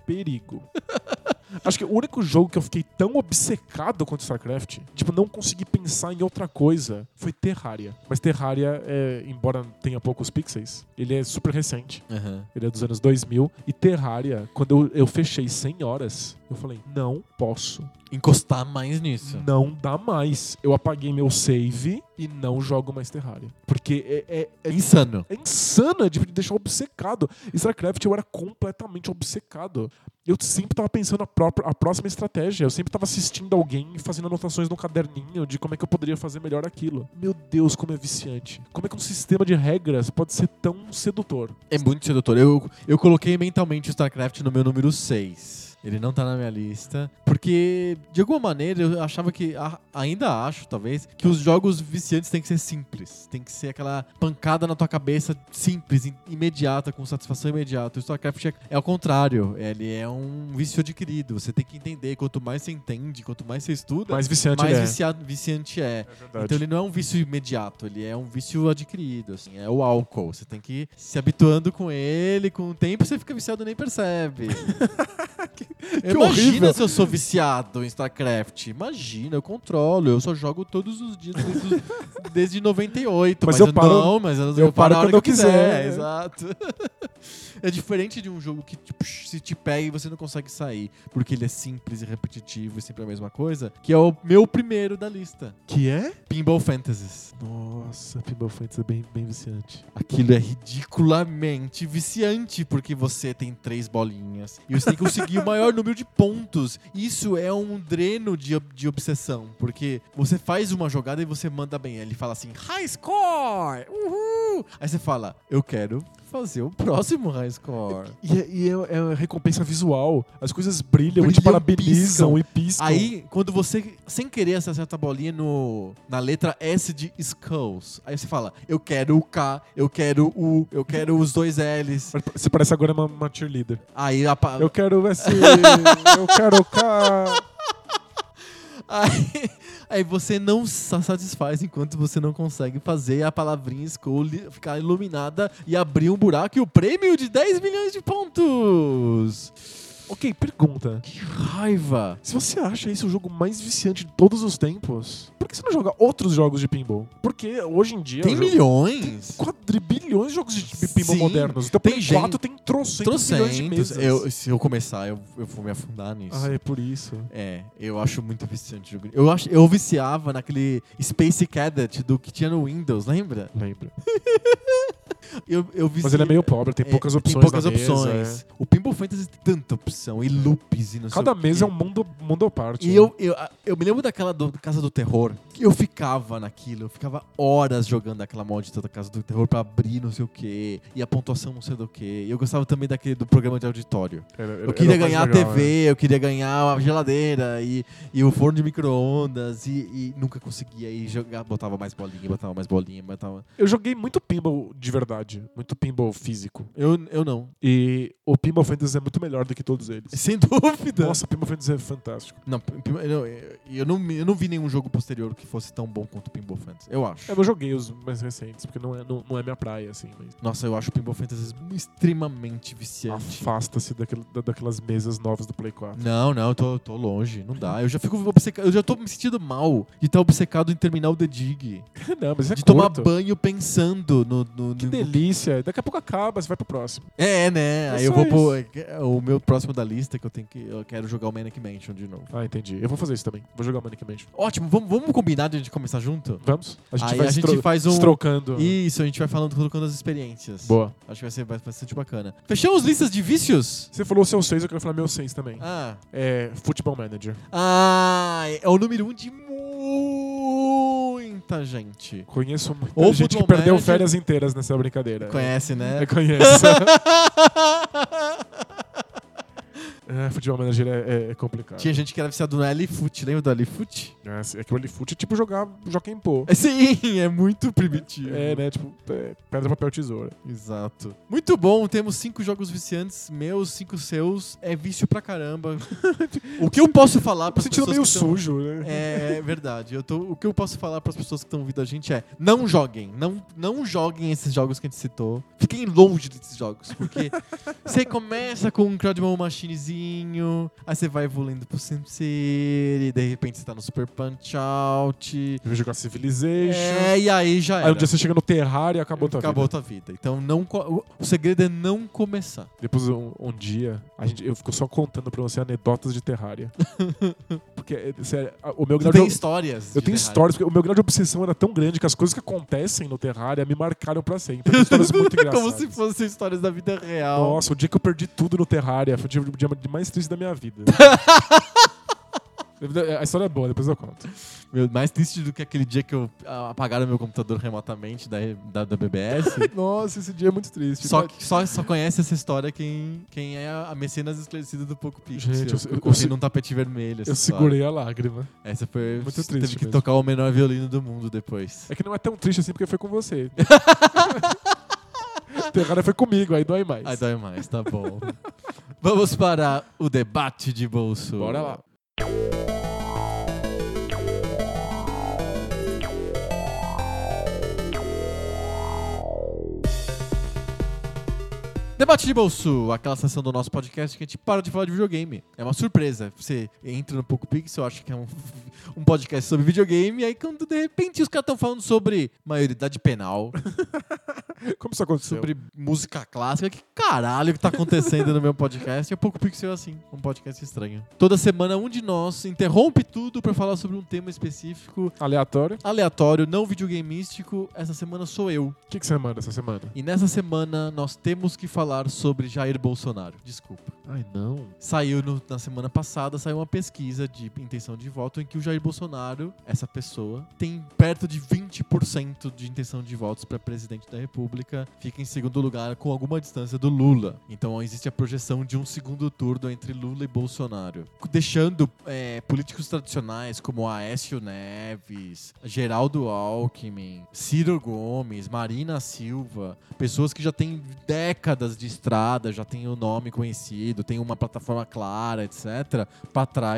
Acho que o único jogo que eu fiquei tão obcecado quanto StarCraft, tipo, não consegui pensar em outra coisa, foi Terraria. Mas Terraria, embora tenha poucos pixels, ele é super recente. Uhum. Ele é dos anos 2000. E Terraria, quando eu fechei 100 horas, eu falei, não posso. Encostar mais nisso. Não dá mais. Eu apaguei meu save e não jogo mais Terraria. Porque é Insano. é insano, é de deixar obcecado. StarCraft eu era completamente obcecado. Eu sempre tava pensando a próxima estratégia. Eu sempre tava assistindo alguém e fazendo anotações no caderninho de como é que eu poderia fazer melhor aquilo. Meu Deus, como é viciante. Como é que um sistema de regras pode ser tão sedutor? É muito sedutor. Eu coloquei mentalmente o StarCraft no meu número 6. Ele não tá na minha lista. Porque, de alguma maneira, eu achava que... Ainda acho, talvez, que os jogos viciantes têm que ser simples. Tem que ser aquela pancada na tua cabeça simples, imediata, com satisfação imediata. O StarCraft é ao contrário. Ele é um vício adquirido. Você tem que entender. Quanto mais você entende, quanto mais você estuda, Mais viciante mais ele é. viciante é. É verdade. Então ele não é um vício imediato, ele é um vício adquirido, assim, é o álcool. Você tem que ir se habituando com ele, com o tempo você fica viciado e nem percebe. Imagina horrível. se eu sou viciado em StarCraft. Imagina, eu controlo, eu só jogo todos os dias desde 98. Mas Mas eu eu paro- não, mas eu paro na hora quando eu que quiser. quiser. Exato. É diferente de um jogo que tipo, se te pega e você não consegue sair, porque ele é simples e repetitivo e sempre a mesma coisa, que é o meu primeiro da lista. Que é? Pinball Fantasies. Nossa, Pinball Fantasy é bem, bem viciante. Aquilo é ridiculamente viciante, porque você tem 3 bolinhas e você tem que conseguir o maior número de pontos. Isso é um dreno de obsessão, porque você faz uma jogada e você manda bem. Ele fala assim, high score! Uhul! Aí você fala, eu quero fazer o próximo high score. E é recompensa visual. As coisas brilham e te Brilham, parabenizam e piscam. Aí, quando você, sem querer, você acerta a bolinha na letra S de Skulls. Aí você fala, eu quero o K, eu quero o U, eu quero os 2 L's. Você parece agora uma cheerleader. Aí, Eu quero esse... eu quero o K... Aí você não se satisfaz enquanto você não consegue fazer a palavrinha Skull ficar iluminada e abrir um buraco e o prêmio de 10 milhões de pontos. Ok, pergunta. Que raiva. Se você acha esse o jogo mais viciante de todos os tempos, por que você não joga outros jogos de pinball? Porque hoje em dia... Tem milhões? Quadrilhões de jogos de pinball Sim, modernos. Então, tem Play gente- 4 tem trocentos milhões de mesas. Se eu começar, eu vou me afundar nisso. Ah, é por isso. Eu acho muito viciante o jogo. Eu viciava naquele Space Cadet do que tinha no Windows, lembra? Lembra. Eu Mas ele é meio pobre, tem poucas opções Tem poucas na mesa, opções. O Pinball Fantasy tem tanta opção, e loops e não sei Cada o quê. mesa é um mundo à parte. E né? eu me lembro daquela Casa do Terror, que eu ficava naquilo, eu ficava horas jogando aquela maldita da Casa do Terror pra abrir não sei o que, e a pontuação não sei do que. E eu gostava também do programa de auditório. Eu queria ganhar a TV, eu queria ganhar a geladeira e o forno de micro-ondas e nunca conseguia. E botava mais bolinha. Eu joguei muito pinball de verdade, muito pinball físico. Eu não. E o Pinball Fantasy é muito melhor do que todos eles. Sem dúvida. Nossa, Pinball Fantasy é fantástico. Não, eu não vi nenhum jogo posterior que fosse tão bom quanto o Pinball Fantasy. Eu acho. Eu joguei os mais recentes, porque não é minha praia, assim. Mas Nossa, eu acho o Pinball Fantasy extremamente viciante. afasta-se daquelas mesas novas do Play 4. Não, eu tô longe. Não dá. Eu já fico obcecado. Eu já tô me sentindo mal de estar obcecado em terminar o The Dig. Não, mas é De curto. tomar banho pensando no Que delícia. Daqui a pouco acaba, você vai pro próximo. né? Aí É eu só vou o meu próximo da lista que eu quero jogar o Manic Mansion de novo. Ah, entendi. Eu vou fazer isso também. Vou jogar Manic Mansion. Ótimo, vamos combinar de a gente começar junto? Vamos? Aí a gente faz um... trocando. Isso, a gente vai colocando as experiências. Boa. Acho que vai ser bastante bacana. Fechamos listas de vícios? Você falou o seu 6, eu quero falar meu 6 também. Ah. É Football Manager. É o número 1 de muita gente. Conheço muita Ou gente que Football perdeu Manager- férias inteiras nessa brincadeira. Conhece, né? Eu conheço. Futebol Manager é complicado. Tinha gente que era viciado no L-Foot, lembra do L-Foot? É que o L-Foot é tipo jogar Jockey-Pô. Sim, é muito primitivo. Né? Tipo, pedra, papel, tesoura. Exato. Muito bom, temos 5 jogos viciantes, meus, 5 seus, é vício pra caramba. O que eu posso falar Tô pras sentindo pessoas meio que tão- sujo, né? É verdade. O que eu posso falar pras pessoas que estão ouvindo a gente é: não joguem. Não joguem esses jogos que a gente citou. Fiquem longe desses jogos. Porque você começa com um Crowdmall Machinezinho, aí você vai evoluindo pro SimCity, de repente você tá no Super Punch-Out. Eu vou jogar Civilization. E aí já era. Aí um dia você chega no Terraria e acabou tua Acabou vida. tua vida. Então o segredo é não começar. Depois, um dia, eu fico só contando pra você anedotas de Terraria. Porque, sério, o meu Você grau tem de... histórias. Eu de tenho Terraria. histórias, porque o meu grau de obsessão era tão grande que as coisas que acontecem no Terraria me marcaram pra sempre. Tem histórias muito engraçadas. Como se fossem histórias da vida real. Nossa, o dia que eu perdi tudo no Terraria foi o dia mais triste da minha vida. A história é boa, depois eu conto. Mais triste do que aquele dia que apagaram meu computador remotamente da BBS. Nossa, esse dia é muito triste. Só conhece essa história quem é a mecenas esclarecida do Poco Pixel. Gente, eu Contei num tapete vermelho. essa Eu história. segurei a lágrima. Essa foi Muito triste Teve que mesmo. tocar o menor violino do mundo depois. É que não é tão triste assim porque foi com você. Terraria foi comigo, aí dói mais. Aí dói mais, tá bom. Vamos para o debate de bolso. Bora lá. Debate de bolso, aquela sessão do nosso podcast que a gente para de falar de videogame. É uma surpresa. Você entra no Poco Pixel, acha que é um podcast sobre videogame, e aí quando de repente os caras estão falando sobre maioridade penal, Como isso aconteceu? sobre música clássica, que caralho que tá acontecendo no meu podcast? E o Poco Pixel é assim, um podcast estranho. Toda semana um de nós interrompe tudo pra falar sobre um tema específico, Aleatório. não videogameístico. Essa semana sou eu. O que você manda essa semana? E nessa semana nós temos que falar sobre Jair Bolsonaro. Desculpa. Ai, não. Na semana passada, saiu uma pesquisa de intenção de voto em que o Jair Bolsonaro, essa pessoa, tem perto de 20% de intenção de votos para presidente da República, fica em segundo lugar com alguma distância do Lula. Então existe a projeção de um segundo turno entre Lula e Bolsonaro, deixando políticos tradicionais como Aécio Neves, Geraldo Alckmin, Ciro Gomes, Marina Silva, pessoas que já têm décadas de estrada, já têm o nome conhecido, tem uma plataforma clara, etc., para trás,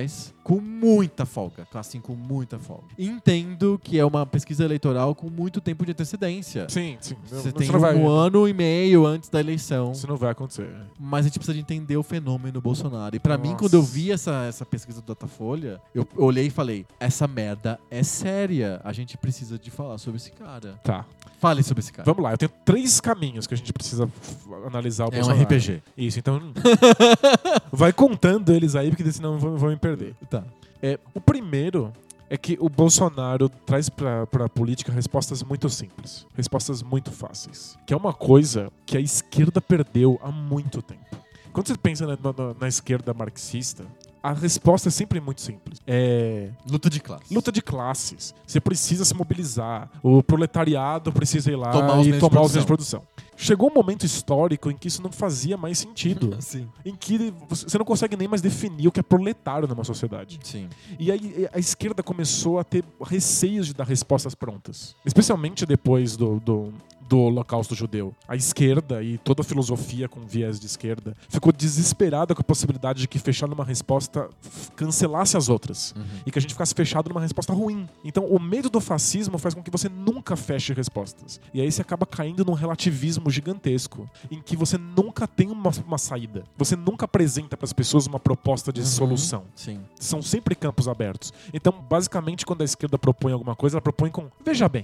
com muita folga. Assim, com muita folga. Entendo que é uma pesquisa eleitoral com muito tempo de antecedência. Sim. Você tem não vai, um ano e meio antes da eleição. Isso não vai acontecer. Mas a gente precisa de entender o fenômeno Bolsonaro. E pra mim, Nossa. quando eu vi essa pesquisa do Datafolha, eu olhei e falei, essa merda é séria. A gente precisa de falar sobre esse cara. Tá. Fale sobre esse cara. Vamos lá, eu tenho 3 caminhos que a gente precisa analisar o É um Bolsonaro. RPG. Isso, então vai contando eles aí, porque senão vão me perder. Tá. O primeiro é que o Bolsonaro traz pra política respostas muito simples, respostas muito fáceis, que é uma coisa que a esquerda perdeu há muito tempo. Quando você pensa na esquerda marxista, a resposta é sempre muito simples. Luta de classe. Luta de classes. Você precisa se mobilizar. O proletariado precisa ir lá Tomar os e meios tomar de os meios de produção. Chegou um momento histórico em que isso não fazia mais sentido. Sim. Em que você não consegue nem mais definir o que é proletário numa sociedade. Sim. E aí a esquerda começou a ter receios de dar respostas prontas. Especialmente depois do Holocausto Judeu. A esquerda e toda a filosofia com viés de esquerda ficou desesperada com a possibilidade de que fechar numa resposta cancelasse as outras. E que a gente ficasse fechado numa resposta ruim. Então o medo do fascismo faz com que você nunca feche respostas. E aí você acaba caindo num relativismo gigantesco, em que você nunca tem uma saída. Você nunca apresenta para as pessoas uma proposta de solução. Sim. São sempre campos abertos. Então, basicamente, quando a esquerda propõe alguma coisa, ela propõe com, veja bem.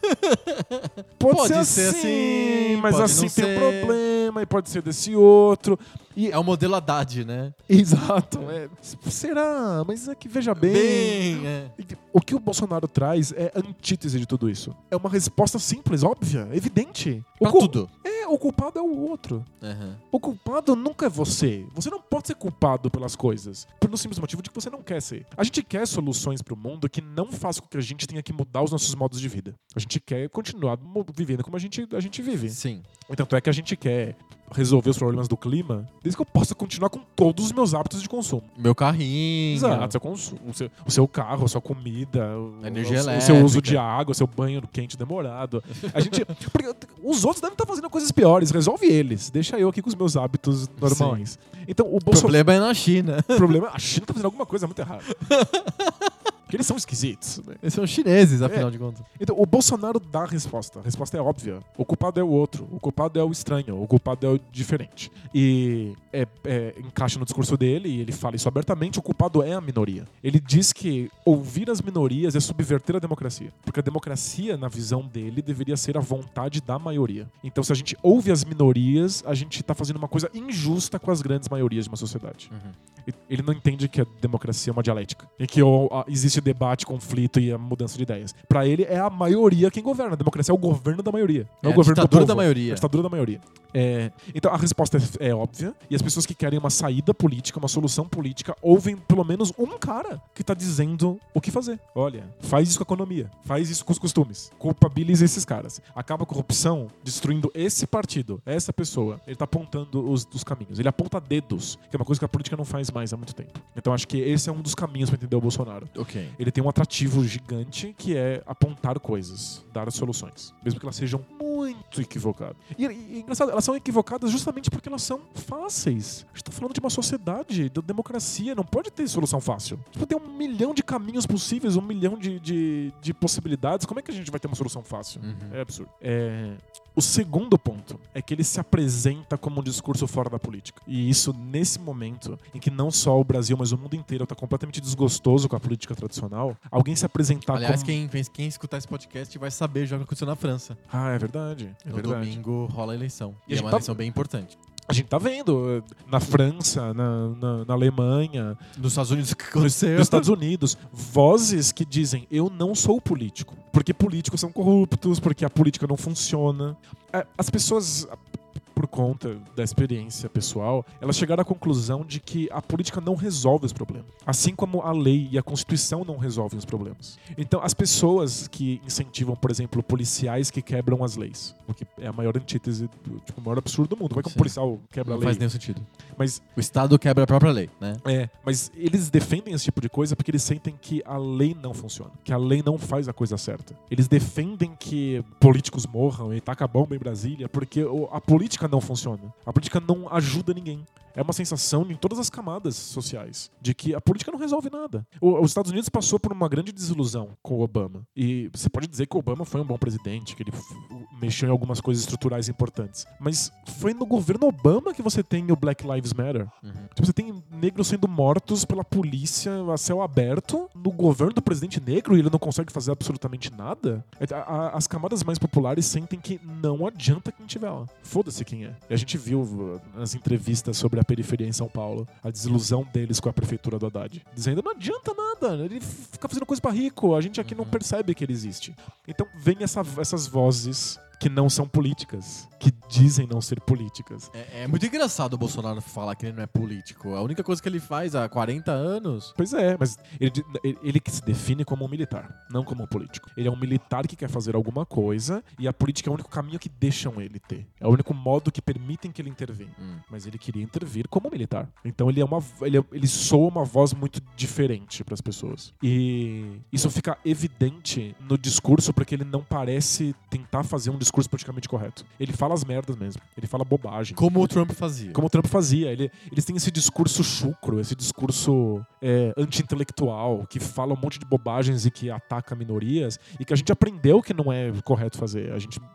Pode ser assim, mas pode assim não tem um ser. problema, e pode ser desse outro. E É o modelo Haddad, né? exato. Será? Mas é que veja bem. O que o Bolsonaro traz é a antítese de tudo isso. É uma resposta simples, óbvia, evidente. Pra tudo. O culpado é o outro. O culpado nunca é você. Você não pode ser culpado pelas coisas. Pelo simples motivo de que você não quer ser. A gente quer soluções pro mundo que não façam com que a gente tenha que mudar os nossos modos de vida. A gente quer continuar vivendo como a gente vive. Sim. Tanto é que a gente quer resolver os problemas do clima desde que eu possa continuar com todos os meus hábitos de consumo. Meu carrinho. Exato, seu consumo, o seu carro, a sua comida, Energia o seu elétrica. uso de água, o seu banho quente demorado. A gente, porque os outros devem estar fazendo coisas piores, resolve eles. Deixa eu aqui com os meus hábitos normais. Então o O problema é na China. a China tá fazendo alguma coisa muito errada. Porque eles são esquisitos, né? Eles são chineses, afinal de contas. Então, o Bolsonaro dá a resposta. A resposta é óbvia. O culpado é o outro. O culpado é o estranho. O culpado é o diferente. E encaixa no discurso dele, e ele fala isso abertamente, o culpado é a minoria. Ele diz que ouvir as minorias é subverter a democracia. Porque a democracia, na visão dele, deveria ser a vontade da maioria. Então, se a gente ouve as minorias, a gente tá fazendo uma coisa injusta com as grandes maiorias de uma sociedade. Ele não entende que a democracia é uma dialética. E que existe debate, conflito e a mudança de ideias. Pra ele, é a maioria quem governa. A democracia é o governo da maioria. Não é o governo do ditadura povo. da maioria. É a ditadura da maioria. Então, a resposta é óbvia. E as pessoas que querem uma saída política, uma solução política, ouvem pelo menos um cara que tá dizendo o que fazer. Olha, faz isso com a economia. Faz isso com os costumes. Culpabiliza esses caras. Acaba a corrupção destruindo esse partido, essa pessoa. Ele tá apontando os caminhos. Ele aponta dedos, que é uma coisa que a política não faz mais há muito tempo. Então, acho que esse é um dos caminhos pra entender o Bolsonaro. Ok. Ele tem um atrativo gigante que é apontar coisas, dar soluções, mesmo que elas sejam muito equivocadas. E engraçado, elas são equivocadas justamente porque elas são fáceis. A gente tá falando de uma sociedade, de democracia, não pode ter solução fácil. Tipo, tem 1 milhão de caminhos possíveis, 1 milhão de possibilidades. Como é que a gente vai ter uma solução fácil? É absurdo. O segundo ponto é que ele se apresenta como um discurso fora da política. E isso nesse momento em que não só o Brasil, mas o mundo inteiro está completamente desgostoso com a política tradicional, alguém se apresentar Aliás, como... quem escutar esse podcast vai saber já o que aconteceu na França. Ah, é verdade. É No verdade. domingo rola a eleição. E E a é gente uma tá- eleição bem importante. A gente tá vendo na França, na Alemanha, Nos Estados Unidos, o que aconteceu? nos Estados Unidos, vozes que dizem: eu não sou político, porque políticos são corruptos, porque a política não funciona. As pessoas, por conta da experiência pessoal, elas chegaram à conclusão de que a política não resolve os problemas. Assim como a lei e a Constituição não resolvem os problemas. Então, as pessoas que incentivam, por exemplo, policiais que quebram as leis, porque é a maior antítese, o maior absurdo do mundo. Como é que um Sim. policial quebra a Não lei? faz nenhum sentido. Mas O Estado quebra a própria lei, né? mas eles defendem esse tipo de coisa porque eles sentem que a lei não funciona, que a lei não faz a coisa certa. Eles defendem que políticos morram e taca bomba em Brasília porque a política não funciona. A política não ajuda ninguém. É uma sensação em todas as camadas sociais de que a política não resolve nada. Os Estados Unidos passou por uma grande desilusão com o Obama. E você pode dizer que o Obama foi um bom presidente, que ele mexeu em algumas coisas estruturais importantes. Mas foi no governo Obama que você tem o Black Lives Matter. Tipo, você tem negros sendo mortos pela polícia a céu aberto no governo do presidente negro e ele não consegue fazer absolutamente nada. As camadas mais populares sentem que não adianta quem tiver lá. Foda-se quem é. E a gente viu nas entrevistas sobre a periferia em São Paulo a desilusão deles com a prefeitura do Haddad. Dizendo, não adianta nada, ele fica fazendo coisa pra rico, a gente aqui não percebe que ele existe. Então vem essas vozes que não são políticas, que dizem não ser políticas. É muito engraçado o Bolsonaro falar que ele não é político. A única coisa que ele faz há 40 anos... Pois é, mas ele que se define como um militar, não como um político. Ele é um militar que quer fazer alguma coisa e a política é o único caminho que deixam ele ter. É o único modo que permitem que ele intervenha. Mas ele queria intervir como militar. Então ele soa uma voz muito diferente para as pessoas. E isso fica evidente no discurso porque ele não parece tentar fazer um discurso politicamente correto. Ele fala as merdas mesmo. Ele fala bobagem. Como o Trump fazia. Como o Trump fazia. Eles têm esse discurso chucro, esse discurso anti-intelectual, que fala um monte de bobagens e que ataca minorias, e que a gente aprendeu que não é correto fazer.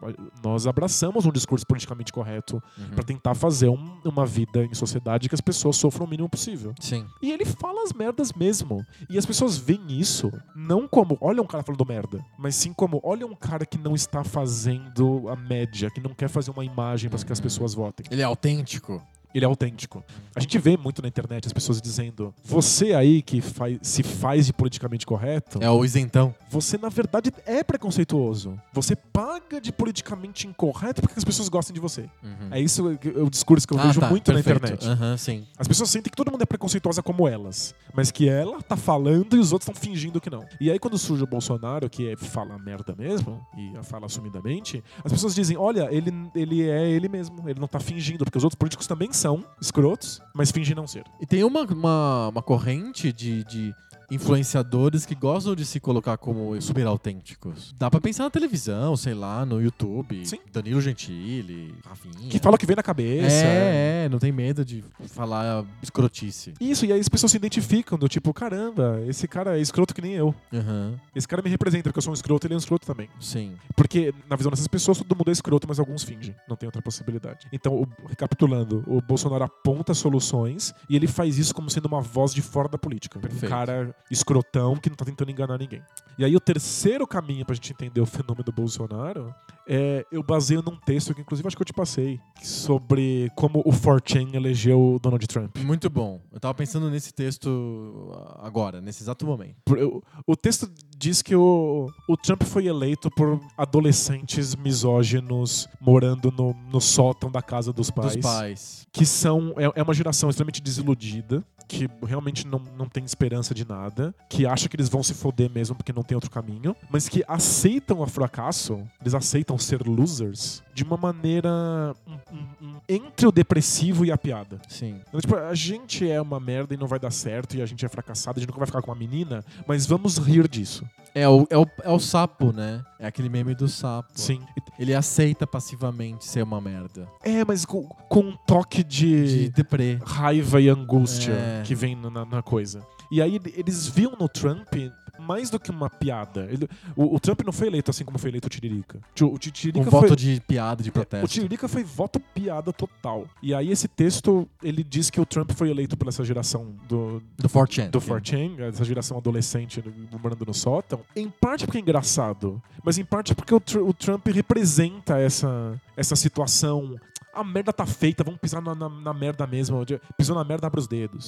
Nós abraçamos um discurso politicamente correto pra tentar fazer uma vida em sociedade que as pessoas sofram o mínimo possível. Sim. E ele fala as merdas mesmo. E as pessoas veem isso não como, olha um cara falando merda, mas sim como, olha um cara que não está fazendo a média, que não quer fazer uma imagem para que as pessoas votem. Ele é autêntico. Ele é autêntico. A gente vê muito na internet as pessoas dizendo, você aí que se faz de politicamente correto, é o isentão. Você na verdade é preconceituoso. Você paga de politicamente incorreto porque as pessoas gostam de você. É isso o discurso que eu vejo muito perfeito. na internet. Sim. As pessoas sentem que todo mundo é preconceituosa como elas, mas que ela tá falando e os outros estão fingindo que não. E aí quando surge o Bolsonaro, que fala merda mesmo, e fala assumidamente, as pessoas dizem, olha, ele é ele mesmo, ele não tá fingindo, porque os outros políticos também são escrotos, mas fingem não ser. E tem uma corrente de influenciadores que gostam de se colocar como super autênticos. Dá pra pensar na televisão, sei lá, no YouTube. Sim. Danilo Gentili, Rafinha. Que fala o que vem na cabeça. Não tem medo de falar escrotice. Isso, e aí as pessoas se identificam do tipo, caramba, esse cara é escroto que nem eu. Esse cara me representa, porque eu sou um escroto, ele é um escroto também. Sim. Porque, na visão dessas pessoas, todo mundo é escroto, mas alguns fingem. Não tem outra possibilidade. Então, recapitulando, o Bolsonaro aponta soluções e ele faz isso como sendo uma voz de fora da política. Perfeito. Um cara escrotão que não tá tentando enganar ninguém. E aí o terceiro caminho pra gente entender o fenômeno do Bolsonaro eu baseio num texto que inclusive acho que eu te passei, sobre como o 4chan elegeu o Donald Trump. Muito bom. Eu tava pensando nesse texto agora, nesse exato momento. O texto diz que o Trump foi eleito por adolescentes misóginos morando no sótão da casa dos pais. Que é uma geração extremamente desiludida, que realmente não tem esperança de nada, que acha que eles vão se foder mesmo porque não tem outro caminho, mas que aceitam o fracasso, eles aceitam ser losers de uma maneira entre o depressivo e a piada. Sim. Então, tipo, a gente é uma merda e não vai dar certo, e a gente é fracassado, a gente nunca vai ficar com uma menina, mas vamos rir disso. É o sapo, né? É aquele meme do sapo. Sim. Ele aceita passivamente ser uma merda. Mas com um toque de deprê, raiva e angústia que vem na coisa. E aí eles viam no Trump mais do que uma piada. O Trump não foi eleito assim como foi eleito o Tiririca. O Tiririca voto de piada, de protesto. O Tiririca foi voto piada total. E aí esse texto, ele diz que o Trump foi eleito por essa geração do 4chan. Do 4chan, essa geração adolescente morando no sótão. Em parte porque é engraçado, mas em parte porque o Trump representa essa situação. A merda tá feita, vamos pisar na merda mesmo. Pisou na merda, abre os dedos.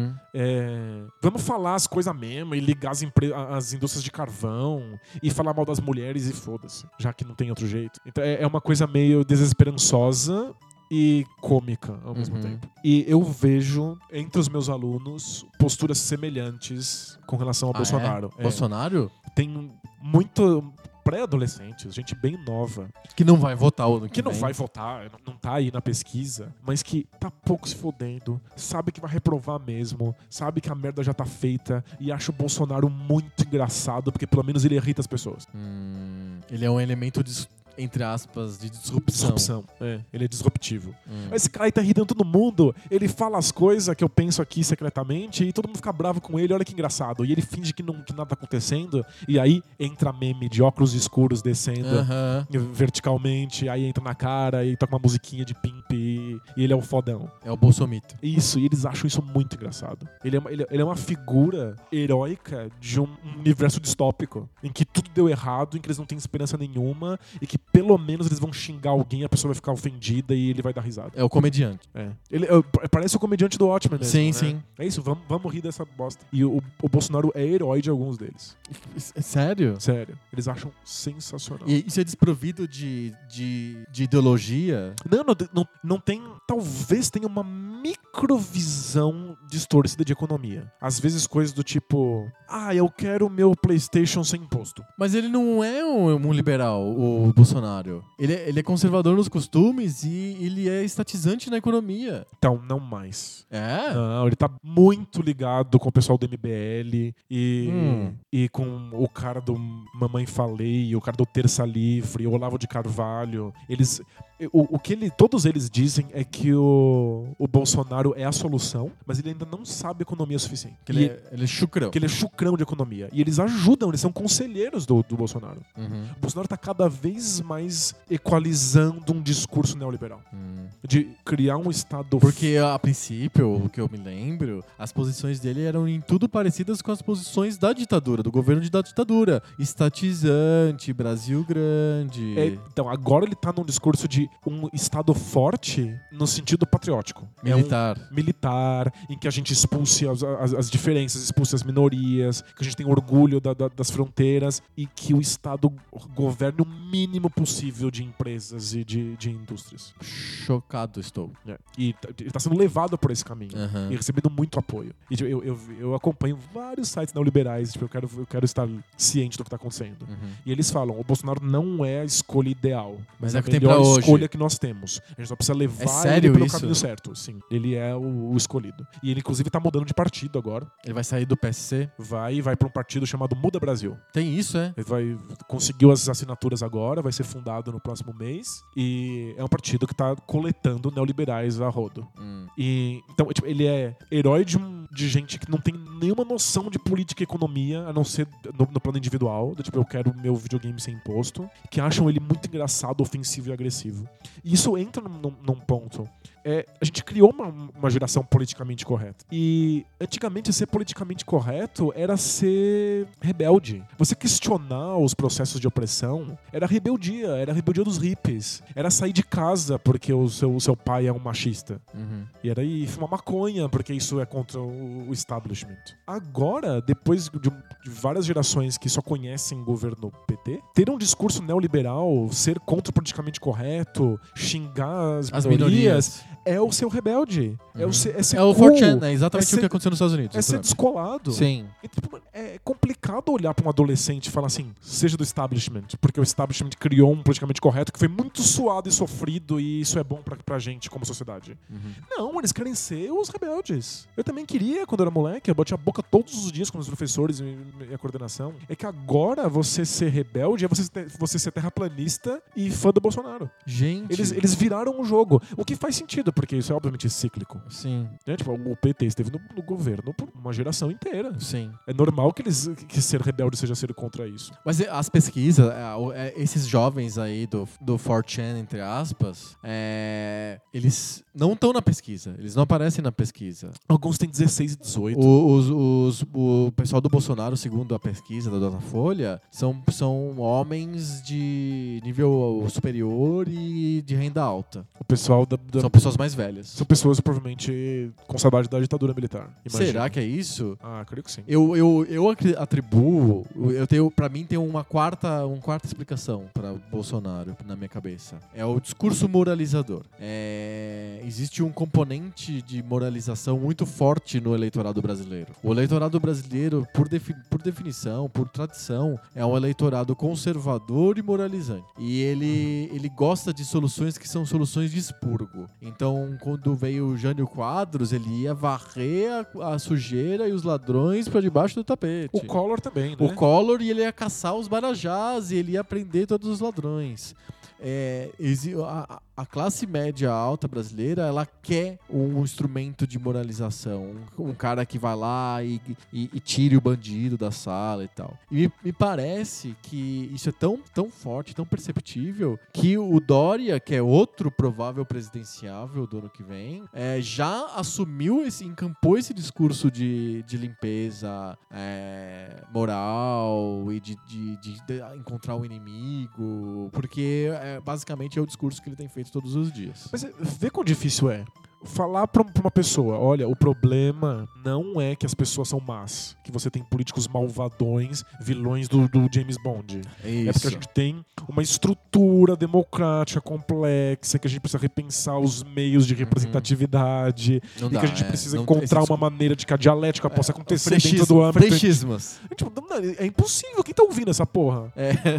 Vamos falar as coisas mesmo e ligar as indústrias de carvão e falar mal das mulheres e foda-se, já que não tem outro jeito. Então é uma coisa meio desesperançosa e cômica ao mesmo tempo. E eu vejo entre os meus alunos posturas semelhantes com relação ao Bolsonaro. Bolsonaro? Tem muito pré-adolescentes, gente bem nova. Que não vai votar o ano que não vai votar, não tá aí na pesquisa, mas que tá pouco se fodendo, sabe que vai reprovar mesmo, sabe que a merda já tá feita e acha o Bolsonaro muito engraçado, porque pelo menos ele irrita as pessoas. Ele é um elemento entre aspas, de disrupção. Ele é disruptivo. Esse cara aí tá irritando todo mundo, ele fala as coisas que eu penso aqui secretamente e todo mundo fica bravo com ele, olha que engraçado. E ele finge que nada tá acontecendo, e aí entra meme de óculos escuros descendo verticalmente, aí entra na cara e toca uma musiquinha de pimp e ele é o fodão. É o bolsomito. Isso, e eles acham isso muito engraçado. Ele é uma figura heróica de um universo distópico, em que tudo deu errado, em que eles não têm esperança nenhuma, e que pelo menos eles vão xingar alguém, a pessoa vai ficar ofendida e ele vai dar risada. É o comediante. Ele parece o comediante do Watchmen mesmo, Sim, né? sim. É isso, vamos rir dessa bosta. E o Bolsonaro é herói de alguns deles. Sério? Sério. Eles acham sensacional. E isso é desprovido de ideologia? Não tem... Talvez tenha uma microvisão distorcida de economia. Às vezes coisas do tipo... eu quero o meu PlayStation sem imposto. Mas ele não é um liberal, o Bolsonaro. Ele é conservador nos costumes e ele é estatizante na economia. Então, não mais. É? Não, ele tá muito ligado com o pessoal do MBL e com o cara do Mamãe Falei, o cara do Terça Livre, o Olavo de Carvalho. Todos eles dizem é que o Bolsonaro é a solução, mas ele ainda não sabe economia suficiente. Ele é chucrão. Que ele é chucrão de economia. E eles ajudam, eles são conselheiros do Bolsonaro. O Bolsonaro tá cada vez mais equalizando um discurso neoliberal. De criar um Estado... Porque, a princípio, o que eu me lembro, as posições dele eram em tudo parecidas com as posições da ditadura, do governo da ditadura. Estatizante, Brasil grande. Então, agora ele tá num discurso de um Estado forte no sentido patriótico. Militar, em que a gente expulse as diferenças, expulse as minorias, que a gente tem orgulho das fronteiras e que o Estado governe o mínimo possível de empresas e de indústrias. Chocado estou. E tá sendo levado por esse caminho. E recebendo muito apoio. E eu acompanho vários sites neoliberais, eu quero estar ciente do que tá acontecendo. E eles falam, o Bolsonaro não é a escolha ideal, mas é a melhor escolha que nós temos. A gente só precisa levar ele pelo caminho certo. Sim, ele é o escolhido. E ele, inclusive, tá mudando de partido agora. Ele vai sair do PSC? Vai pra um partido chamado Muda Brasil. Tem isso, é? Ele conseguiu as assinaturas agora, vai ser fundado no próximo mês. E é um partido que tá coletando neoliberais a rodo. Então, ele é herói de gente que não tem nenhuma noção de política e economia, a não ser no plano individual. Eu quero meu videogame sem imposto. Que acham ele muito engraçado, ofensivo e agressivo. E isso entra num ponto. A gente criou uma geração politicamente correta. E antigamente ser politicamente correto era ser rebelde. Você questionar os processos de opressão era rebeldia dos hippies. Era sair de casa porque o seu pai é um machista. E era ir fumar maconha porque isso é contra o establishment. Agora, depois de várias gerações que só conhecem o governo PT, ter um discurso neoliberal, ser contra o politicamente correto, xingar as minorias é o seu rebelde. É ser o 4chan, é exatamente o que aconteceu nos Estados Unidos. É ser descolado. Sim. É complicado olhar pra um adolescente e falar assim, seja do establishment, porque o establishment criou um politicamente correto que foi muito suado e sofrido e isso é bom pra gente como sociedade. Não, eles querem ser os rebeldes. Eu também queria, quando eu era moleque, eu batia a boca todos os dias com os professores e a coordenação. É que agora você ser rebelde é você ser terraplanista e fã do Bolsonaro. Gente. Eles viraram o jogo. O que faz sentido, porque isso é obviamente cíclico. Sim. O PT esteve no governo por uma geração inteira. Sim. É normal que ser rebelde seja ser contra isso. Mas as pesquisas, esses jovens aí do 4chan, entre aspas, eles não estão na pesquisa. Eles não aparecem na pesquisa. Alguns têm 16 e 18. O pessoal do Bolsonaro, segundo a pesquisa da Datafolha, são homens de nível superior e de renda alta. O pessoal são pessoas mais velhas. São pessoas provavelmente com saudade da ditadura militar. Imagina. Será que é isso? Creio que sim. Eu atribuo, pra mim tem uma quarta explicação para Bolsonaro na minha cabeça. É o discurso moralizador. Existe um componente de moralização muito forte no eleitorado brasileiro. O eleitorado brasileiro, por definição, por tradição, é um eleitorado conservador e moralizante. E ele gosta de soluções que são soluções de expurgo. Então, quando veio o Jânio Quadros, ele ia varrer a sujeira e os ladrões para debaixo do tapete. O Collor também, né? O Collor, e ele ia caçar os marajás e ele ia prender todos os ladrões. a classe média alta brasileira, ela quer um instrumento de moralização, um cara que vai lá e tire o bandido da sala e tal. E me parece que isso é tão forte, tão perceptível, que o Dória, que é outro provável presidenciável do ano que vem, já assumiu encampou esse discurso de limpeza moral e de encontrar o inimigo, porque basicamente é o discurso que ele tem feito todos os dias. Mas vê quão difícil é falar pra uma pessoa, olha, o problema não é que as pessoas são más, que você tem políticos malvadões, vilões do James Bond. Isso. É porque a gente tem uma estrutura democrática complexa, que a gente precisa repensar os meios de representatividade, que a gente precisa encontrar uma maneira de que a dialética possa acontecer dentro do âmbito. Frechismas. É impossível. Quem tá ouvindo essa porra?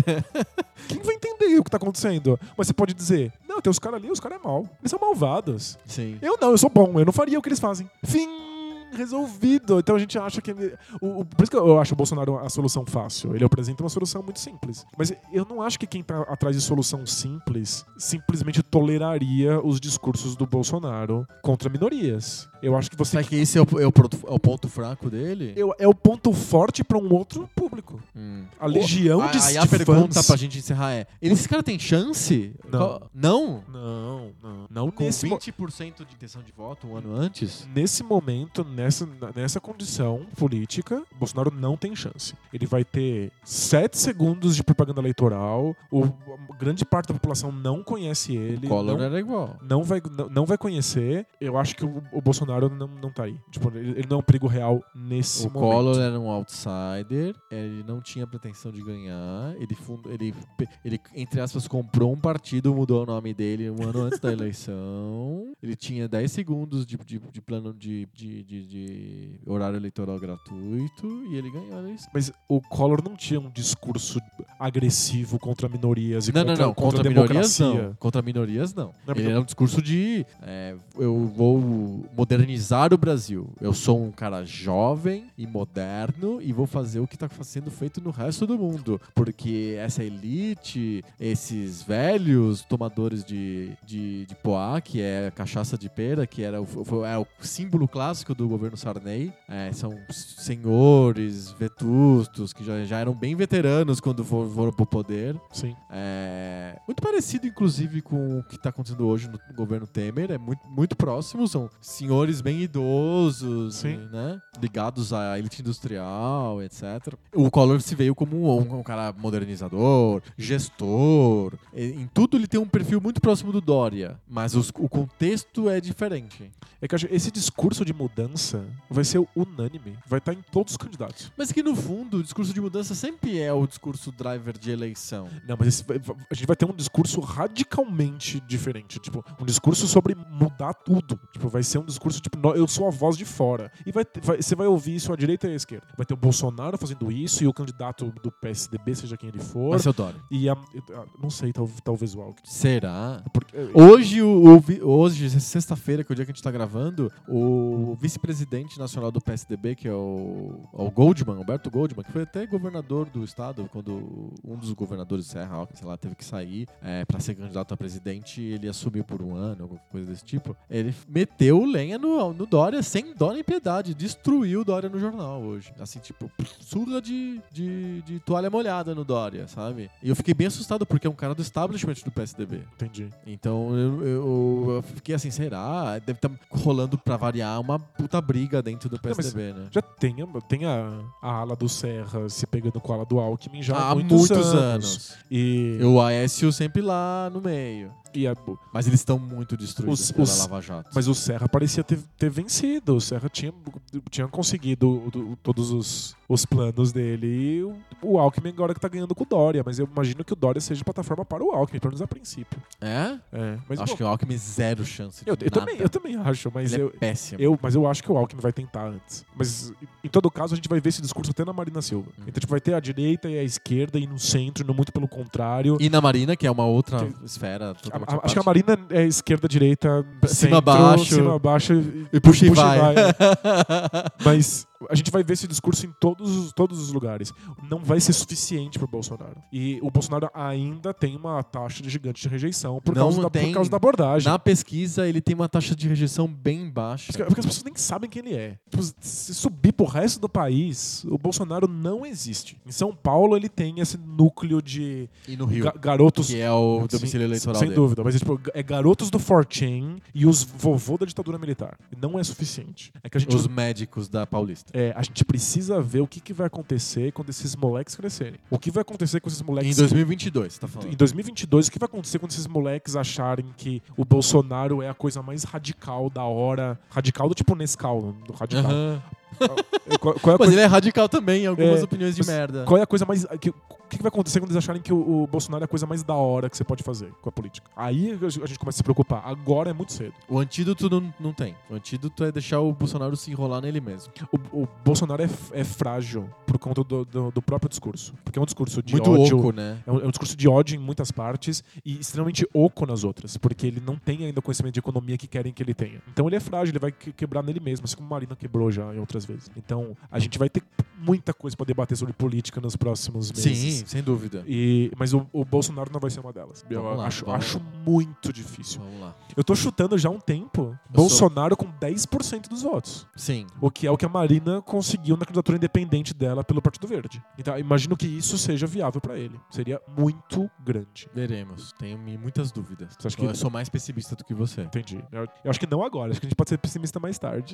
Quem vai entender o que tá acontecendo? Mas você pode dizer, não, tem os caras ali, os caras é mal. Eles são malvados. Sim. Eu não, eu sou bom, eu não faria o que eles fazem. Fim, resolvido. Então a gente acha que... por isso que eu acho o Bolsonaro a solução fácil. Ele apresenta uma solução muito simples. Mas eu não acho que quem tá atrás de solução simples simplesmente toleraria os discursos do Bolsonaro contra minorias. Eu acho que você... Será que esse é o ponto fraco dele? É o ponto forte pra um outro público. A legião de Aí a pergunta pra gente encerrar é, esse cara tem chance? Não. Não? Não Com 20% de intenção de voto um ano antes? Nesse momento, nessa condição política, Bolsonaro não tem chance. Ele vai ter 7 segundos de propaganda eleitoral, grande parte da população não conhece ele. O Collor era igual. Não vai conhecer. Eu acho que o Bolsonaro não tá aí. Tipo, ele não é um perigo real nesse momento. O Collor era um outsider, ele não tinha pretensão de ganhar, ele entre aspas, comprou um partido, mudou o nome dele um ano antes da eleição, ele tinha 10 segundos de plano de horário eleitoral gratuito e ele ganhou a eleição. Mas o Collor não tinha um discurso agressivo contra minorias e contra a minorias democracia. não. Contra minorias não. Não, Ele era um discurso de eu vou modernizar o Brasil. Eu sou um cara jovem e moderno e vou fazer o que está sendo feito no resto do mundo. Porque essa elite, esses velhos tomadores de poá, que é cachaça de pera, que era o símbolo clássico do governo Sarney, são senhores vetustos que já eram bem veteranos quando foram pro poder. Sim. Muito parecido, inclusive, com o que está acontecendo hoje no governo Temer. É muito, muito próximo. São senhores bem idosos, né? Ligados à elite industrial, etc. O Collor se veio como um cara modernizador, gestor. Em tudo ele tem um perfil muito próximo do Dória, mas o contexto é diferente. É que esse discurso de mudança vai ser unânime, vai estar em todos os candidatos. Mas que no fundo o discurso de mudança sempre é o discurso driver de eleição. Não, mas a gente vai ter um discurso radicalmente diferente, tipo, um discurso sobre mudar tudo. Tipo, vai ser um discurso tipo, eu sou a voz de fora. E você vai ouvir isso à direita e à esquerda. Vai ter o Bolsonaro fazendo isso e o candidato do PSDB, seja quem ele for. Vai ser o Dória. E não sei, talvez o Alckmin. Será? Porque, Hoje, sexta-feira, que é o dia que a gente tá gravando, o vice-presidente nacional do PSDB, que é o Goldman, Alberto Goldman, que foi até governador do estado, quando um dos governadores, Serra Alckmin, sei lá, teve que sair pra ser candidato a presidente, ele assumiu por um ano, alguma coisa desse tipo. Ele meteu lenha no Dória, sem dó nem piedade, destruiu o Dória no jornal hoje. Assim, tipo, surra de toalha molhada no Dória, sabe? E eu fiquei bem assustado, porque é um cara do establishment do PSDB. Entendi. Então eu fiquei assim, será? Deve estar rolando, pra variar, uma puta briga dentro do PSDB, né? Já tem a ala do Serra se pegando com a ala do Alckmin já há há muitos anos. E o Aécio sempre lá no meio. Mas eles estão muito destruídos pela Lava Jato. Mas o Serra parecia ter vencido. O Serra tinha conseguido todos os planos dele. E o Alckmin agora que tá ganhando com o Dória. Mas eu imagino que o Dória seja plataforma para o Alckmin, pelo menos a princípio. Mas acho que o Alckmin zero chance de eu também acho, mas ele é péssimo. Mas eu acho que o Alckmin vai tentar antes. Mas em todo caso a gente vai ver esse discurso até na Marina Silva. Então tipo, vai ter a direita e a esquerda e no centro, não muito pelo contrário. E na Marina, que é uma outra esfera. Acho que a Marina é esquerda, direita, cima, baixo e puxa e vai. Mas A gente vai ver esse discurso em todos os lugares. Não vai ser suficiente pro Bolsonaro. E o Bolsonaro ainda tem uma taxa gigante de rejeição por causa da abordagem. Na pesquisa, ele tem uma taxa de rejeição bem baixa. Porque as pessoas nem sabem quem ele é. Se subir pro resto do país, o Bolsonaro não existe. Em São Paulo, ele tem esse núcleo de E no Rio, garotos... que é o domicílio eleitoral Sem dele. dúvida. Mas é garotos do 4chan e os vovô da ditadura militar. Não é suficiente. É que a gente... Os médicos da Paulista. a gente precisa ver o que vai acontecer quando esses moleques crescerem. O que vai acontecer com esses moleques... Em 2022, você tá falando. Em 2022, o que vai acontecer quando esses moleques acharem que o Bolsonaro é a coisa mais radical da hora? Radical do tipo Nescau, do radical. Aham. Qual é a Mas coisa... ele é radical também em algumas opiniões de merda. Qual é a coisa mais... O que vai acontecer quando eles acharem que o Bolsonaro é a coisa mais da hora que você pode fazer com a política? Aí a gente começa a se preocupar. Agora é muito cedo. O antídoto não tem. O antídoto é deixar o Bolsonaro se enrolar nele mesmo. O Bolsonaro é frágil por conta do próprio discurso. Porque é um discurso de Muito ódio. oco, né? É um discurso de ódio em muitas partes e extremamente oco nas outras. Porque ele não tem ainda o conhecimento de economia que querem que ele tenha. Então ele é frágil, ele vai quebrar nele mesmo, assim como o Marina quebrou já em outras vezes. Então a gente vai ter muita coisa pra debater sobre política nos próximos meses. Sim, sem dúvida. Mas o Bolsonaro não vai ser uma delas. Acho muito difícil. Vamos lá. Eu tô chutando já há um tempo Bolsonaro com 10% dos votos. Sim. O que é o que a Marina conseguiu na candidatura independente dela pelo Partido Verde. Então, imagino que isso seja viável pra ele. Seria muito grande. Veremos. Tenho muitas dúvidas. Você acha que... Eu sou mais pessimista do que você. Entendi. Eu acho que não agora. Acho que a gente pode ser pessimista mais tarde.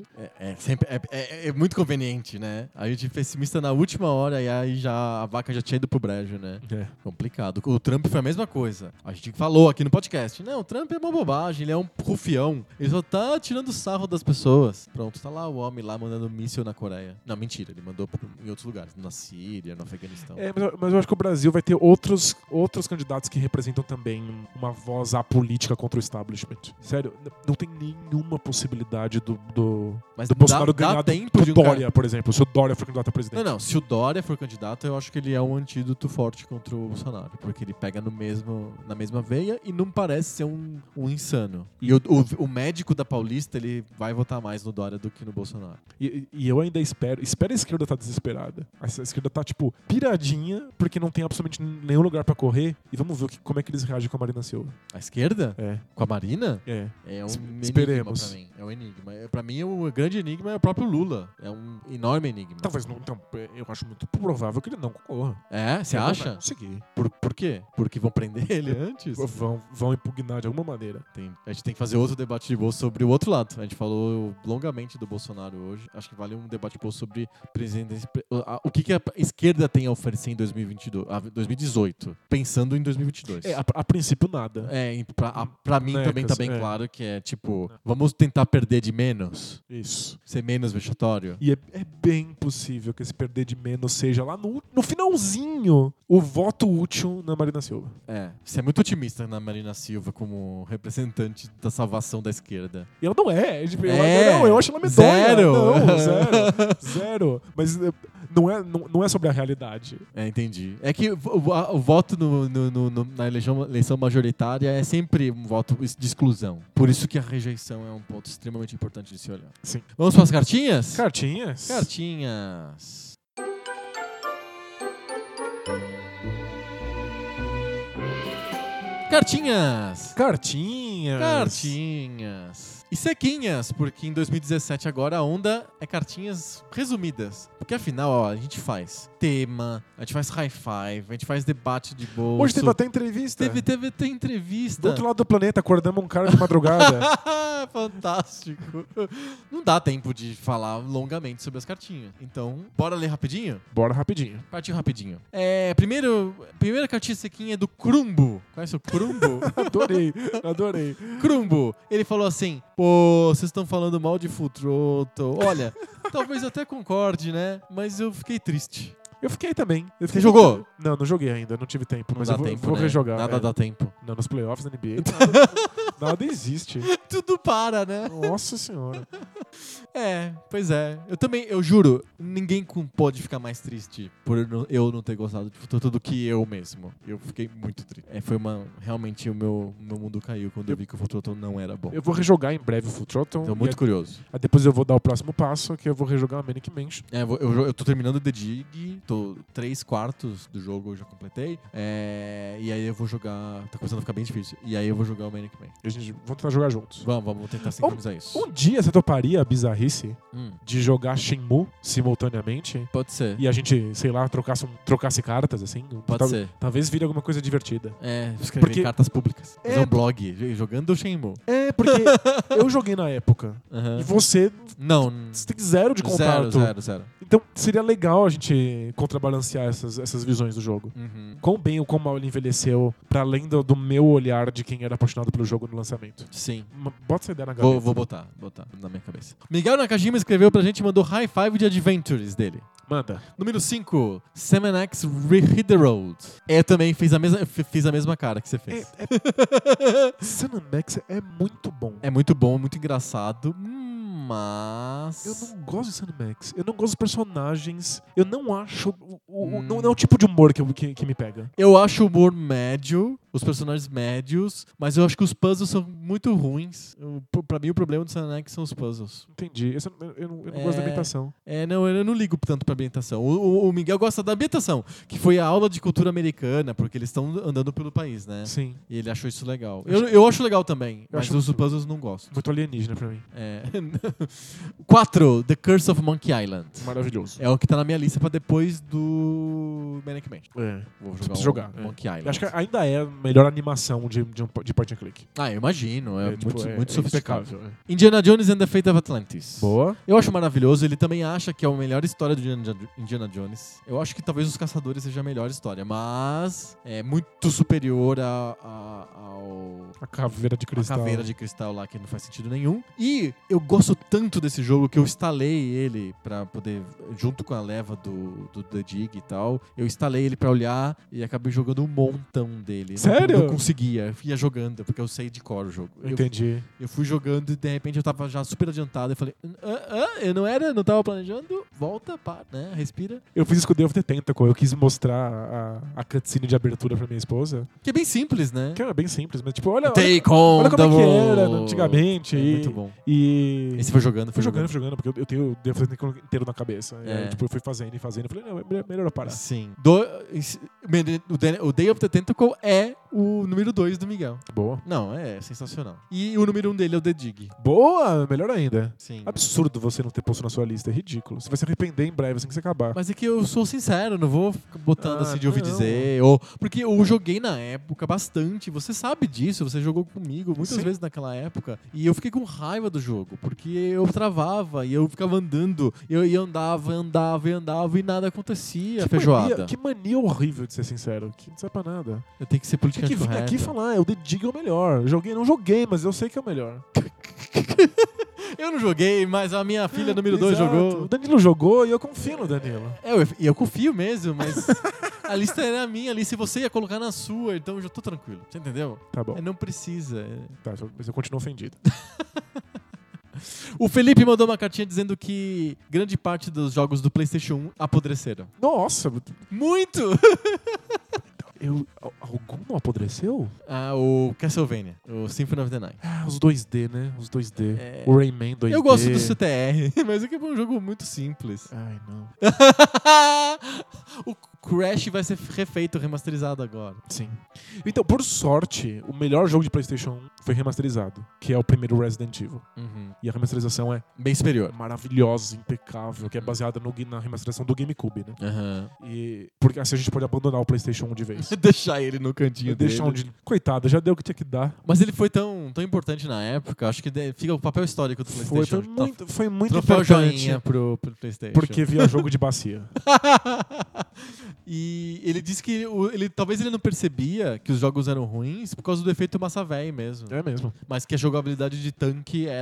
É muito conveniente, né? A gente pessimista na última hora e aí já a vaca já tinha ido pro brejo, né? Complicado. O Trump foi a mesma coisa. A gente falou aqui no podcast. Não, o Trump é uma bobagem, ele é um rufião. Ele só tá tirando sarro das pessoas. Pronto, tá lá o homem lá mandando míssil na Coreia. Não, mentira, ele mandou em outros lugares. Na Síria, no Afeganistão. Mas eu acho que o Brasil vai ter outros candidatos que representam também uma voz apolítica contra o establishment. Sério, não tem nenhuma possibilidade do Bolsonaro ganhar do Dória, por exemplo. Se o Dória for candidato a presidente. Não. Se o Dória for candidato, eu acho que ele é um antídoto forte contra o Bolsonaro. Porque ele pega na mesma veia e não parece ser um insano. E o médico da Paulista, ele vai votar mais no Dória do que no Bolsonaro. E eu ainda espero a esquerda tá desesperada. A esquerda tá, tipo, piradinha, porque não tem absolutamente nenhum lugar pra correr. E vamos ver como é que eles reagem com a Marina Silva. A esquerda? É. Com a Marina? É. É um Esperemos. enigma pra mim. É um enigma. Pra mim, o grande enigma é o próprio Lula. É um enorme enigma. Talvez não. Então, eu acho muito provável que ele não concorra. É? Você acha? Conseguir. Por quê? Porque vão prender ele antes? Vão impugnar de alguma maneira. A gente tem que fazer outro debate de bolsa sobre o outro lado. A gente falou longamente do Bolsonaro hoje. Acho que vale um debate de bolsa sobre presidência. O que a esquerda tem a oferecer em 2018, pensando em 2022. A princípio nada. Pra mim também tá bem claro que é tipo, vamos tentar perder de menos. Isso. Ser menos vexatório. E é bem possível que esse perder de menos seja lá no finalzinho o voto útil na Marina Silva. Você é muito otimista na Marina Silva como representante da salvação da esquerda. E ela não é. Eu acho ela medonha. Zero. Mas não é sobre a realidade. Entendi. É que o voto na eleição majoritária é sempre um voto de exclusão. Por isso que a rejeição é um ponto extremamente importante de se olhar. Sim. Vamos para as cartinhas? Cartinhas. E sequinhas, porque em 2017 agora a onda é cartinhas resumidas. Porque afinal, a gente faz tema, a gente faz high five, a gente faz debate de bolso. Hoje teve até entrevista. Teve entrevista. Do outro lado do planeta, acordamos um cara de madrugada. Fantástico. Não dá tempo de falar longamente sobre as cartinhas. Então, bora ler rapidinho? Bora rapidinho. Partiu rapidinho. Primeira cartinha sequinha é do Crumbo. Conhece o Crumbo? Adorei. Crumbo. Ele falou assim: pô, vocês estão falando mal de Full Throttle. Olha, talvez eu até concorde, né? Mas eu fiquei triste. Eu fiquei também. Você jogou? Não joguei ainda, não tive tempo. Não Mas dá eu vou, tempo, vou né? rejogar. Nada dá tempo. Não, nos playoffs da NBA, nada existe. Tudo para, né? Nossa senhora. Pois é. Eu juro, ninguém pode ficar mais triste por eu não ter gostado de Full Throttle do que eu mesmo. Eu fiquei muito triste. Realmente o meu mundo caiu quando eu vi que o Full Throttle não era bom. Eu vou rejogar em breve o Full Throttle. Tô muito curioso. Depois eu vou dar o próximo passo, que eu vou rejogar a Manic Mansion. Eu tô terminando o The Dig, tô 3/4 do jogo eu já completei. E aí eu vou jogar. Tá começando a ficar bem difícil. E aí eu vou jogar o Manic Mansion. A gente vamos tentar jogar juntos. Vamos tentar sincronizar isso. Um dia você toparia a bizarrice Hum. de jogar Shenmue simultaneamente? Pode ser. E a gente, sei lá, trocasse cartas, assim? Pode ser. Talvez vire alguma coisa divertida. Escrever Porque- cartas públicas. Fazer um blog jogando o Shenmue. Porque eu joguei na época. Aham. E você Não. tem zero de contato. Zero. Então seria legal a gente contrabalancear essas visões do jogo. Uhum. Quão bem ou quão mal ele envelheceu, pra além do meu olhar de quem era apaixonado pelo jogo no lançamento. Sim. Bota essa ideia na gaveta. Vou botar na minha cabeça. Miguel Nakajima escreveu pra gente e mandou high five de Adventures dele. Manda. Número 5, Sam X Hit the Road. Eu também fiz a mesma cara que você fez. Sam Max é muito bom. É muito bom, muito engraçado, mas... Eu não gosto de Sam Max. Eu não gosto dos personagens. Eu não acho... Não é o tipo de humor que me pega. Eu acho o humor médio, os personagens médios, mas eu acho que os puzzles são muito ruins. Pra mim, o problema do Sam X são os puzzles. Entendi. Eu não gosto da ambientação. Eu não ligo tanto pra ambientação. O Miguel gosta da ambientação, que foi a aula de cultura americana, porque eles estão andando pelo país, né? Sim. E ele achou isso legal. Eu acho legal também, Eu mas acho os puzzles não gosto. Muito alienígena pra mim. 4, The Curse of Monkey Island. Maravilhoso. É o que tá na minha lista pra depois do Manic Mansion. Você Vou precisa jogar jogar. o Monkey Island. Eu acho que ainda é a melhor animação de point and click. Eu imagino. É muito sofisticado. impecável. Indiana Jones and the Fate of Atlantis. Boa. Eu acho maravilhoso. Ele também acha que é a melhor história do Indiana Jones. Eu acho que talvez Os Caçadores seja a melhor história, mas é muito superior ao... A caveira de A cristal. caveira de cristal lá, que não faz sentido nenhum. E eu gosto tanto desse jogo que eu instalei ele pra poder, junto com a leva do The Dig e tal, eu instalei ele pra olhar e acabei jogando um montão dele. Sério? Não conseguia. Eu ia jogando, porque eu sei de cor o jogo. Entendi. Eu fui jogando e de repente eu tava já super adiantado. Eu falei, eu não tava planejando. Volta, pá, né? Respira. Eu fiz isso com o Day of the Tentacle. Eu quis mostrar a cutscene de abertura pra minha esposa. Que é bem simples, né? Que era bem simples, mas tipo, olha Take on como the é que era world. antigamente. É e, muito bom. E... E você foi jogando? Fui jogando, porque eu tenho o Day of the Tentacle inteiro na cabeça. E aí, tipo, eu fui fazendo. Eu falei, não, é melhor eu parar. Sim. O Day of the Tentacle é o número 2 do Miguel. Boa. Não, é sensacional. E o número 1 dele é o The Dig. Boa! Melhor ainda. Sim. Absurdo você não ter posto na sua lista. É ridículo. Você vai se arrepender em breve assim que você acabar. Mas é que eu sou sincero, não vou ficar botando assim de ouvir não. dizer. Porque eu joguei na época bastante. Você sabe disso, você jogou comigo muitas Sim. vezes naquela época. E eu fiquei com raiva do jogo, porque eu travava e eu ficava andando. Eu andava e nada acontecia, feijoada. Que mania horrível de ser sincero. Que não serve pra nada. Eu tenho que ser Tem que politicamente vir correto. aqui e falar, o The Dig é o melhor. Não joguei, mas eu sei que é o melhor. Eu não joguei, mas a minha filha número 2 Exato. jogou. O Danilo jogou e eu confio no Danilo. Eu confio mesmo, mas a lista era minha ali. Se você ia colocar na sua, então eu já tô tranquilo. Você entendeu? Tá bom. Não precisa. Tá, mas eu continuo ofendido. O Felipe mandou uma cartinha dizendo que grande parte dos jogos do PlayStation 1 apodreceram. Nossa! Muito! Algum não apodreceu? O Castlevania, o Symphony of the Night. Os 2D, né? Os 2D. É. O Rayman 2D. Eu gosto do CTR, mas é que é um jogo muito simples. Ai, não. O Crash vai ser refeito, remasterizado agora. Sim. Então, por sorte, o melhor jogo de PlayStation 1 foi remasterizado, que é o primeiro Resident Evil. E a remasterização é Bem superior. maravilhosa, impecável, que é baseada na remasterização do GameCube, né? Aham. E porque assim a gente pode abandonar o PlayStation 1 de vez. Deixar ele no cantinho Deixar dele. onde... Coitado, já deu o que tinha que dar. Mas ele foi tão importante na época, acho que fica o papel histórico do PlayStation. Foi muito Troféu importante. joinha pro PlayStation. Porque via jogo de bacia. E ele disse que talvez ele não percebia que os jogos eram ruins por causa do efeito massa véi mesmo. É mesmo. Mas que a jogabilidade de tanque era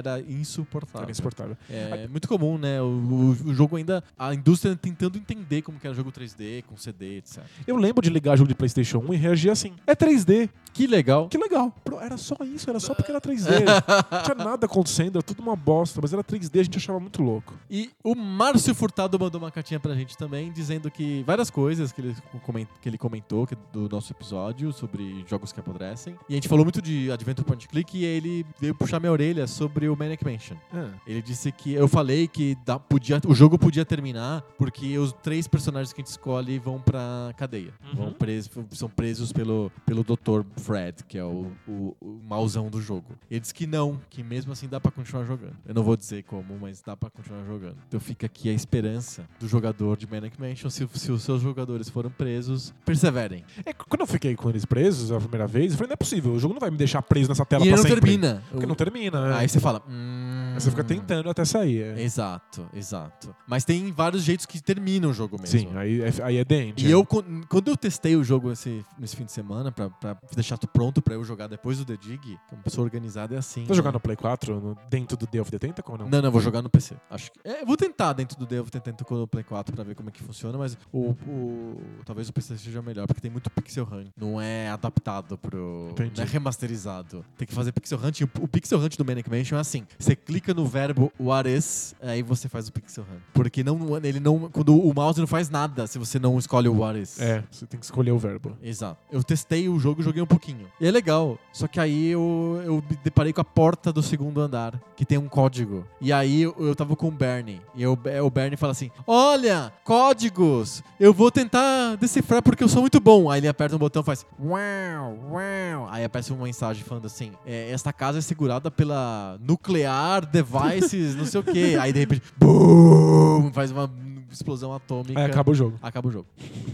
insuportável. Era insuportável. É muito comum, né? O jogo ainda... A indústria tentando entender como que era jogo 3D, com CD, etc. Eu lembro de ligar jogo de PlayStation 1 e reagir assim. É 3D. Que legal. Que legal. Era só isso, era só porque era 3D. Não tinha nada acontecendo, era tudo uma bosta, mas era 3D, a gente achava muito louco. E o Márcio Furtado mandou uma cartinha pra gente também, dizendo que várias coisas que ele comentou do nosso episódio sobre jogos que apodrecem. E a gente falou muito de Adventure Point Click e ele veio puxar minha orelha sobre o Maniac Mansion. Ele disse que eu falei que o jogo podia terminar porque os 3 personagens que a gente escolhe vão pra cadeia. São presos pelo Dr. Fred, que é o mauzão do jogo. Ele disse que não, que mesmo assim dá pra continuar jogando. Eu não vou dizer como, mas dá pra continuar jogando. Então fica aqui a esperança do jogador de Maniac Mansion. Se os seus jogadores foram presos, perseverem. Quando eu fiquei com eles presos a primeira vez, eu falei, não é possível, o jogo não vai me deixar preso nessa tela E pra ele não sempre. termina. Porque não termina, né? Aí você fala... Aí você fica tentando até sair. Exato. Mas tem vários jeitos que terminam o jogo mesmo. Sim, aí é the end. E eu, quando eu testei o jogo nesse fim de semana, pra deixar tudo pronto pra eu jogar depois do The Dig, que uma pessoa organizada é assim. Vai jogar no Play 4, dentro do Day of the Tentacle ou não? Não, vou jogar no PC. Acho que, eu vou tentar dentro do Day of the Tentacle no Play 4 pra ver como é que funciona, mas talvez o PC seja melhor, porque tem muito pixel hunt. Não é adaptado Entendi. não é remasterizado. Tem que fazer pixel hunt. O pixel hunt do Maniac Mansion é assim. Você clica no verbo what is, aí você faz o pixel hunt. Porque quando o mouse não faz nada se você não escolhe o what is. Você tem que escolher o verbo. Exato. Eu testei o jogo e joguei um pouquinho. E é legal. Só que aí eu me deparei com a porta do segundo andar, que tem um código. E aí eu tava com o Bernie. E o Bernie fala assim, olha, códigos! Eu vou tentar decifrar porque eu sou muito bom. Aí ele aperta um botão e faz uau. Aí aparece uma mensagem falando assim, esta casa é segurada pela Nuclear Devices, não sei o quê. Aí de repente, BUM! Faz uma explosão atômica. Aí acaba o jogo. Acaba o jogo.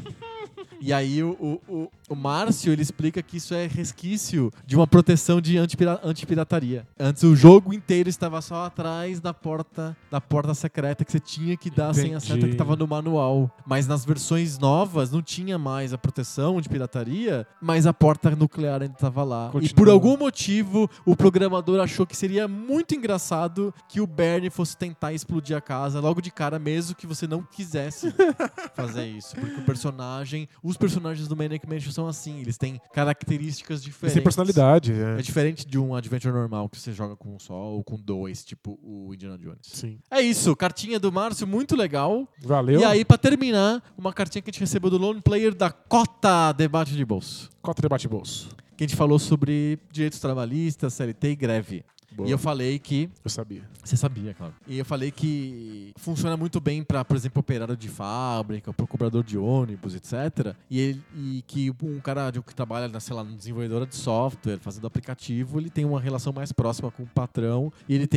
E aí o Márcio, ele explica que isso é resquício de uma proteção de antipirataria. Antes o jogo inteiro estava só atrás da porta secreta que você tinha que dar sem a seta que estava no manual. Mas nas versões novas não tinha mais a proteção de pirataria, mas a porta nuclear ainda estava lá. Continua. E por algum motivo o programador achou que seria muito engraçado que o Bernie fosse tentar explodir a casa logo de cara, mesmo que você não quisesse fazer isso. Porque os personagens do Maniac Mansion são assim, eles têm características diferentes. Eles têm personalidade. É diferente de um adventure normal que você joga com um só ou com 2, tipo o Indiana Jones. Sim. É isso, cartinha do Márcio, muito legal. Valeu. E aí, pra terminar, uma cartinha que a gente recebeu do Lone Player da Cota Debate de Bolso. Cota Debate Bolso. Que a gente falou sobre direitos trabalhistas, CLT e greve. Boa. E eu falei que... Eu sabia. Você sabia, claro. E eu falei que funciona muito bem para, por exemplo, operário de fábrica, para cobrador de ônibus, etc. E que um cara que trabalha, sei lá, no desenvolvedora de software, fazendo aplicativo, ele tem uma relação mais próxima com o patrão e ele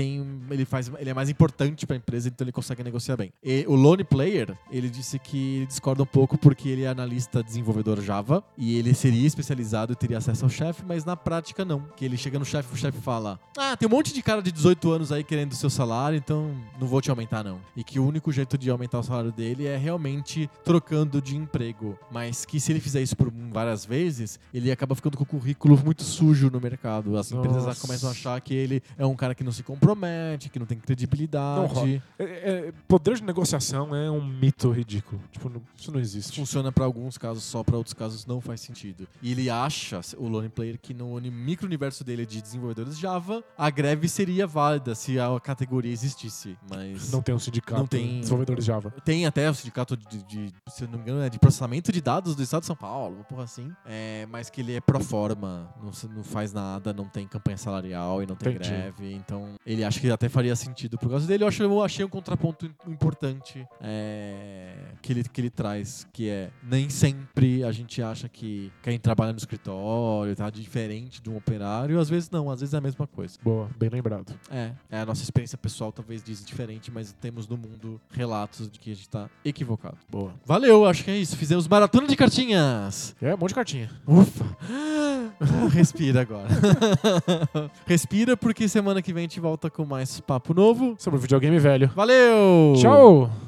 é mais importante para a empresa, então ele consegue negociar bem. E o Lone Player, ele disse que ele discorda um pouco porque ele é analista desenvolvedor Java e ele seria especializado e teria acesso ao chefe, mas na prática não. Que ele chega no chefe, o chefe fala: tem um monte de cara de 18 anos aí querendo o seu salário, então não vou te aumentar não. E que o único jeito de aumentar o salário dele é realmente trocando de emprego. Mas que se ele fizer isso por várias vezes, ele acaba ficando com o currículo muito sujo no mercado. As empresas começam a achar que ele é um cara que não se compromete, que não tem credibilidade. Poder de negociação é um mito ridículo. Tipo, isso não existe. Funciona pra alguns casos só, pra outros casos não faz sentido. E ele acha, o Lone Player, que no micro-universo dele de desenvolvedores Java, a greve seria válida se a categoria existisse, mas... Não tem um sindicato não tem desenvolvedores Java. Tem até o sindicato se eu não me engano, de processamento de dados do estado de São Paulo, uma porra assim. Mas que ele é pro forma, não faz nada, não tem campanha salarial e não tem greve. Então, ele acha que até faria sentido por causa dele. Eu achei um contraponto importante que ele traz, que é nem sempre a gente acha que quem trabalha no escritório tá diferente de um operário. Às vezes não, às vezes é a mesma coisa. Boa, bem lembrado. A nossa experiência pessoal talvez diz diferente, mas temos no mundo relatos de que a gente tá equivocado. Boa. Valeu, acho que é isso. Fizemos maratona de cartinhas. Um monte de cartinha. Ufa. Respira agora. Respira porque semana que vem a gente volta com mais papo novo Sobre o videogame velho. Valeu! Tchau!